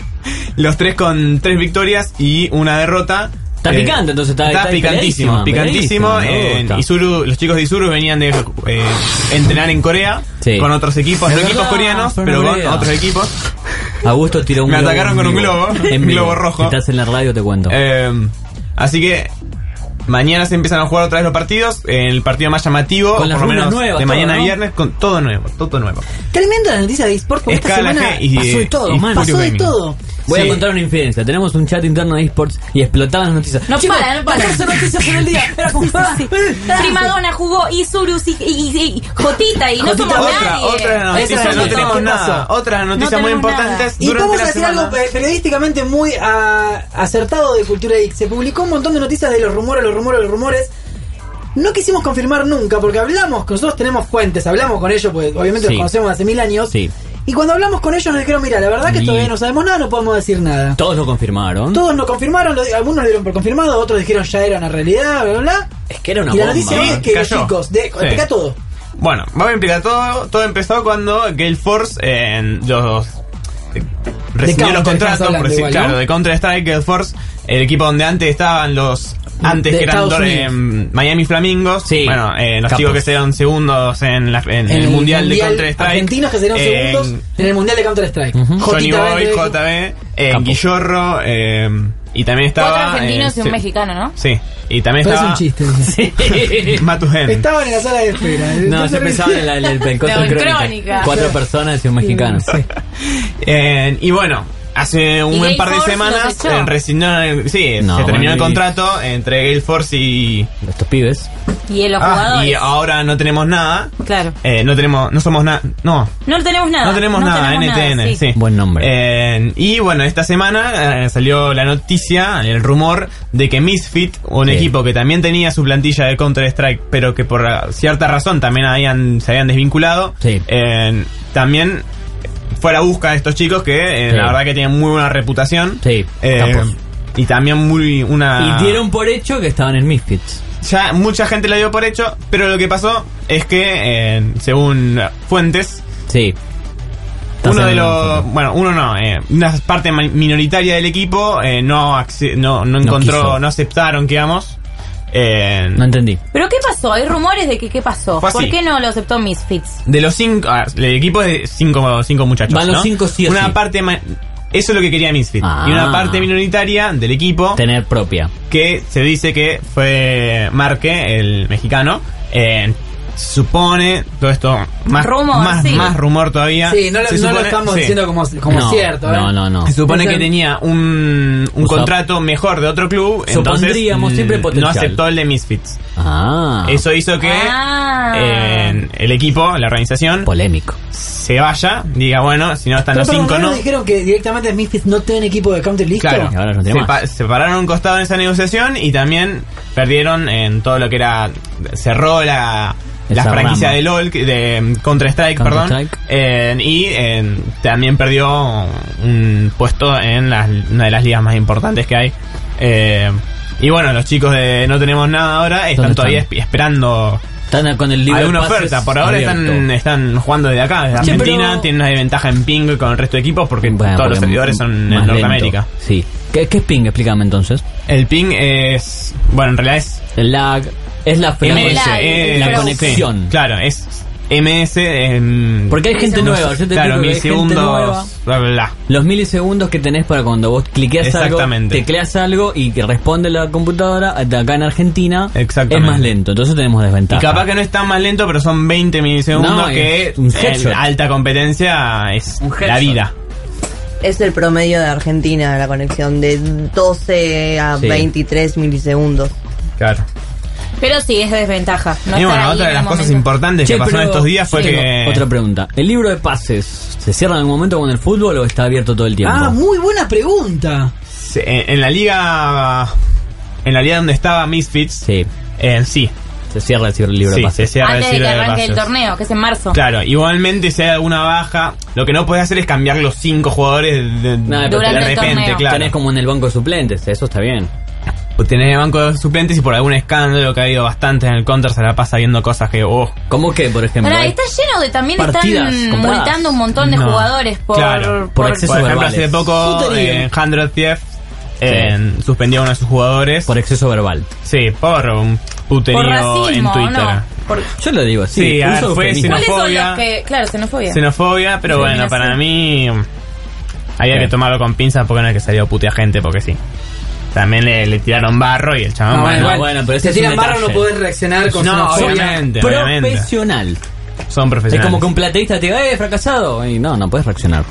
los tres con tres victorias y una derrota. Está Eh, picante, entonces está, Está está picantísimo, peleadísimo, picantísimo. peleadísimo, me En gusta. Isuru, los chicos de Isuru venían de eh, entrenar en Corea Sí. con otros equipos, Es no equipos verdad, coreanos, fue pero una con idea. otros equipos. Augusto tiró un Me globo atacaron en con un vivo. globo, En un vivo. globo rojo. Si estás en la radio te cuento. Eh, así que mañana se empiezan a jugar otra vez los partidos. El partido más llamativo, Con o las por lo runas menos nuevas, de todo, mañana a ¿no? viernes, con todo nuevo, todo nuevo. Tremenda la noticia de eSports porque esta Escala semana G y- pasó de todo, y man. Furious Pasó de Gaming. todo. Voy Sí. a contar una infidencia. Tenemos un chat interno de eSports y explotaban las noticias. No Chicos, para, no para. catorce noticias por el día. Era como, ah, ah. Primadonna jugó Isurus y, y, y- y Jotita y no Jotita, somos Otra, nadie. otra Esa noticia, es no la tenemos ¿qué nada. pasó? Otras noticias No muy tenemos importantes Y durante vamos a la decir semana. algo eh, periodísticamente muy ah, acertado de Cultura Geek. Se publicó un montón de noticias de los rumores, los rumores, los rumores. No quisimos confirmar nunca porque hablamos, que nosotros tenemos fuentes, hablamos con ellos, pues obviamente Sí. los conocemos hace mil años. Sí. Y cuando hablamos con ellos nos dijeron, mira, la verdad que Y- todavía no sabemos nada, no podemos decir nada. Todos lo confirmaron. Todos nos confirmaron, lo- algunos lo dieron por confirmado, otros dijeron ya era una realidad, bla, bla, bla. Es que era una Y la bomba. noticia hoy Sí, es que los cayó. chicos, de, Sí. explica todo. Bueno, vamos a explicar todo. Todo empezó cuando Gale Force eh, los eh, rescindió Counter los contratos, estamos hablando por decir, igual, claro, ¿no? de Counter Strike, Gale Force, el equipo donde antes estaban los antes De que eran Estados dos, Unidos. eh, Miami Flamingos. Sí. Bueno, eh, los Capos. chicos que se dieron segundos en, la- en el, mundial de Counter Strike. Argentinos que serían eh, segundos en el mundial de Counter Strike. Ujú. Johnny Jotita Boy, Verde, J B, eh, Capo. Guillorro, eh, y también estaba. Cuatro argentinos eh, y un sí, mexicano, ¿no? Sí, y también Parece estaba. un chiste. Sí. Matugen. Estaban en la sala de espera. No, yo pensaba en la- el, el, el coso No, en crónica. Crónica. Cuatro personas y un mexicano. Sí. Eh, y bueno, hace un buen par de Force semanas los echó. eh, rescindieron, sí, No, se terminó bueno, el y- contrato entre Gale Force y Estos pibes. Y los ah, jugadores. y ahora no tenemos nada. Claro. Eh, no tenemos, no somos nada, no, No tenemos nada. no tenemos nada, tenemos N T N, nada, sí. Buen nombre. Eh, y bueno, esta semana eh, salió la noticia, el rumor de que Misfit, un Sí. equipo que también tenía su plantilla de Counter-Strike, pero que por uh, cierta razón también habían, se habían desvinculado, Sí. eh, también fue a la busca de estos chicos que eh, Sí. la verdad que tienen muy buena reputación. Sí, Eh, capos. y también muy una... Y dieron por hecho que estaban en Misfits. Ya mucha gente la dio por hecho, pero lo que pasó es que, eh, según fuentes, Sí. uno de los, bueno, uno no, eh, una parte ma- minoritaria del equipo eh, no, acce- no no encontró, quiso. no, aceptaron, digamos. Eh, No entendí. ¿Pero qué pasó? Hay rumores de que qué pasó. Fue así. ¿Por qué no lo aceptó Misfits? de los cinco, ah, el equipo es de cinco, cinco muchachos. Van los ¿no? cinco sí o Una sí. parte, ma- eso es lo que quería Misfit. Ah. Y una parte minoritaria del equipo Tener propia. que se dice que fue Marque, el mexicano. Eh, se supone, todo esto, más Rumor, más, sí. más rumor todavía. Sí, no, lo- Se no lo supone- estamos sí. diciendo como, como No, cierto. ¿eh? no, no, no. Se supone Esa- que tenía un, un Usa- contrato mejor de otro club, entonces Supondríamos mm, siempre no potencial. aceptó el de Misfits. Ah. Eso hizo que Ah. eh, el equipo, la organización, Polémico. se vaya, diga, bueno, si no están Pero, los perdón, cinco, ¿no ¿no? nos dijeron que directamente Misfits no tienen equipo de Counter listo? Claro, Y ahora no tiene se, más. pa- se pararon un costado en esa negociación y también perdieron en todo lo que era, cerró la... La Esa franquicia rama. de LOL, que- de Counter-Strike, perdón. Counter-Strike. Eh, y eh, también perdió un puesto en las- una de las ligas más importantes que hay. Eh, y bueno, los chicos de No Tenemos Nada ahora están ¿Dónde todavía están? esp- esperando Están con el libro de alguna pases oferta. Por ahora están, abierto. están jugando desde acá, desde Sí, Argentina. pero- Tienen una ventaja en ping con el resto de equipos porque Bueno, todos los porque servidores son más en Norteamérica. lento. Sí. ¿Qué, ¿Qué es ping? Explícame entonces. El ping es... Bueno, en realidad es... El lag es la, M S, la, eh, la sí, conexión. claro, es M S. em, Porque hay gente no sé, nueva. Yo te claro, explico que hay gente nueva. milisegundos, bla, bla, bla. Los milisegundos que tenés para cuando vos cliqueas algo, Exactamente. tecleas algo y que responde la computadora, acá en Argentina Exactamente. es más lento, entonces tenemos Y desventaja. capaz que no es tan más lento, pero son veinte milisegundos No, que es un headshot. en alta competencia es Un la headshot. vida. Es el promedio de Argentina, la conexión de doce a Sí. veintitrés milisegundos. Claro. Pero sí, es desventaja. No y estar bueno, ahí otra de en las el cosas momento. importantes Che, que pasaron pero- estos días fue sí, que... tengo Otra pregunta. ¿El libro de pases se cierra en algún momento con el fútbol o está abierto todo el tiempo? Ah, muy buena pregunta. se- en, en la liga... En la liga donde estaba Misfits, Sí, eh, sí. se cierra el libro Sí, de se pases. cierra Antes el de que cierre de arranque el pases. torneo, que es en marzo. Claro, igualmente si hay alguna baja, lo que no puedes hacer es cambiar los cinco jugadores de, No, de pero Durante el repente, torneo. claro. Tenés como en el banco de suplentes, eso está bien. O tenés banco de suplentes y por algún escándalo que ha habido bastante en el counter se la pasa viendo cosas que, oh, ¿Cómo que, por ejemplo? Ahora, hay- está lleno de también partidas están compradas. multando un montón de No. jugadores por, Claro, por exceso por ejemplo, verbales. hace poco Putería. eh, Hundred Thief eh, suspendió a uno de sus jugadores. Por exceso verbal. Sí, por un por puterío racismo, en Twitter. ¿no? Por- Yo lo digo así. Sí, a uso ver, fue eufemismo. ¿Cuáles son Xenofobia. los que...? Claro, xenofobia. Xenofobia, pero bueno, Discriminación. para mí había Sí. que tomarlo con pinzas porque no es que salió putea gente, porque sí. También le, le tiraron barro y el chabón, No, bueno, bueno, igual, bueno, pero ese te es tiran un barro, no detalle. podés reaccionar con No, xenofobia. obviamente, obviamente. Profesional. Son Es profesionales. como que un plateísta te diga, eh, fracasado. Y no, no puedes reaccionar.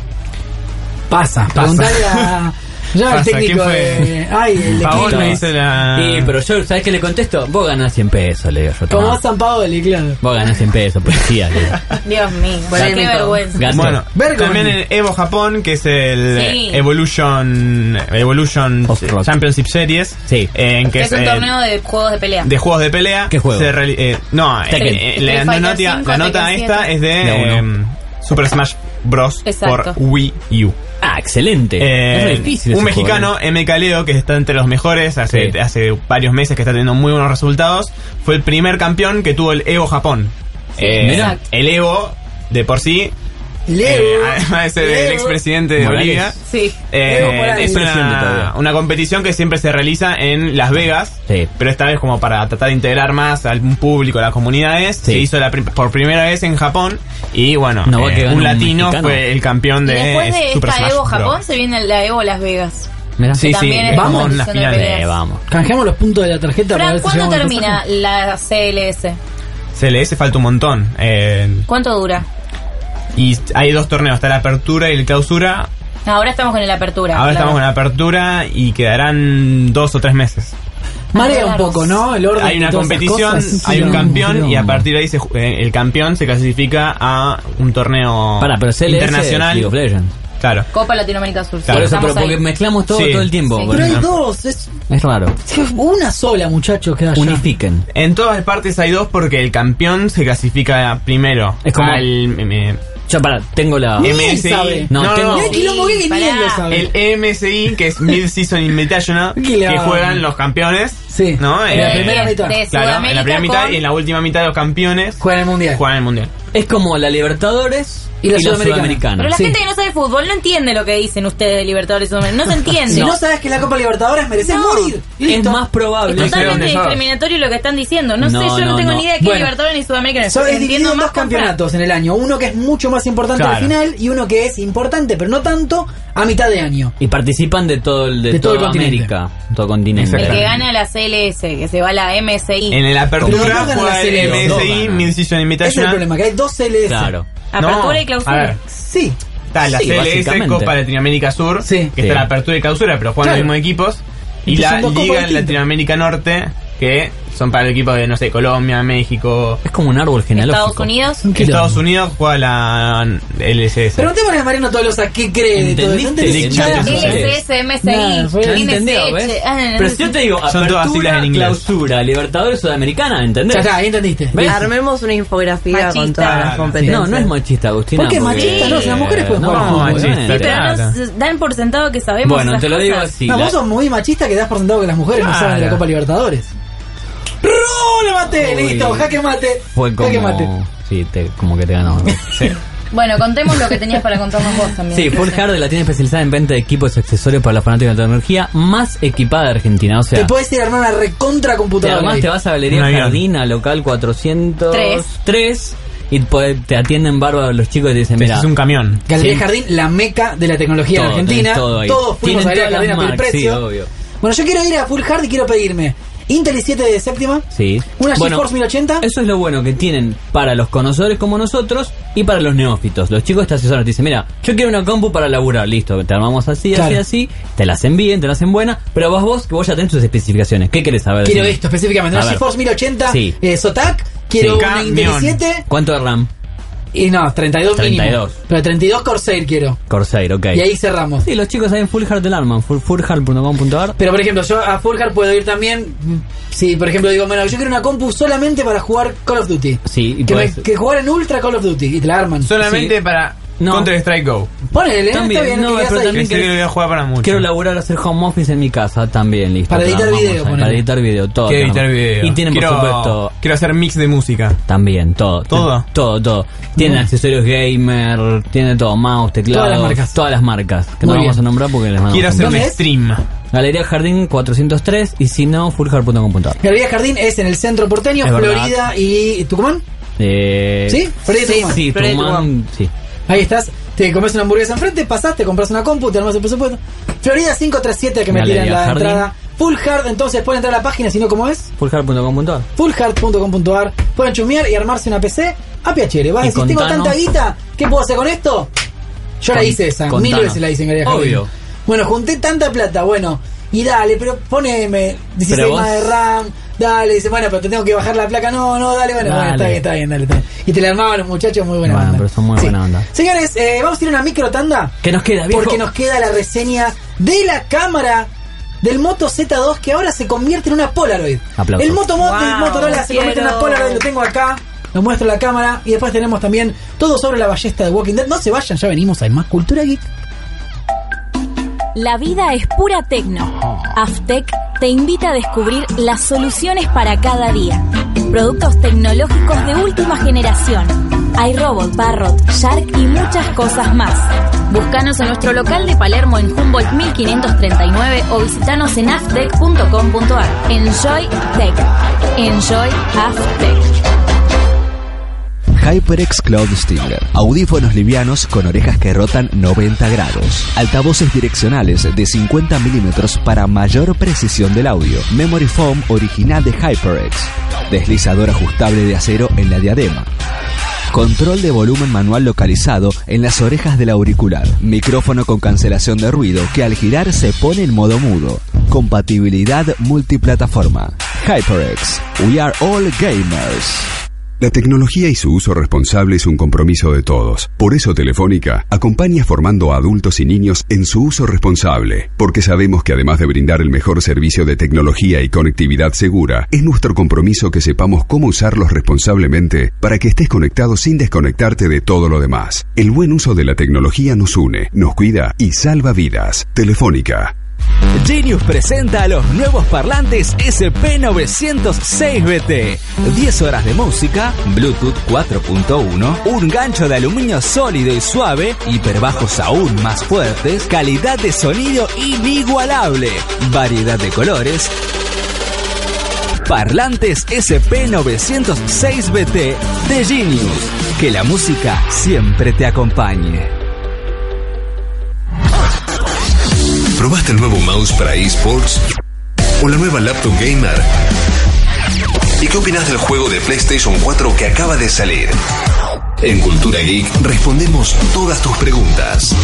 Pasa, preguntale a... Ya el Pasa, técnico ¿quién fue? de... Ay, el de Paolo Quilmes. hizo la... Sí, pero yo, ¿sabes qué le contesto? Vos ganás cien pesos, le digo yo. Como tomá. a San Paoli, claro. Vos ganás cien pesos, policía, le digo. Dios mío, Polémico. qué vergüenza. Gato. Bueno, Vergüenza. también el Evo Japón, que es el Sí. Evolution Evolution Of Rock. Championship Series, Sí. eh, en que Que es un eh, torneo de juegos de pelea. de juegos de pelea. ¿Qué juego? Se reali- eh, no, eh, Tekken. eh, Street la, Fighter nota, cinco, la nota Tekken esta siete. es de De uno. eh, Super Smash Bros. Exacto. por Wii U. Ah, excelente. Eh, es re difícil un ese mexicano, juego, M K Leo, que está entre los mejores hace, Sí. hace varios meses que está teniendo muy buenos resultados, fue el primer campeón que tuvo el Evo Japón. Eh, Mirá. el Evo, de por sí, Leo. eh, además de ser el Leo. expresidente de Morales. Bolivia, Sí. eh, Evo Morales. es Presidente una, todavía. una competición que siempre se realiza en Las Vegas, Sí. pero esta vez como para tratar de integrar más al público, a las comunidades, Sí. se hizo la prim- por primera vez en Japón y bueno, No, va eh, que gana un un latino mexicano. fue el campeón Y de después de Super esta Smash Evo Bros. Japón se viene la Evo Las Vegas. Mirá. Sí, sí, también es vamos como a una competición de final. peleas. Eh, vamos. Canjeamos los puntos de la tarjeta para Fran, ver si ¿cuándo llegamos al termina pasaje. la C L S? C L S falta un montón. eh, ¿Cuánto dura? y hay dos torneos, está la apertura y el clausura. Ahora estamos con la apertura. Ahora claro. estamos con la apertura y quedarán dos o tres meses. Marea un poco, ¿no? El orden Hay una de todas esas competición, cosas. hay un Sí, campeón no. y a partir de ahí se, ju- eh, el campeón se clasifica a un torneo Pará, pero C L S internacional. League of Legends. Claro. Copa Latinoamérica Sur. Claro. Por eso, Estamos pero porque ahí. mezclamos todo Sí. todo el tiempo. Sí. por Pero hay eso. dos, es Es raro. es una sola, muchachos, que haya. Unifiquen. En todas partes hay dos porque el campeón se clasifica primero Es como- al eh, Yo, pará, tengo la... Ni él M S I. sabe. No, tengo- Mirá el quilombo que ni Pará. él lo sabe. el M S I, que es Mid Season Invitational, Qué que la- juegan los campeones. Sí. ¿No? En la Eh, primera mitad. De Claro, en la Sudamérica primera mitad con- y en la última mitad de los campeones Juegan el mundial. juegan el mundial. Es como la Libertadores Y la Sudamericana. Pero la Sí. gente que no sabe fútbol no entiende lo que dicen ustedes de Libertadores y Sudamericana. No se entiende. Si no sabes que la Copa Libertadores mereces No. morir. Y Es listo. más probable. Es No sé totalmente dónde sos. discriminatorio lo que están diciendo. No, No, sé, yo no, no, tengo no. ni idea de qué Bueno. Libertadores ni Sudamericana. So, es dividido Entiendo en más dos con campeonatos en el año. Uno que es mucho más importante Claro. al final y uno que es importante, pero no tanto, a mitad de año. Y participan de todo el de, De todo el toda continente. América, todo continente. Fran. El que Exactamente. gana la C L S, que se va a la M S I. En el Pero apertura no ganan la juega el serie, M S I, los dos ganan. Mid Season Ese es el Invitational. problema, que hay dos C L S. Claro. Apertura No, y clausura. a ver, Sí. está la Sí, C L S, básicamente. Copa Latinoamérica Sur, Sí. que Sí. está la apertura y clausura, pero juegan Claro. los mismos equipos. Y Entonces la son dos copas Liga en distintas. Latinoamérica Norte, que son para el equipo de, no sé, Colombia, México. Es como un árbol genealógico. Estados Unidos. Un quilombo. Estados Unidos juega la L S S. Preguntémosle a Mariano Tolosa qué cree de todo eso. ¿Entendiste? ¿Entendés? League Nada. Champions. L S S, M S I, Nada, fue- ¿No M S entendió, H. ves? Ah, no, Pero no si yo sé. te digo, Son todas apertura, siglas en inglés. clausura, Libertadores, Sudamericana, ¿entendés? Ya está, ahí entendiste. ¿Ves? Armemos una infografía Machista. con todas las Claro, competencias. No, no es machista, Agustina. ¿Por qué porque- machista? No, si las mujeres pueden No, jugar al fútbol, machista. ¿eh? Sí, pero Claro. nos dan por sentado que sabemos Bueno, esas te lo digo cosas. así. No, la- vos sos muy machista que das por sentado que las mujeres no Claro. saben de la Copa Libertadores. ¡Rola mate! Uy. Listo, jaque mate. Fue como... Jaque mate. Sí, te, como que te ganó. Sí. Bueno, contemos lo que tenías para contarnos vos también. Sí, Full Hard la tiene especializada en venta de equipos y accesorios para la fanática de la tecnología más equipada de Argentina. O sea, Te puedes ir a armar una recontra te, computadora. además ahí. te vas a Galería Un avión. Jardín, a local cuatrocientos Tres. tres y te, te atienden bárbaro los chicos y te dicen, Te mira, haces un camión. Galería Sí. Jardín, la meca de la tecnología todo, en Argentina. tenés todo ahí. Todos fuimos Tienen a Galería todas Jardín a las pedir marcas, precio. sí, obvio. Bueno, yo quiero ir a Full Hard y quiero pedirme Intel i siete de séptima, Sí. una Bueno, GeForce mil ochenta. Eso es lo bueno que tienen para los conocedores como nosotros y para los neófitos. Los chicos te asesoran, te dicen, mira, yo quiero una compu para laburar, listo, te armamos así, Claro. así, así, te la hacen bien, te la hacen buena, pero vas vos, que vos ya tenés tus especificaciones. ¿Qué querés saber? Quiero Decime. esto específicamente, A una ver. GeForce mil ochenta Sí. eh, SOTAC, quiero Sí, una Intel i camión. siete ¿Cuánto de RAM? y no, treinta y dos treinta y mínimo. dos. Pero treinta y dos Corsair quiero. Corsair, ok. Y ahí cerramos. Sí, los chicos ahí en Full Hard del arman, full, fullhard punto com punto a r. Pero por ejemplo, yo a Full Hard puedo ir también. mm, Si por ejemplo digo, bueno, yo quiero una compu solamente para jugar Call of Duty. Sí, y Que, me- podés- que jugar en Ultra Call of Duty y te la arman. Solamente Sí. para No. Counter Strike Go. Ponele, También, está bien, no, que quedas pero ahí. también Pensé que lo voy a jugar para mucho. Quiero laburar, hacer home office en mi casa, también, listo. Para te editar armamos video, ahí, ponele. Para editar video, todo. Quiero te editar armamos. video. Y tienen, quiero, por supuesto, Quiero hacer mix de música. también, todo. ¿Todo? Todo, todo. Tienen accesorios gamer, tiene todo, mouse, teclado. Todas las marcas. Todas las marcas. Que Muy no vamos bien. a nombrar porque les mandamos Quiero un hacer un ¿Dónde es? stream. Galería Jardín cuatrocientos tres y si no, fullhard punto com punto a r. Galería Jardín es en el centro porteño, Es verdad. Florida y Tucumán. Eh, ¿Sí? Florida y sí, Tucumán. sí, Florida y Tucumán, sí. Ahí estás, te comes una hamburguesa enfrente, pasás, te compras una compu, te armas el presupuesto. Florida cinco tres siete que me Galería tiran la Jardín. entrada. Full Hard, entonces pueden entrar a la página, si no, ¿cómo es? fullhard punto com punto a r. fullhard punto com punto a r. Pueden chumear y armarse una P C a piachere. Vas a Y decir, tengo contanos- tanta guita, ¿qué puedo hacer con esto? Yo la Con- hice esa, contanos. mil veces la hice en Galería Jardín. Obvio. Bueno, junté tanta plata, bueno, y dale, pero poneme dieciséis Pero vos- más de RAM, dale, dice, bueno, pero te tengo que bajar la placa, no, no, dale, bueno, Dale. bueno, está bien, está bien, dale, está bien. Y te la armaban los muchachos, muy buena Bueno, onda. pero son muy buena onda. Señores, eh, vamos a ir a una micro tanda. ¿Qué nos queda, viejo? Porque nos queda la reseña de la cámara del Moto Z dos que ahora se convierte en una Polaroid. Aplausos. El Moto Moto del Wow, Motorola se convierte en una quiero. Polaroid, lo tengo acá. Lo muestro la cámara y después tenemos también todo sobre la ballesta de Walking Dead. No se vayan, ya venimos, hay más Cultura Geek. La vida es pura tecno. Aftec te invita a descubrir las soluciones para cada día. Productos tecnológicos de última generación. iRobot, Parrot, Shark y muchas cosas más. Búscanos en nuestro local de Palermo en Humboldt mil quinientos treinta y nueve o visitanos en aftec punto com punto a r. Enjoy Tech. Enjoy Aftec. HyperX Cloud Stinger. Audífonos livianos con orejas que rotan noventa grados. Altavoces direccionales de cincuenta milímetros para mayor precisión del audio. Memory Foam original de HyperX. Deslizador ajustable de acero en la diadema. Control de volumen manual localizado en las orejas del auricular. Micrófono con cancelación de ruido que al girar se pone en modo mudo. Compatibilidad multiplataforma. HyperX. We are all gamers. La tecnología y su uso responsable es un compromiso de todos. Por eso Telefónica acompaña formando a adultos y niños en su uso responsable, porque sabemos que además de brindar el mejor servicio de tecnología y conectividad segura, es nuestro compromiso que sepamos cómo usarlos responsablemente para que estés conectado sin desconectarte de todo lo demás. El buen uso de la tecnología nos une, nos cuida y salva vidas. Telefónica. Genius presenta a los nuevos parlantes S P novecientos seis B T. diez horas de música, Bluetooth cuatro punto uno, un gancho de aluminio sólido y suave, hiperbajos aún más fuertes, calidad de sonido inigualable, variedad de colores. Parlantes S P novecientos seis B T de Genius. Que la música siempre te acompañe. ¿Probaste el nuevo mouse para eSports? ¿O la nueva laptop gamer? ¿Y qué opinas del juego de PlayStation cuatro que acaba de salir? En Cultura Geek respondemos todas tus preguntas.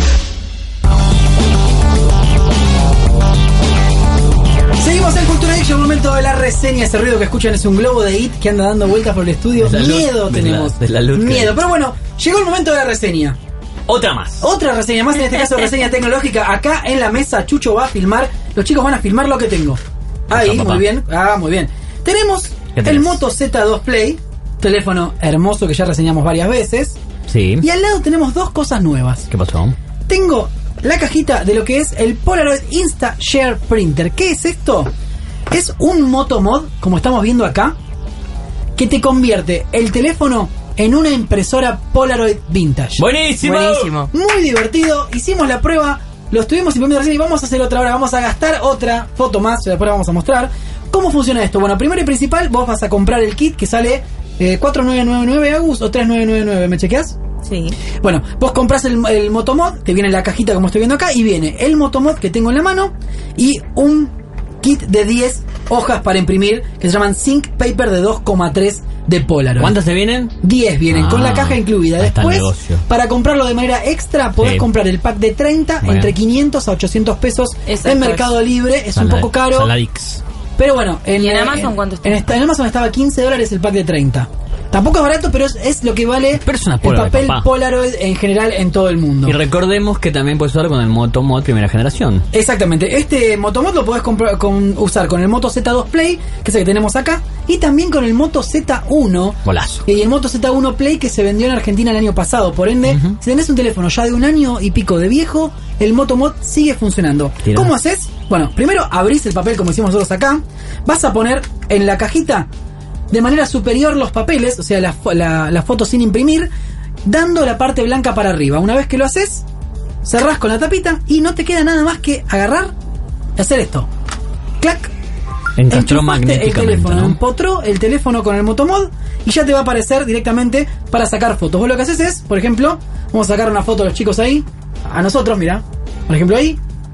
Seguimos en Cultura Geek, llegó el momento de la reseña. Ese ruido que escuchan es un globo de It que anda dando vueltas por el estudio. Miedo luz, tenemos. De la, de la luz Miedo, pero bueno, llegó el momento de la reseña. Otra más. Otra reseña más, en este caso reseña tecnológica. Acá en la mesa Chucho va a filmar. Los chicos van a filmar lo que tengo. Ahí, muy bien. Ah, muy bien. Tenemos el Moto Z dos Play, teléfono hermoso que ya reseñamos varias veces. Sí. Y al lado tenemos dos cosas nuevas. ¿Qué pasó? Tengo la cajita de lo que es el Polaroid Insta Share Printer. ¿Qué es esto? Es un motomod, como estamos viendo acá, que te convierte el teléfono en una impresora Polaroid Vintage. ¡Buenísimo! Buenísimo. Muy divertido. Hicimos la prueba, lo estuvimos imprimiendo recién y vamos a hacer otra hora. Vamos a gastar otra foto más, después vamos a mostrar cómo funciona esto. Bueno, primero y principal, vos vas a comprar el kit que sale eh, cuatro mil novecientos noventa y nueve Agus o tres mil novecientos noventa y nueve. ¿Me chequeás? Sí. Bueno, vos compras el, el motomod, que viene en la cajita como estoy viendo acá, y viene el motomod que tengo en la mano y un kit de diez hojas para imprimir que se llaman Sync Paper de dos coma tres de Polaroid. ¿Cuántas te vienen? diez vienen, ah, con la caja incluida. Después, para comprarlo de manera extra, podés sí. comprar el pack de treinta bueno. entre quinientos a ochocientos pesos. Exacto. En Mercado Libre. Es Salad, un poco caro. Saladix. Pero bueno, en, ¿Y en Amazon en, cuánto está? En, esta, en Amazon estaba quince dólares el pack de treinta. Tampoco es barato, pero es, es lo que vale pero es una el Polaroid, papel papá. Polaroid en general en todo el mundo. Y recordemos que también puedes usarlo con el Motomod primera generación. Exactamente. Este Motomod lo podés comprar, con, usar con el Moto Z dos Play, que es el que tenemos acá, y también con el Moto Z uno. Golazo. Y el Moto Z uno Play que se vendió en Argentina el año pasado. Por ende, uh-huh. si tenés un teléfono ya de un año y pico de viejo, el Motomod sigue funcionando. ¿Tirás? ¿Cómo haces? Bueno, primero abrís el papel como hicimos nosotros acá. Vas a poner en la cajita de manera superior los papeles, o sea, la, la, la foto sin imprimir, dando la parte blanca para arriba. Una vez que lo haces, cerrás con la tapita y no te queda nada más que agarrar y hacer esto. Clac. Encastró magnéticamente, el teléfono, ¿no? Empotró el teléfono con el Motomod y ya te va a aparecer directamente para sacar fotos. Vos lo que haces es, por ejemplo, vamos a sacar una foto a los chicos ahí, a nosotros, mira, por ejemplo ahí,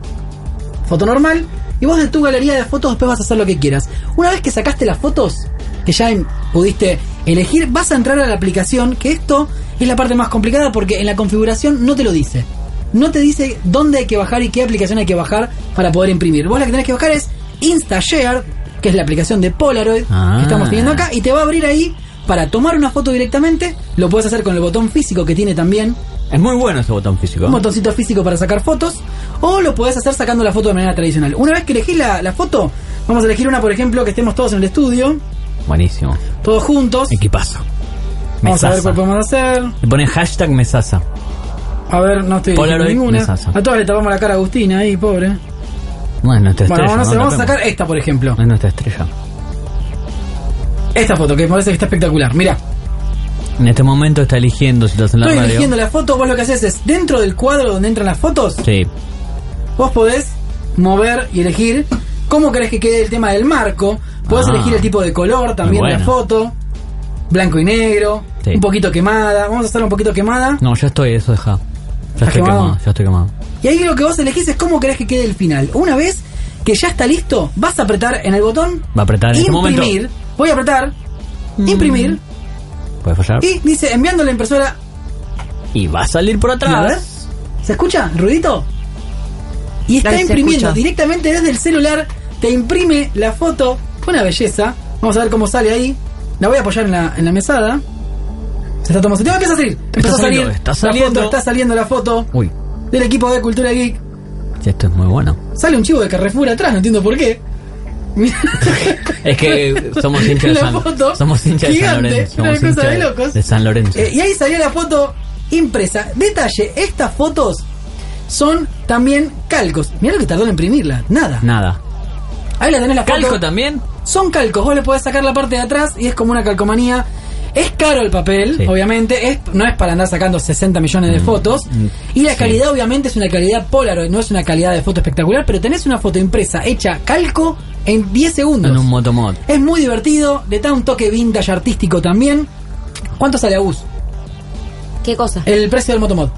foto normal, y vos de tu galería de fotos después vas a hacer lo que quieras. Una vez que sacaste las fotos, que ya pudiste elegir, vas a entrar a la aplicación, que esto es la parte más complicada porque en la configuración no te lo dice. No te dice dónde hay que bajar y qué aplicación hay que bajar para poder imprimir. Vos la que tenés que bajar es InstaShare, que es la aplicación de Polaroid ah. que estamos teniendo acá, y te va a abrir ahí para tomar una foto directamente. Lo puedes hacer con el botón físico que tiene también. Es muy bueno ese botón físico. Un botoncito físico para sacar fotos. O lo podés hacer sacando la foto de manera tradicional. Una vez que elegís la, la foto, vamos a elegir una, por ejemplo, que estemos todos en el estudio. Buenísimo. Todos juntos. Equipazo. Vamos a ver cuál podemos hacer. Le ponen hashtag mesasa. A ver, no estoy eligiendo ninguna. Mesasa. A todos le tapamos la cara a Agustina ahí, pobre. No es nuestra estrella. Bueno, vamos, no vamos a sacar esta, por ejemplo. No es nuestra estrella. Esta foto, que me parece que está espectacular. Mirá. En este momento está eligiendo si estás en la Estoy radio. eligiendo la foto. Vos lo que haces es, dentro del cuadro donde entran las fotos, sí. vos podés mover y elegir cómo querés que quede el tema del marco. Podés ah, elegir el tipo de color también de la foto. Blanco y negro. Sí. Un poquito quemada. Vamos a hacerla un poquito quemada. No, ya estoy, eso deja. Ya estoy quemado? quemado, ya estoy quemado. Y ahí lo que vos elegís es cómo querés que quede el final. Una vez que ya está listo, vas a apretar en el botón Va a apretar en imprimir. este momento. Voy a apretar mm. imprimir. Puede fallar. Y dice, enviando la impresora. Y va a salir por A ver, atrás. ¿se escucha el ruidito? Y está Ahí se imprimiendo escucha. directamente desde el celular. Te imprime la foto. Una belleza. Vamos a ver cómo sale ahí. La voy a apoyar en la, en la mesada. Se está tomando. Empieza a salir. Empezó a salir. saliendo, está La saliendo. foto, está saliendo la foto Uy, del equipo de Cultura Geek. esto es muy bueno. Sale un chivo de Carrefour atrás, no entiendo por qué. Es que somos hinchas de La San, foto somos hinchas de San gigante, Lorenzo. una Somos cosa hinchas de locos. de San Lorenzo. Eh, y ahí salió la foto impresa. Detalle, estas fotos son también calcos. Mirá lo que tardó en imprimirla. Nada. Nada. Ahí la tenés la foto. ¿Calco también? Son calcos. Vos le podés sacar la parte de atrás y es como una calcomanía. Es caro el papel, Sí. obviamente. Es, no es para andar sacando sesenta millones de fotos. Y la sí. calidad, obviamente, es una calidad Polaroid. No es una calidad de foto espectacular. Pero tenés una foto impresa hecha calco en diez segundos. En un motomod. Es muy divertido. Le da un toque vintage artístico también. ¿Cuánto sale, Agus? ¿Qué cosa? El precio del motomod.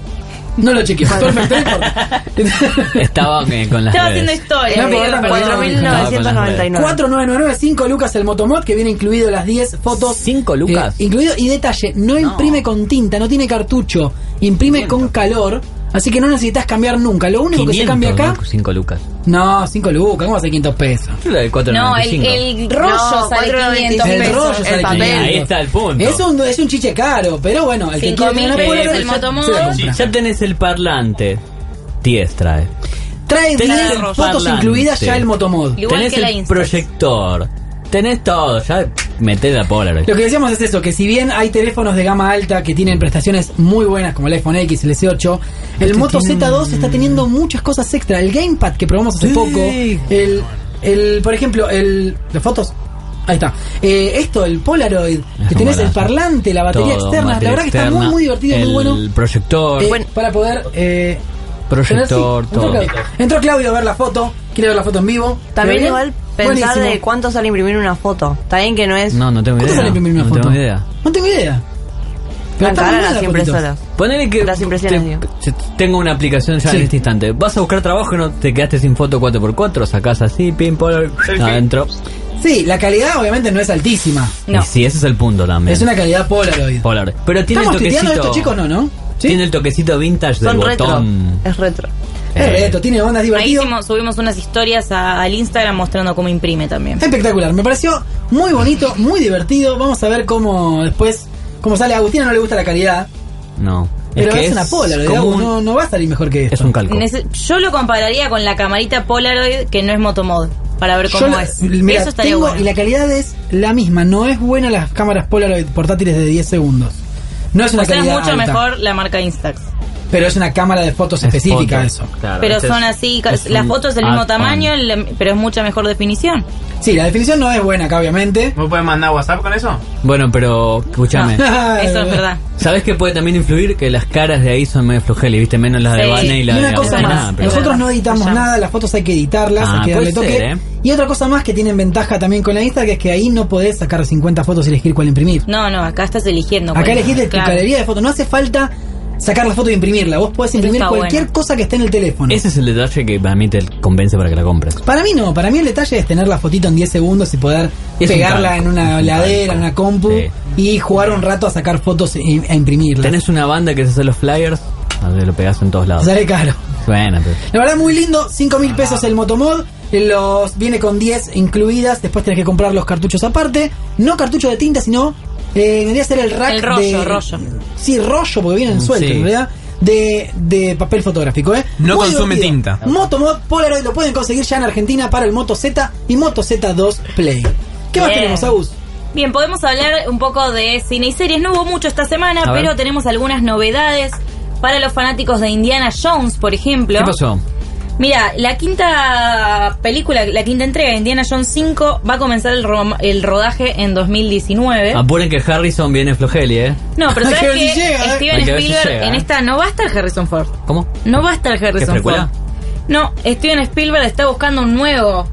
No lo chequeé. Perfecto, no importa. Estaba eh, con las Estaba redes. haciendo historia. No, porque ahora cuatro mil novecientos noventa y nueve. cuatro mil novecientos noventa y nueve, cinco lucas el motomod, que viene incluido las diez fotos. ¿cinco lucas? Eh, incluido, y detalle, no, imprime con tinta, no tiene cartucho, imprime con calor, así que no necesitas cambiar nunca. Lo único que se cambia acá. cinco lucas. No, cinco lucas, ¿cómo va a ser quinientos pesos? Yo la de cuatro No, noventa y el, cinco. el rollo No, sale cuatro quinientos El pesos. rollo sale el papel. quinientos. Ahí está el punto. Es un, es un chiche caro, pero bueno, el que cinco quiere mil tener pesos Polaroid el ya motomod. se la compra. Ya tenés el parlante. diez trae. Trae Tenés diez el fotos parlante. incluidas ya el motomod. Igual Tenés que la el Instax. proyector. Tenés todo. Ya metés la Polaroid. Lo que decíamos es eso, que si bien hay teléfonos de gama alta que tienen prestaciones muy buenas como el iPhone X, el S ocho, el Este Moto tiene Z dos está teniendo muchas cosas extra. El Gamepad que probamos hace Sí. poco, el, el, por ejemplo, el, las fotos, ahí está. Eh, esto, el Polaroid, Es que un tenés el golazo. parlante, la batería Todo, externa, batería la verdad que está externa, muy muy divertido, muy bueno. El proyector. Eh, para poder eh, Proyector, tener- sí, todo. Entró Claudio, entró Claudio a ver la foto, quiere ver la foto en vivo. También ¿Pero igual bien? pensar Buenísimo. de cuánto sale imprimir una foto. Está bien que no es No, no tengo ¿Cuánto idea. sale imprimir una no foto? tengo idea. No tengo idea. Pero tan está muy caras buena las la fotito. impresoras. Ponele que Las impresiones, te- digo. te- tengo una aplicación ya Sí. en este instante. Vas a buscar trabajo y no te quedaste sin foto cuatro por cuatro, sacás así, pin, Polaroid, adentro. Sí, la calidad obviamente no es altísima. No. Y sí, ese es el punto también. Es una calidad Polaroid. Polaroid. Pero tiene el Estamos tuiteando toquecito. esto, chicos, no, ¿no? ¿Sí? Tiene el toquecito vintage del Son retro. botón. Es retro. Es Eh, reto, tiene ondas Ahí divertidas. hicimos- subimos unas historias a- al Instagram mostrando cómo imprime también. Espectacular, me pareció muy bonito, muy divertido. Vamos a ver cómo después, cómo sale. A Agustina no le gusta la calidad, No. pero que es, una Polaroid, como Agus, un- no, no va a salir mejor que esto. Es un calco. Nece- Yo lo compararía con la camarita Polaroid que no es motomod, para ver Yo cómo la- es. mira, Eso estaría tengo- bueno. y la calidad es la misma. No es buena las cámaras Polaroid portátiles de diez segundos. No es una O sea, es calidad mucho alta, mejor la marca Instax. pero es una cámara de fotos Es específica foto. eso. Claro, Pero este son es- así, es las un fotos del mismo add-on. tamaño, la- pero es mucha mejor definición. Sí, la definición no es buena acá, obviamente. ¿Me pueden mandar WhatsApp con eso? Bueno, pero escúchame. Eso es verdad. ¿Sabes qué puede también influir? Que las caras de ahí son medio flojeles, ¿viste? Menos las de Sí. Vane y Y la una de cosa Agustina, más, pero- nosotros no editamos Ya. nada, las fotos hay que editarlas, Ah, hay que darle puede toque. ser, ¿eh? Y otra cosa más que tienen ventaja también con la Insta, que es que ahí no podés sacar cincuenta fotos y elegir cuál imprimir. No, no, acá estás eligiendo. Acá cuál. elegís de tu Claro. galería de fotos, no hace falta sacar la foto y imprimirla, vos podés Eso imprimir está cualquier bueno. cosa que esté en el teléfono. Ese es el detalle que para mí te convence para que la compres. Para mí no, para mí el detalle es tener la fotito en diez segundos y poder Es un pegarla calco, en una es un ladera, calco. en una compu Sí. y jugar un rato a sacar fotos y- a imprimirlas. Tenés una banda que se hace los flyers, a ver, lo pegás en todos lados. Sale caro. Bueno, pero... La verdad muy lindo, cinco mil pesos el Motomod, los viene con diez incluidas, después tenés que comprar los cartuchos aparte, no cartucho de tinta, sino eh, vendría a ser el rack El rollo, de... rollo. Sí, rollo, porque vienen sueltos, Sí. en realidad, de, de papel fotográfico, ¿eh? No Muy consume divertido. tinta. Motomod Polaroid lo pueden conseguir ya en Argentina para el Moto Z y Moto Z dos Play. ¿Qué más Bien. tenemos, Agus? Bien, podemos hablar un poco de cine y series. No hubo mucho esta semana, A ver. pero tenemos algunas novedades para los fanáticos de Indiana Jones, por ejemplo. ¿Qué pasó? Mira, la quinta película, la quinta entrega de Indiana Jones cinco va a comenzar el, ro- el rodaje en dos mil diecinueve. Apuren que Harrison viene flojeli, ¿eh? No, pero Hay que ¿sabes ver si que llega, ¿eh? Steven Hay que ver si Spielberg llega, en ¿eh? esta no va a estar Harrison Ford? ¿Cómo? No va a estar Harrison precuela? Ford. No, Steven Spielberg está buscando un nuevo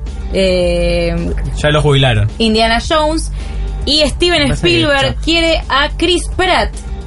eh, Ya lo jubilaron. Indiana Jones y Steven Pasa que Spielberg ya- quiere a Chris Pratt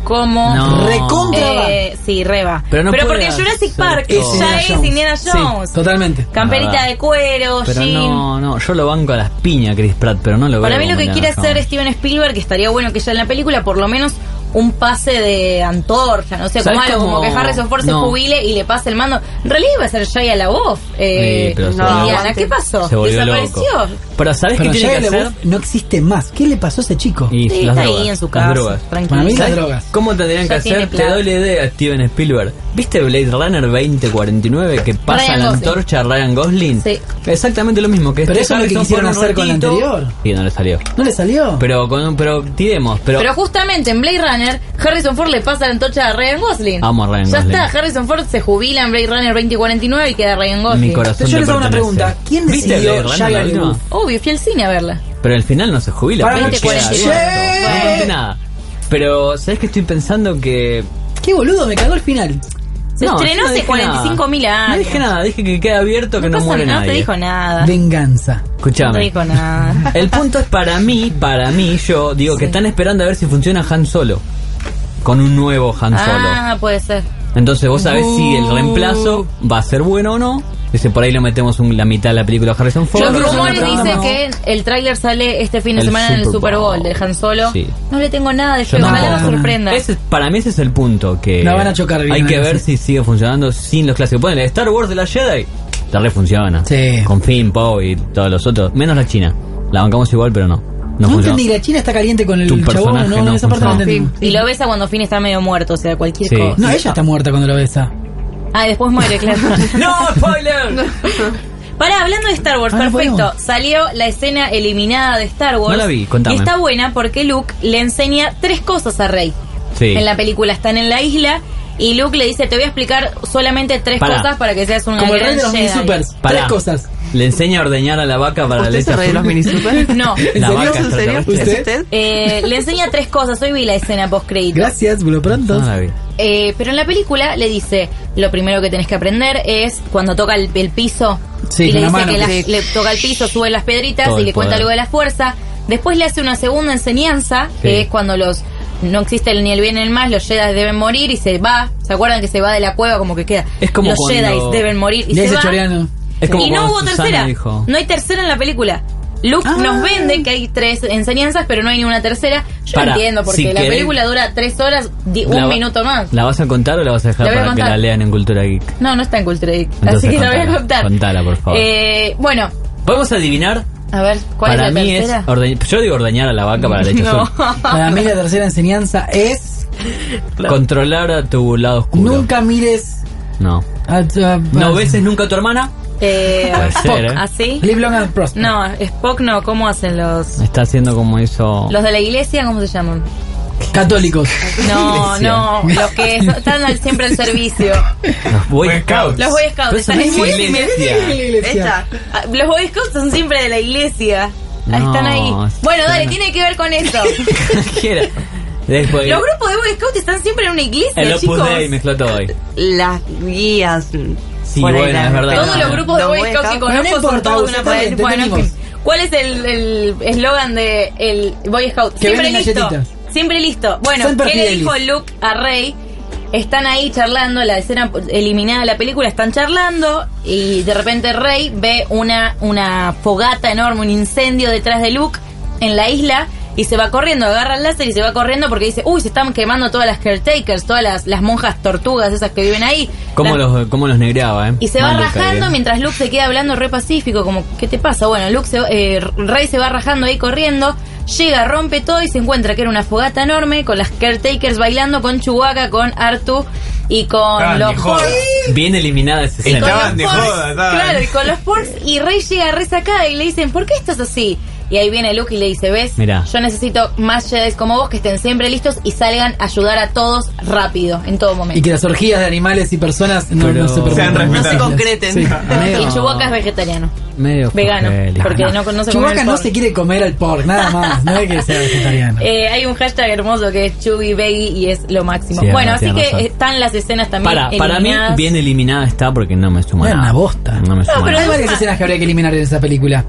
como No. Recontra eh, sí, reba. Pero no puede porque Jurassic hacer Park todo. ya es Indiana Jones. Sí, totalmente. Camperita Verdad. de cuero, Pero jean. no, no, yo lo banco a las piñas, Chris Pratt, pero no lo Para veo mí lo como que quiere Indiana hacer Jones. Steven Spielberg, que estaría bueno que ya en la película por lo menos un pase de antorcha, no sé, como ¿Sabes algo como cómo? que Harrison Ford se No. jubile y le pase el mando. En realidad iba a ser Shia LaBeouf. Eh, Sí, pero se no, volvió- Indiana, ¿qué pasó? Se volvió ¿Desapareció? loco. Pero ¿sabes Pero qué tiene Shia que hacer? LaBeouf no existe más. ¿Qué le pasó a ese chico? Y Sí, las está drogas, ahí en su las casa, drogas. tranquilo. Para mí las ¿Sabes drogas. ¿Cómo tendrían Ya que tiene hacer? Te plata. doy la idea, Steven Spielberg. ¿Viste Blade Runner veinte cuarenta y nueve que pasa Ryan la Gosling. antorcha a Ryan Gosling? Sí. Exactamente lo mismo. Que Pero esté eso es lo que Harrison quisieron Ford un hacer con la ratito. anterior. Y no le salió. ¿No le salió? Pero con pero tiremos, pero, Pero justamente en Blade Runner, Harrison Ford le pasa la antorcha a Ryan Gosling. Amo a Ryan ya Gosling. está, Harrison Ford se jubila en Blade Runner veinte cuarenta y nueve y queda Ryan Gosling. mi corazón Yo te les hago una pertenece. pregunta. ¿Quién ¿Viste decidió Blade Runner, Shia la última? LaBeouf? Obvio, fui al cine a verla. Pero al final no se jubila. Para porque veinte queda cuarenta y nueve. abierto. No conté nada. Pero, ¿sabes qué estoy pensando? Que... Qué boludo, me cagó el final. Se No, estrenó yo no hace dije cuarenta y cinco mil nada. años. No dije nada, dije que queda abierto, que no, pasa muere nada, nadie. No te dijo nada. Venganza. No te Escuchame. dijo nada. El punto es para mí, para mí, yo digo que están esperando a ver si funciona Han Solo. Con un nuevo Han Solo. Ah, puede ser. Entonces vos sabés si Uh. el reemplazo va a ser bueno o no. Dice, por ahí lo metemos un- la mitad de la película a Harrison Ford. Los creo que rumores no, dicen no. que el tráiler sale este fin de El semana en el Super Super Bowl Bowl. del Han Solo. Sí. No le tengo nada de Yo fe, ojalá tampoco. nos sorprenda. Ese- para mí ese es el punto, que La van a chocar bien, hay que ahí, ver sí. si sigue funcionando sin los clásicos. Ponele Star Wars de la Jedi, te re funciona. Sí. Con Finn, Poe y todos los otros. Menos la China. La bancamos igual, pero no. No, No, funciona. entendí, la China está caliente con el Tu chabón, personaje no, no esa parte no funciona. entendí. Y lo besa cuando Finn está medio muerto, o sea, cualquier Sí. cosa. No, ella está muerta cuando lo besa. Ah, y después muere, claro. ¡No, spoiler! Pará, hablando de Star Wars, Ah, no perfecto. podemos. Salió la escena eliminada de Star Wars. No la vi, contame. Y está buena porque Luke le enseña tres cosas a Rey. Sí. En la película están en la isla y Luke le dice, te voy a explicar solamente tres Pará. cosas para que seas una Como el gran rey de los Jedi. mini supers. Pará. Tres cosas. Le enseña a ordeñar a la vaca para la ¿Usted leche se rey de los azul. mini super? No. ¿En La serio? vaca ¿En serio? extraterrestre. ¿Es ¿Usted? usted? Eh, le enseña tres cosas. Hoy vi la escena post crédito. Gracias, vuelo pronto. No la vi. Eh, pero en la película le dice, lo primero que tenés que aprender es cuando toca el, el piso Sí, y con le la dice mano. que la- Sí. le toca el piso, sube las piedritas Todo y el le cuenta poder. algo de la fuerza. Después le hace una segunda enseñanza, Sí. que es cuando los no existe ni el bien ni el mal, los Jedi deben morir y se va. ¿Se acuerdan que se va de la cueva como que queda? Es como los cuando- Jedi deben morir y Le se dice va. Choreano. Es como Y no cuando hubo Susana tercera. dijo. No hay tercera en la película. Luke Ah. nos vende que hay tres enseñanzas, pero no hay ni una tercera. Yo Pará, no entiendo, porque si la querés- película dura tres horas, di- La un va- minuto más. ¿La vas a contar o la vas a dejar La voy a para que contar. la lean en Cultura Geek? No, no está en Cultura Geek, Entonces así que la voy a contala, contar. contala, por favor. Eh, bueno, ¿Podemos adivinar? a ver, ¿cuál Para es la mí tercera? es ordeñ- yo digo ordeñar a la vaca para la leche No. azul. Para mí la tercera enseñanza es Controlar a tu lado oscuro. nunca mires No. a, a- ¿No a- beses nunca a tu hermana? Eh, Puede ser, ¿eh? ¿Así? Live long and prosper. No, Spock no, ¿cómo hacen los Está haciendo como hizo... los de la iglesia? ¿Cómo se llaman? Católicos. No, Iglesia. no, los que so- están al- siempre al servicio. Los Boy Scouts. Los Boy Scouts. Pero eso no están es en- iglesia. Esta. Ah, Los Boy Scouts son siempre de la iglesia. Ah, No, están ahí. está Bueno, dale, no. tiene que ver con eso. Cualquiera. Después, Los grupos de Boy Scouts están siempre en una iglesia, el Opus chicos. Dei mezcló todo hoy. Las guías. Sí, por ahí bueno, las- es verdad. Todos los grupos de Los Boy Boy Scouts que Scouts. No, no conozco son importa, todos de Gus, una está bien, pared. Bueno, en entendimos. fin. ¿Cuál es el el eslogan de el Boy Scout? Que Siempre venden listo. galletitas. Siempre listo. Bueno, Semper ¿qué le Fidelis. dijo Luke a Rey? Están ahí charlando, la escena eliminada de la película, están charlando y de repente Rey ve una, una fogata enorme, un incendio detrás de Luke en la isla y se va corriendo, agarra el láser y se va corriendo porque dice, uy, se están quemando todas las caretakers, todas las, las monjas tortugas esas que viven ahí. ¿Cómo Las- los, cómo los negreaba, eh? y se va Mal Luke ahí, rajando eh. mientras Luke se queda hablando re pacífico, como, ¿qué te pasa? Bueno, Luke se, eh, Rey se va rajando ahí corriendo, llega, rompe todo y se encuentra que era una fogata enorme con las caretakers bailando, con Chewbacca, con Artu y con Estaban los de joda. Force. Bien eliminada esa Y escena. con Estaban los de Force, joda, estaban. claro, y con los Force, y Rey llega resacada y le dicen, ¿por qué estás así? Y ahí viene Luke y le dice, ¿ves? Mirá. Yo necesito más Jedi como vos que estén siempre listos y salgan a ayudar a todos rápido, en todo momento. Y que las orgías de animales y personas no, Pero- no se permitan. Sean No se respetables. concreten. Sí. Medio- Y Chewbacca es vegetariano. Medio Vegano, flojeli. porque no, no se come Chewbacca el no pork. se quiere comer al pork, nada más. No es que sea vegetariano. Eh, hay un hashtag hermoso que es Chubby Veggie y es lo máximo. Sí, bueno, es así verdad, que tiene razón. están las escenas también Para, para mí, eliminadas. bien eliminada está porque no me suma Era nada. una bosta. No me suma pero Hay nada. varias escenas que habría que eliminar en esa película.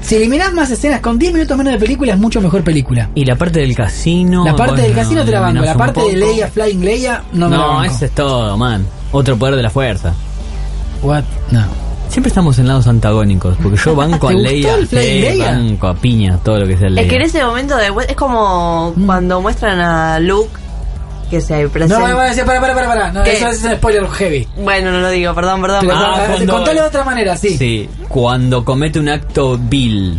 Si eliminás más escenas, con diez minutos menos de película es mucho mejor película. Y la parte del casino. La parte bueno, del casino te la banco. La eliminás parte un de poco. Leia, Flying Leia, no me la No, banco. ese es todo, man. Otro poder de la fuerza. What? No. Siempre estamos en lados antagónicos, porque yo banco a ¿Te gustó Leia, el Flying sí, Leia? banco a piña, todo lo que sea Leia. Es que en ese momento de, es como Mm. cuando muestran a Luke que se presenta. No, me van a decir, para, para, para, para. No, ¿Qué? eso es un spoiler heavy. Bueno, no lo digo, perdón, perdón. Pero perdón. Ah, cuando- contalo de otra manera, sí. Sí, cuando comete un acto vil.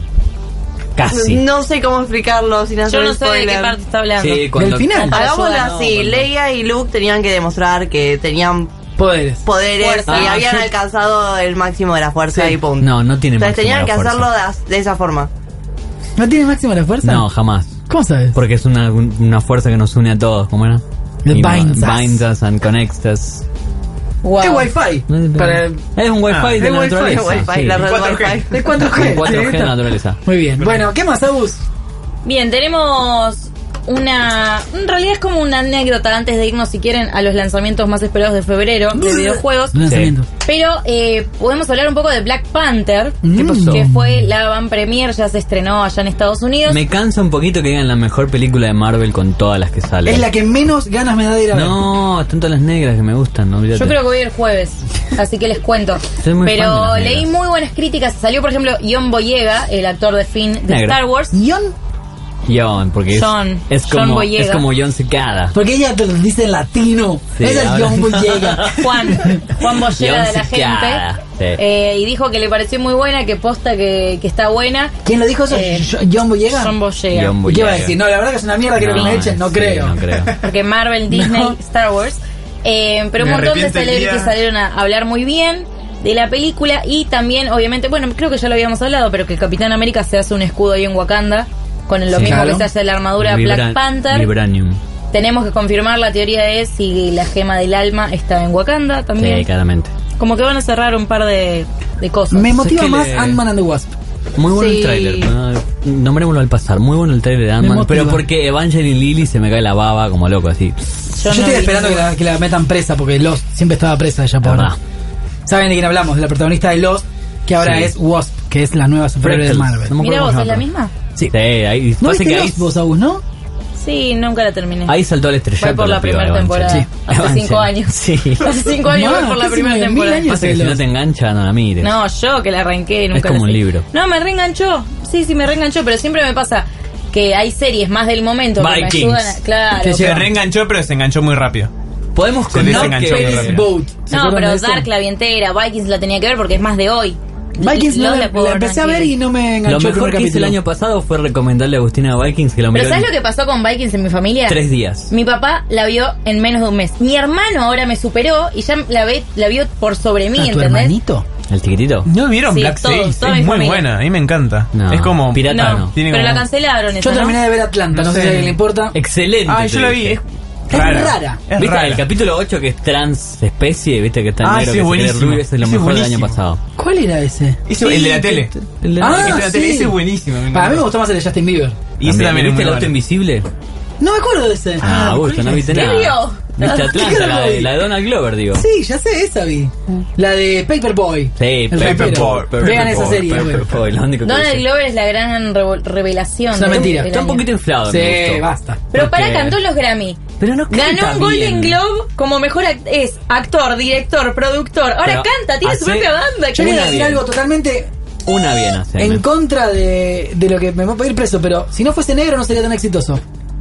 Casi. No sé cómo explicarlo sin hacer Yo no sé de spoiler. qué parte está hablando. Sí, cuando- Del final. Hagámoslo Ayuda, así, cuando- Leia y Luke tenían que demostrar que tenían Poderes. poderes Fuerza. y Ah, habían yo- alcanzado el máximo de la fuerza Sí. y punto. No, no tiene Entonces máximo tenían la que fuerza. hacerlo de, as- de esa forma. ¿No tiene máxima la fuerza? No, jamás. ¿Cómo sabes? Porque es una, una fuerza que nos une a todos, ¿cómo era? It Y binds us. binds us and connects us. Wow. Es Wi-Fi. Para- Es un wifi Ah, de es la wifi, naturaleza. es wifi, sí. la red cuatro G. Wi-Fi. Es cuatro G. cuatro G Sí, de está. naturaleza. Muy bien. Bueno, ¿qué más, Abus? Bien, tenemos una... En realidad es como una anécdota antes de irnos, si quieren, a los lanzamientos más esperados de febrero de videojuegos. Un lanzamiento. Pero eh, podemos hablar un poco de Black Panther, ¿Qué pasó? que fue la van premier, ya se estrenó allá en Estados Unidos. Me cansa un poquito que digan la mejor película de Marvel con todas las que salen. Es la que menos ganas me da de ir a ver. No, están todas las negras que me gustan, no olvídate. Yo creo que voy el jueves, así que les cuento. Soy muy fan de Pero las leí negras. muy buenas críticas. Salió, por ejemplo, John Boyega, el actor de Finn de Negro. Star Wars. John, John, porque es, John, es John como Boyega. es como John Cicada. porque ella te lo dice en latino. Sí, Esa es habla- John Boyega. Juan, Juan Boyega John de la Cicada, gente. sí. Eh, y dijo que le pareció muy buena, que posta que, que está buena. ¿Quién lo dijo eso? Eh, ¿John Boyega? John Boyega. John ¿Y qué va a Boyega. decir? No, la verdad que es una mierda, quiero que me echen. No sí, creo. No creo. Porque Marvel, Disney, No. Star Wars. Eh, pero un Me montón de arrepiento el celebrities día. salieron a hablar muy bien de la película. Y también, obviamente, bueno, creo que ya lo habíamos hablado, pero que el Capitán América se hace un escudo ahí en Wakanda. Con lo Sí. mismo Claro. que se hace la armadura Vibra- Black Panther. Vibranium. Tenemos que confirmar, la teoría es si la gema del alma está en Wakanda también. Sí, claramente. Como que van a cerrar un par de, de cosas. Me motiva que más le- Ant-Man and the Wasp. Muy bueno Sí. el tráiler. No, nombrémoslo al pasar. Muy bueno el tráiler de Ant-Man. motiva. Pero porque Evangeline Lilly se me cae la baba como loco así. Yo, no estoy vi esperando que ninguna. la, que la metan presa porque Lost siempre estaba presa ella por Verdad. ¿Saben de quién hablamos? De la protagonista de Lost, que ahora Sí. es Wasp, que es la nueva superhéroe de Freckles. Marvel. No me Mira acuerdo vos, cómo ¿es se la llama. misma? Sí, sí, ahí, ¿No pasa viste que ahí, Lost vos, Agus, no? Sí, nunca la terminé. ahí saltó el estrellato. Fue por la piba primera Evangeline. temporada. Hace Evangeline. cinco años. Sí. Hace cinco años Más, fue por la hace primera mil temporada. años. Pasa que si no te engancha, no la mires. No, yo que la arranqué nunca Es como la un seguí. libro. No, me reenganchó. Sí, sí, me reenganchó, pero siempre me pasa que hay series más del momento que me Vikings. ayudan a... Claro. Que Se lleva- reenganchó, pero se enganchó muy rápido. Podemos Se contar desenganchó muy que... rápido. Boat. ¿Se No, acuerdan pero de eso? Dark la vi entera, Vikings la tenía que ver porque es más de hoy. Vikings no Lost la, puedo la empecé a ver tranquila. y no me enganchó Lo el mejor primer que hice el capítulo. año pasado fue recomendarle a Agustina Vikings que lo miró Pero ¿sabes en lo que pasó con Vikings en mi familia? tres días. Mi papá la vio en menos de un mes. Mi hermano ahora me superó y ya la, ve, la vio por sobre mí, ¿A tu ¿entendés? hermanito? ¿El chiquitito? ¿No vieron Sí, Black todos, Sails? toda Es mi muy familia. buena, a mí me encanta. No, es como... pirata No, no. Tiene pero como- la cancelaron esa, Yo terminé ¿no? de ver Atlanta, no, No sé si a sé. alguien le importa. Excelente. Ah, te yo la vi. dije. Es, Es rara. rara. Es ¿Viste rara. el capítulo ocho que es transespecie? ¿Viste que está en Ah, negro sí, que se cree buenísimo. rubio? Ese es lo Ese es mejor del año buenísimo. pasado. ¿Cuál era ese? Ese- el de la tele. El de Ah, El de la tele, sí. ese es buenísimo. me Para mí me encanta. gustó más el de Justin Bieber. Y ese también es ¿Viste muy el auto bueno. invisible? No me acuerdo de ese. Ah, Augusto, no viste ¿Qué nada. vio? ¿Viste Atlanta? La de, la de Donald Glover, digo. Sí, ya sé, esa vi. La de Paperboy. Sí, El Paperboy, rapero. Paperboy, Vean esa serie. Paperboy, güey. lo único que Donald dice. Glover es la gran revo- revelación. Es una del- mentira. del Está un año. poquito inflado, Sí, me gustó. basta. Pero Porque- para, cantó en los Grammy. Pero no canta Ganó un Golden bien. Globe como mejor act- es actor, director, productor. Ahora Pero canta, tiene su hace- propia banda. Yo voy a Una decir bien. algo totalmente Una bien hace. en contra de, de lo que me va a pedir preso, pero si no fuese negro no sería tan exitoso.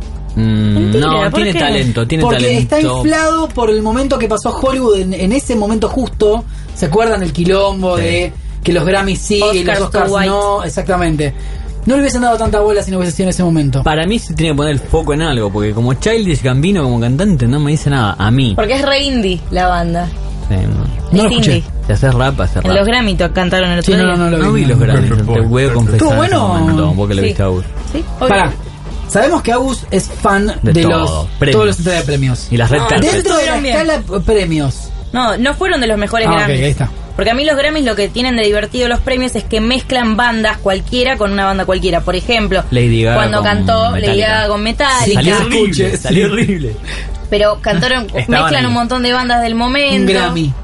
Mm, Mentira, no, ¿por tiene qué? talento, tiene Porque talento. está inflado por el momento que pasó Hollywood en, en ese momento justo. ¿Se acuerdan del quilombo Sí. de que los Grammys sí y Oscars los Oscars to white. no? Exactamente. No le hubiesen dado tanta bola si no hubiese sido en ese momento. Para mí se tiene que poner el foco en algo, porque como Childish Gambino como cantante no me dice nada. A mí. Porque es re indie la banda. Sí, no. No lo es escuché. indie. Si haces rap, haces rap. En los Grammy to- cantaron el otro Sí, no, día. no, no lo No vi. vi los grandes, te Paperboy, voy a confesar. ¿Estuvo en ese bueno? momento, vos que lo Sí. viste a vos. Sí, obvio. Pará. Sabemos que Agus es fan de, De los todo. Premios. todos los entregas de premios. Y las red No, carpet. Dentro de la Estuvieron bien. escala eh, premios. No, no fueron de los mejores Ah, ok, Grammys. ahí está. Porque a mí los Grammys lo que tienen de divertido los premios es que mezclan bandas cualquiera con una banda cualquiera. Por ejemplo, Lady Gaga cuando con cantó Lady Metallica. Gaga con Metallica. Salió Escuche, horrible, sí. salió horrible. Pero cantaron, Estaban mezclan ahí. un montón de bandas del momento. Un Grammy.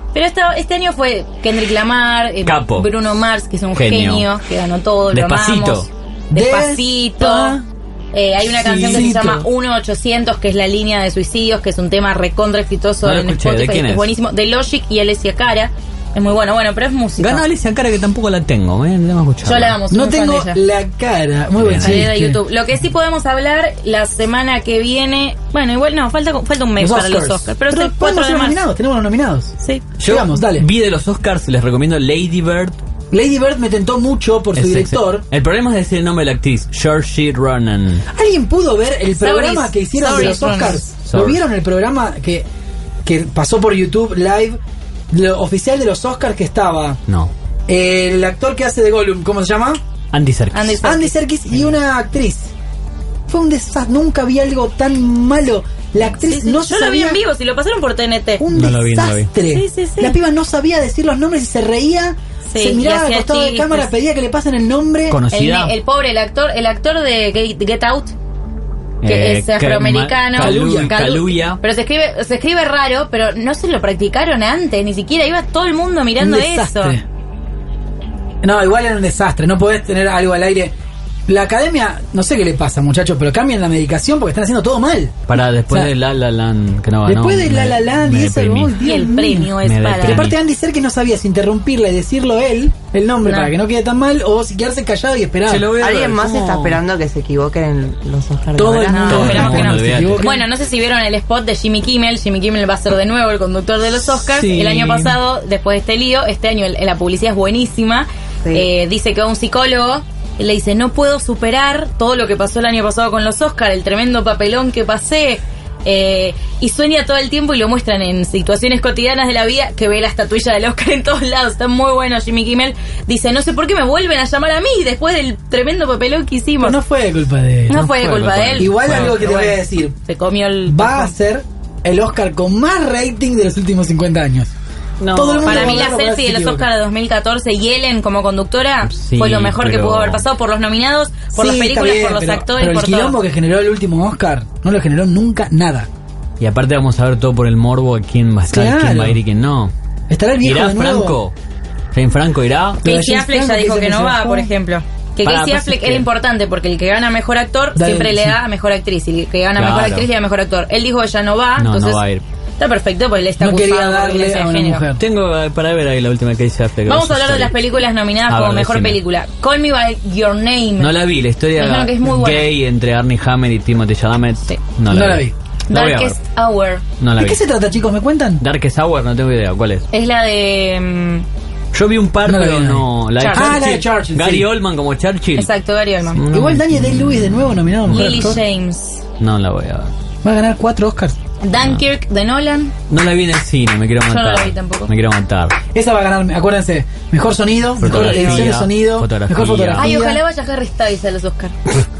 Pero esta, este año fue Kendrick Lamar, eh, Capo. Bruno Mars, que es un Genio. genio, que ganó todo, Despacito. lo amamos. Despacito. Eh, hay una canción que se Despacito. llama uno ochocientos, que es la línea de suicidios, que es un tema recontra exitoso No lo en escuché, ¿de Spotify, quién que es es? buenísimo. De Logic y Alessia Cara. Es muy bueno, bueno, pero es música. Ganó Alicia Cara, que tampoco la tengo, ¿eh? No hemos escuchado. Yo la amo, soy No muy fan tengo de ella. la cara. Muy buen Salí de chiste. YouTube. Lo que sí podemos hablar la semana que viene. Bueno, igual no, falta, falta un mes Los para los Oscars. Oscars. Pero, Pero es el podemos cuatro de ser marzo. nominados. Tenemos los nominados. Sí. Yo Llegamos, dale. vi de los Oscars, les recomiendo Lady Bird. Lady Bird me tentó mucho por su Es director. excel- El problema es decir el nombre de la actriz, Saoirse Ronan. ¿Alguien pudo ver el Saoirse- programa que hicieron de los Saoirse Oscars? ¿Lo Saoirse. vieron el programa que, que pasó por YouTube Live? Lo oficial de los Oscars, que estaba No. el actor que hace de Gollum, ¿cómo se llama? Andy Serkis. Andy Serkis. Andy Serkis y una actriz. Fue un desastre, nunca vi algo tan malo. La actriz Sí, sí. no Yo lo vi sabía. en vivo, si lo pasaron por T N T. Un No lo vi, no lo vi. desastre. Sí, sí, sí. La piba no sabía decir los nombres y se reía. Sí, se y miraba al hacía costado de chistes. cámara, pedía que le pasen el nombre. El, Conocida. ne- el pobre, el actor, el actor de Get, Get Out, que Eh, es afroamericano. Kaluuya. Kalu- Kaluuya. Pero se escribe, se escribe raro, pero no se lo practicaron antes, ni siquiera iba todo el mundo mirando Un eso. desastre. No, igual era un desastre. No podés tener algo al aire. La academia, no sé qué le pasa, muchachos, pero cambian la medicación porque están haciendo todo mal. Para después O sea, de La La Land, que no ganó. Después de La me- La Land me y eso, deprimí. uy, Dios Y el mío. premio es Me para... Pero deprimí. aparte Andy Serkis no sabía si interrumpirla y decirlo él, el nombre, No. para que no quede tan mal, o si quedarse callado y esperar. Se lo voy a ver, ¿Alguien más ¿cómo? está esperando que se equivoquen en los Oscars? Todo de el ahora? mundo. No, esperamos que no. olvídate. Se equivoquen. Bueno, no sé si vieron el spot de Jimmy Kimmel. Jimmy Kimmel va a ser de nuevo el conductor de los Oscars. Sí. El año pasado, después de este lío, este año el- la publicidad es buenísima. Sí. Eh, dice que va un psicólogo. Él le dice, no puedo superar todo lo que pasó el año pasado con los Oscars, el tremendo papelón que pasé. Eh, y sueña todo el tiempo y lo muestran en situaciones cotidianas de la vida, que ve la estatuilla del Oscar en todos lados. Está muy bueno Jimmy Kimmel. Dice, no sé por qué me vuelven a llamar a mí después del tremendo papelón que hicimos. Pero no fue culpa de él. No fue culpa de él. Igual Bueno, algo que te pero voy a bueno, decir. se comió el... Va a ser el Oscar con más rating de los últimos cincuenta años. No. Todo el mundo Para va mí a la verlo para ver selfie si de se los equivoca. Oscars de dos mil catorce y Ellen como conductora Sí, fue lo mejor que pero- pudo haber pasado por los nominados, por Sí, las está películas, bien, por los pero- actores, pero por el quilombo todo. que generó el último Oscar no lo generó nunca nada. Y aparte vamos a ver todo por el morbo de quién va a estar, Claro. quién va a ir y quién no. ¿Estará el viejo ¿Irá de nuevo? Franco? ¿Jane Franco irá? Pero Casey James Affleck ya Franco dijo que que se no va, enojó. por ejemplo. Que Para, Casey pues, Affleck es era que- importante porque el que gana mejor actor Dale, siempre le sí. da a mejor actriz. Y el que gana Claro. mejor actriz le da a mejor actor. Él dijo que ya no va, No, no entonces va a ir. está perfecto porque le está No quería acusado por darle violencia a de una género. mujer. Tengo eh, para ver ahí la última que dice Affleck. Vamos a hablar de Story. las películas nominadas A como ver, mejor decime. película. Call Me By Your Name. No la vi, la historia Me dijeron que es muy buena. gay entre Armie Hammer y Timothy Chalamet. Sí. No la No la vi. vi. La voy a ver. Darkest Hour. No la ¿De vi. qué se trata, chicos? ¿Me cuentan? Darkest Hour, no tengo idea. ¿Cuál es? Es la de... mm, Yo vi un par, No la pero vi, no la no. La de Churchill. Ah, la de Churchill. Churchill, Gary sí. Oldman como Churchill. exacto, Gary Oldman. No. Igual Daniel Day-Lewis de nuevo nominado a mejor Lily actor. James. No la voy a ver. Va a ganar cuatro Oscars. Dunkirk de Nolan. No la vi en el cine, me quiero Yo matar. no la vi tampoco. Me quiero matar. Esa va a ganar, acuérdense, mejor sonido, mejor Fotografía, edición de sonido, fotografía. mejor fotografía. Ay, ojalá vaya Harry Styles a los Oscars.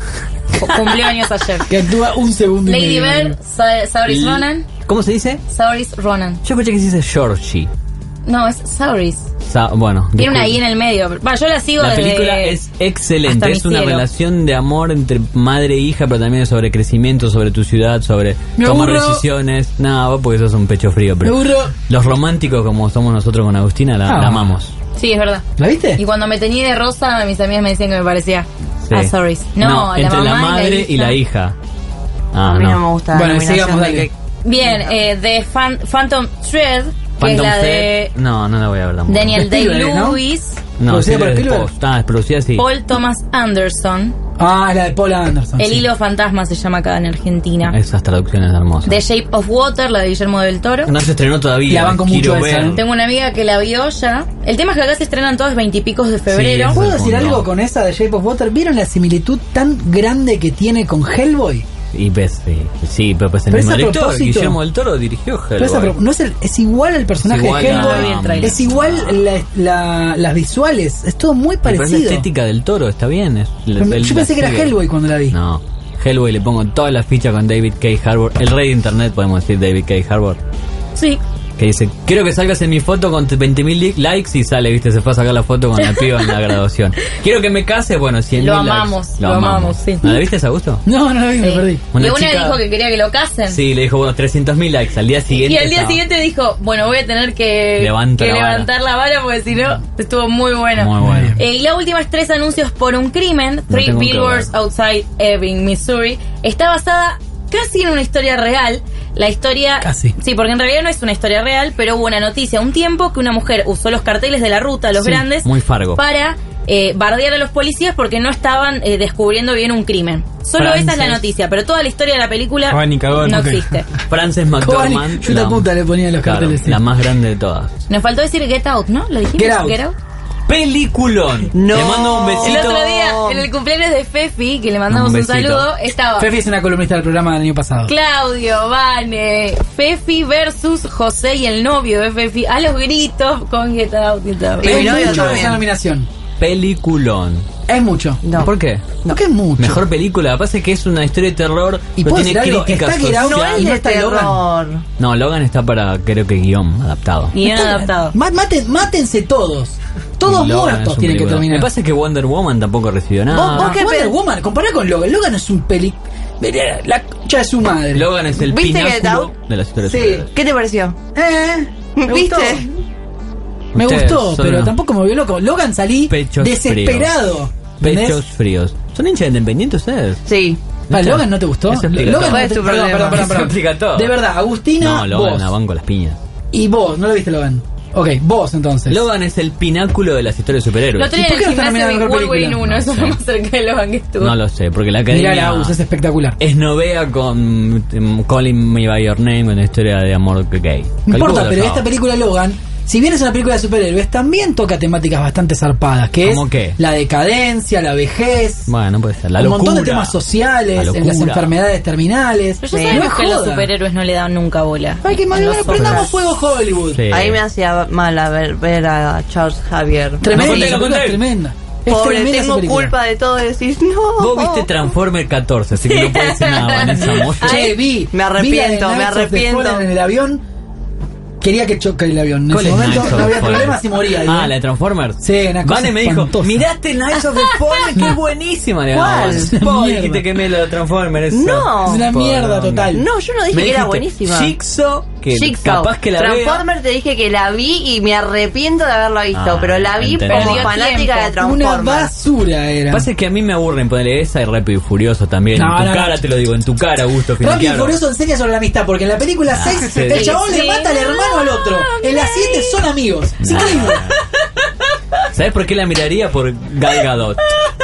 Cumplió años ayer. Que actúa un segundo y Lady medio. Bird, Sa- Saoirse Ronan. ¿Cómo se dice? Saoirse Ronan. Yo escuché que se dice Georgie. No, es Saoirse. Sa- bueno, Tiene una disculpe. I en el medio. Bueno, yo la sigo La desde... película es excelente, hasta mi es una cielo. relación de amor entre madre e hija, pero también sobre crecimiento, sobre tu ciudad, sobre Me tomar aburro. decisiones. No, vos porque sos un pecho frío, Me pero aburro. los románticos como somos nosotros con Agustina la, Ah. la amamos. Sí, es verdad. ¿La viste? Y cuando me teñí de rosa, mis amigas me decían que me parecía Sí. a Saoirse. No, la entre la mamá madre y la hija. Ah, A mí no, no. me gusta Bueno, la nominación sigamos, de dale. que... Bien, eh, de Fan- Phantom Thread, que Phantom es la Thread, de No, no la voy a ver tampoco. Daniel De Spielberg, ¿no? Day-Lewis, No, ¿Producida sí, por es de Spielberg? post. Ah, es producida así. Paul Thomas Anderson. Ah, es la de Paul Anderson. El sí. hilo fantasma se llama acá en Argentina. Esas traducciones hermosas. The Shape of Water, la de Guillermo del Toro. No se estrenó todavía. La banco quiero mucho esa, ver. ¿eh? Tengo una amiga que la vio ya. El tema es que acá se estrenan todas veintipicos de febrero. Sí, ¿Puedo es el decir punto. algo con esa de Shape of Water? ¿Vieron la similitud tan grande que tiene con Hellboy? Y ves, sí, sí, pero pues el Pero mismo es a director, propósito. Guillermo del Toro dirigió Pero esa Hellboy. pro- no es, el- es igual al personaje Es igual, de no, Hellboy. no, vi el tráiler. es igual la- la- las visuales. Es todo muy Me parece la parecido. estética del Toro, está bien. es- Pero él yo la pensé que era sigue. Hellboy cuando la vi. No, Hellboy le pongo todas las fichas con David K. Harbour. El rey de internet, podemos decir David K. Harbour. Sí. Que dice, quiero que salgas en mi foto con veinte mil likes y sale, viste, se fue a sacar la foto con la piba en la graduación. Quiero que me case, bueno, cien mil Lo likes. amamos, lo amamos, sí. ¿No la viste esa gusto? No, no la vi, me perdí. Una y una chica- dijo que quería que lo casen. Sí, le dijo, bueno, trescientos mil likes. Al día siguiente Y al día estaba- siguiente dijo, bueno, voy a tener que, Levanta que la vara. levantar la vara porque si no, estuvo muy bueno. Muy bueno. Eh, y la última es Tres anuncios por un crimen, Three tengo que Billboards Outside Ebbing, Missouri. Está basada casi en una historia real. La historia... Casi. Sí, porque en realidad no es una historia real, pero hubo una noticia un tiempo que una mujer usó los carteles de la ruta, los Sí, grandes, muy Fargo. para eh, bardear a los policías porque no estaban eh, descubriendo bien un crimen. Solo Frances. esa es la noticia, pero toda la historia de la película Giovanni Cagón, no ok. existe. Frances Giovanni, McDormand. chuta puta le ponía los claro, carteles, sí. La más grande de todas. Nos faltó decir Get Out, ¿no? ¿Lo dijimos? Get Out. Peliculón. No. Le mando un besito. El otro día, en el cumpleaños de Fefi, que le mandamos Un un, besito. saludo, estaba Fefi es una columnista del programa del año pasado. Claudio, Vane, Fefi versus José y el novio de Fefi, a los gritos con Get Out, Get Out. Y mi Es novio mucho también. esa nominación. Peliculón. Es mucho. No. ¿Por qué? Porque es mucho. Mejor película. Lo que pasa es que es una historia de terror. ¿Y pero puedo tiene decir algo? crítica Está Get Out, social. No es y no de está Logan. terror. No, Logan está para, creo que guión adaptado. Bien Está- adaptado. ma- maten- mátense todos. Todos Logan muertos es un tienen que película. terminar. Me pasa que Wonder Woman tampoco recibió nada. Vos- vos qué Wonder pe- Woman, compará con Logan. Logan es un peli... La concha de su madre. Logan es el ¿Viste Get pináculo Out? de la historia Sí. de superhéroes. ¿Qué te pareció? Eh, me ¿Viste? gustó. Me Ustedes gustó, son pero unos tampoco me volvió loco. Logan salí pechos desesperado. ¿Entendés? Pechos fríos. ¿Son hinchas independientes ustedes? Sí. Ah, ¿Logan no te gustó? Eso explica Logan todo. no te... ¿Cuál es tu perdón, problema? perdón, perdón, Eso perdón. explica todo. De verdad, Agustina, No, Logan vos. la banco las piñas. Y vos, no lo viste Logan. Ok, vos entonces. Logan es el pináculo de las historias de Lo superhéroes. tenía ¿Y en por el qué no está gimnasio de nominada a mejor Wolverine película? uno, eso No fue sé. más cerca de Logan que estuvo. No lo sé, porque la Mirá academia la Agus, es espectacular. es novea con um, Calling Me By Your Name, una historia de amor gay. No importa, Calculo, pero no. esta película Logan, si bien es una película de superhéroes, también toca temáticas bastante zarpadas, que es ¿Cómo qué? la decadencia, la vejez, Bueno, puede ser. La un locura. montón de temas sociales, La en locura. las enfermedades terminales. Pero ya Sí. sabemos No que es los joda. superhéroes no le dan nunca bola. Ay, que A mal, nosotros. prendamos fuego Hollywood. Sí. Ahí me hacía mal a ver, ver a Charles Javier. Tremenda, No conté, esa no película conté. es tremenda. Es Pobre, tremenda esa tengo película. culpa de todo y decís, no. Vos viste Transformer catorce, así que no puedes decir nada, Vanessa Moyo. Che, vi. Me arrepiento, vi la de me Knights of the arrepiento. Fallen en el avión. Quería que choque el avión. En ¿Cuál ese es momento Knights of no había the Fallen? problemas y moría. Ah, digo. la de Transformers. Sí, una cosa Vane me dijo, espantosa. miraste Knights of the Fallen, que es buenísima. Le digo, ¿Cuál? no, Es una vos mierda. dijiste que me lo de Transformers. No. Es una mierda Poronga. total. No, yo no dije Me que era dijiste, buenísima. Jigsaw, que Jigsaw. capaz que la vea. Transformers te dije que la vi y me arrepiento de haberla visto, Ah, pero la vi entendí. como Perdió fanática tiempo. de Una Transformers. basura era. Pasa que a mí me aburren ponerle esa y Rápido y Furioso también. No, en tu no, cara no. te lo digo, en tu cara, Augusto Rápido y Finocchiaro. Furioso enseña sobre la amistad, porque en la película Ah, seis sí. el chabón Sí. le mata al hermano al otro. En la siete son amigos. Es increíble. ¿Sabes por qué la miraría? Por Gal Gadot.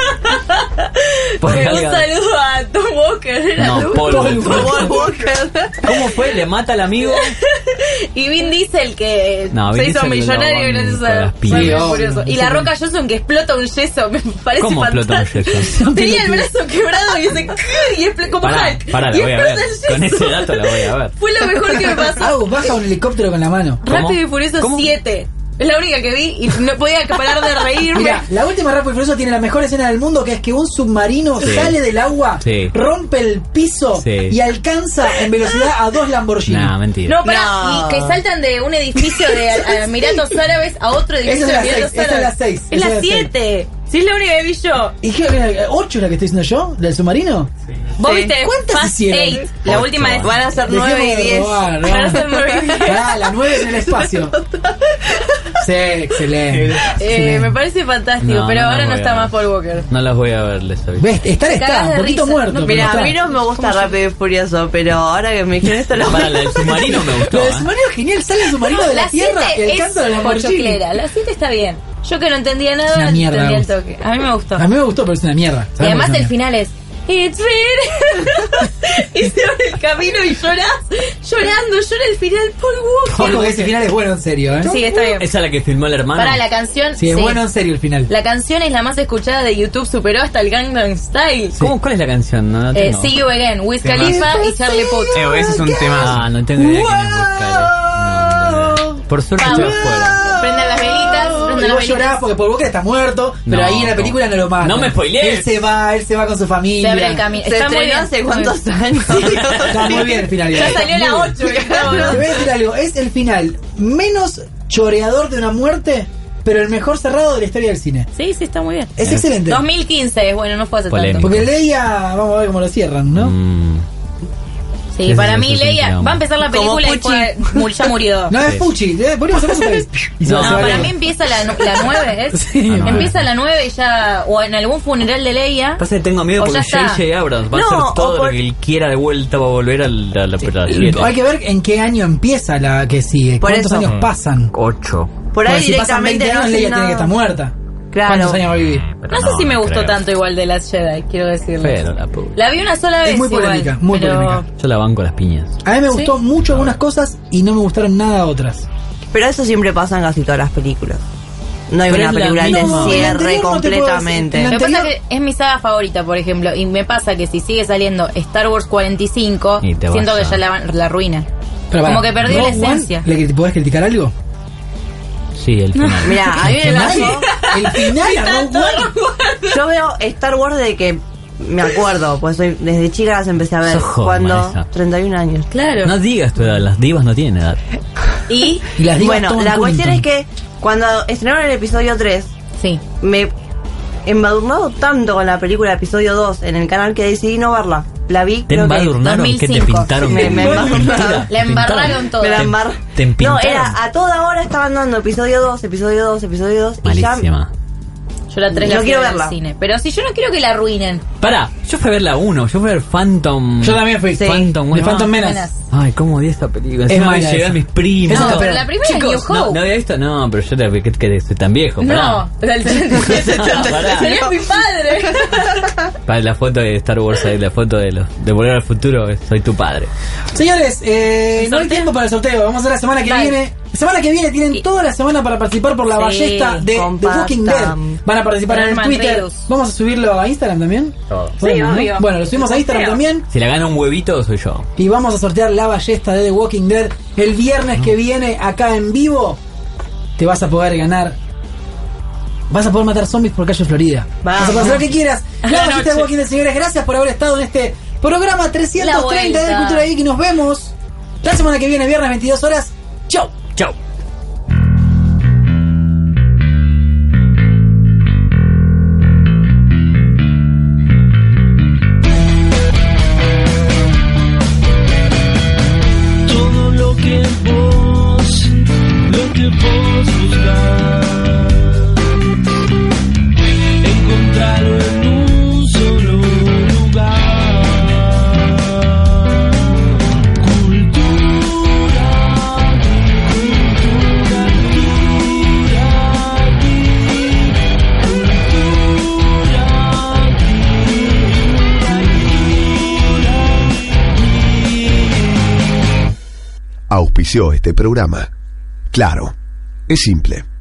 Por Un Gal Gadot. saludo a Tom Walker. era No, Tom Paul Walker. Walker. Paul Walker. ¿Cómo fue? ¿Le mata al amigo? Y Vin Diesel que No, Vin se hizo Diesel lo millonario van gracias con a las piñas. Rápido y Sí, Furioso. obvio. Y la Roca Johnson que explota un yeso, me parece ¿Cómo explota un fantástico. yeso? Tenía el brazo quebrado y ese y expl- como Pará, Hulk. pará, la y voy a ver. explota el yeso. Con ese dato la voy a ver. Fue lo mejor que me pasó. Agus, baja un helicóptero con la mano. ¿Cómo? Rápido y Furioso ¿Cómo? siete. Es la única que vi y no podía parar de reírme. Mira, la última Rápido y Furioso tiene la mejor escena del mundo, que es que un submarino Sí. sale del agua, Sí. rompe el piso Sí. y alcanza en velocidad a dos Lamborghini. Nah, mentira. No, pará, No. y que saltan de un edificio de a- Emiratos Árabes a otro edificio Esa es de la Emiratos seis, esa es Árabes. la seis, Es esa la es la siete. Sí, es la única que vi yo. ¿Y qué? ¿Ocho la que estoy diciendo yo? ¿Del submarino? ¿Vos Sí. viste ¿Cuántas Fast hicieron? Eight? La Ocho. última es... Van a ser Dejemos nueve y de diez. robar, ¿no? Van a ser nueve y diez. Ah, la nueve en el espacio. Sí, excelente. Eh, Excelente. me parece fantástico, No, pero no ahora la no voy está a ver. más Paul Walker. No las voy a ver, les aviso. ¿Ves? Estar está, Cagás un de poquito risa. muerto. No, pero Mira, está. a mí no me gusta Rápido y Furioso, pero ahora que me dijeron esto lo Para la del submarino me gustó. Lo del ¿eh? submarino es genial, sale el submarino de la, tierra y siete alcanza la es Lamborghini. pochoclera, la siete está bien. Yo que no entendía nada, Es una mierda, entendía el vamos. toque. A mí me gustó. A mí me gustó, pero es una mierda. Y además Sabemos que el es una final es It's real. Y se va en el camino y lloras, llorando, llora el final Paul mierda. Walker. Ojo que ese final es bueno en serio, ¿eh? Sí, está bien. Esa es la que filmó el hermano. Para la canción, Sí, es sí. bueno en serio el final. La canción es la más escuchada de YouTube, superó hasta el Gangnam Style. ¿Cómo, ¿Cuál es la canción? No, no Eh, tengo. See You Again, Wiz Temazo. Khalifa y Charlie Puth. Eh, ese es un tema. Ah, no tengo idea quién es Wiz Khalifa. No, no, no. Por suerte estoy afuera. Prendan las velitas, prendan y las vos películas. llorás porque Paul Walker está muerto, pero No, ahí en la no. película no lo matan. No me spoilees. Él se va, él se va con su familia. Se abre el camino. Se Está muy estrenó bien. hace cuántos Muy años. Está muy bien el final. Ya Está salió muy la bien. ocho. y está, boludo. Te voy a decir algo, es el final menos choreador de una muerte, pero el mejor cerrado de la historia del cine. Sí, sí, está muy bien. Es excelente. dos mil quince, bueno, no fue hace Polémico. tanto. Porque Leia, vamos a ver cómo lo cierran, ¿no? Mm. Sí, Ese- para ese mí es un Leia trauma. va a empezar la Como película y Pucci. después mu- ya murió. No es Sí. Pucci, eh, ponemos a otra vez. Y se No, va a para Leia. mí empieza la, nu- la nueve, ¿es? Sí, Ah, no. Empieza la nueve y ya, o en algún funeral de Leia. Pasa que tengo miedo O porque ya está. J J Abrams va a No, hacer todo o por- lo que él quiera de vuelta, va a volver a la, a la, a la siete. Hay que ver en qué año empieza la que sigue. Por ¿Cuántos eso. años pasan? Ocho. Por ahí Porque si pasan directamente veinte años, no Leia hacen tiene que estar nada. muerta. Claro. ¿Cuántos años va a vivir? No sé si me gustó creo. tanto igual de Last Jedi, quiero decirlo. Pero la puta. La vi una sola vez. Es muy igual, polémica, muy pero- polémica. Yo la banco a las piñas. A mí me ¿Sí? gustó mucho algunas cosas y no me gustaron nada otras. Pero eso siempre pasa en casi todas las películas. No hay Pero una es la película que te misma. No, en la cierre anterior no te puedo completamente. decir. Me En pasa anterior- que es mi saga favorita, por ejemplo, y me pasa que si sigue saliendo Star Wars cuarenta y cinco, Y te siento vas que a- ya la, la arruina. Pero Como pará, que perdió la Rogue One, esencia. ¿Le podés criticar algo? Sí, el final. Mira, a mí me pasó. El final a Rogue One. Yo veo Star Wars de que me acuerdo, pues soy, desde chica las empecé a ver. Sos joven, Cuando Marisa. treinta y un años. Claro. No digas tu edad, las divas no tienen edad. Y, Y las divas Bueno, toman la cuestión Cunnington. es que cuando estrenaron el episodio tres, sí. me embadurnado tanto con la película episodio dos en el canal que decidí no verla. La vi, ¿Te creo que embadurnaron? ¿Qué te dos mil cinco. pintaron? Me- me con- embadurnaron. La embarraron todo. me la Te- embarré. te No, empintaron. era a toda hora estaban dando episodio dos, episodio dos, episodio dos y ya Malísima. Yo la tres No la fui quiero a ver al verla. cine. Pero si yo no quiero que la arruinen. Pará, yo fui a ver la uno, yo fui a ver Phantom. Yo también fui. Sí. Phantom, De bueno, Phantom ah, Menace. Buenas. Ay, cómo odié esta película. Es Encima me mala llegaron esa. mis primos. Esa No, es pero peor. la primera es New Chicos, no, Hope. no había visto, no, pero yo te que, que, que soy tan viejo. No, pará. del setenta y siete. Pará. Sería mi padre. Para la foto de Star Wars, ahí, la foto de, los, de Volver al Futuro, es soy tu padre. Señores, eh, no hay ¿Sorteo? tiempo para el sorteo. Vamos a hacer la semana que Dale. viene. La semana que viene tienen toda la semana para participar por la Sí, ballesta de The compartan. Walking Dead. Van a participar en el Herman Twitter. Reus. Vamos a subirlo a Instagram también. Todo. Podemos, ¿no? obvio. Bueno, lo subimos a Instagram Sorteo. también. Si la gana un huevito, soy yo. Y vamos a sortear la ballesta de The Walking Dead el viernes que viene acá en vivo. Te vas a poder ganar. Vas a poder matar zombies por calle Florida. Vas a poder hacer lo que quieras. La La ballesta de noche. Walking Dead, señores. Gracias por haber estado en este programa trescientos treinta de vuelta. Cultura Geek. Y nos vemos la semana que viene, viernes veintidós horas. Chau. Chau. Todo lo que vos, lo que vos buscas, encontrarlo en un solo lugar. Cultura, cultura, cultura, Auspició este programa. Claro, es simple.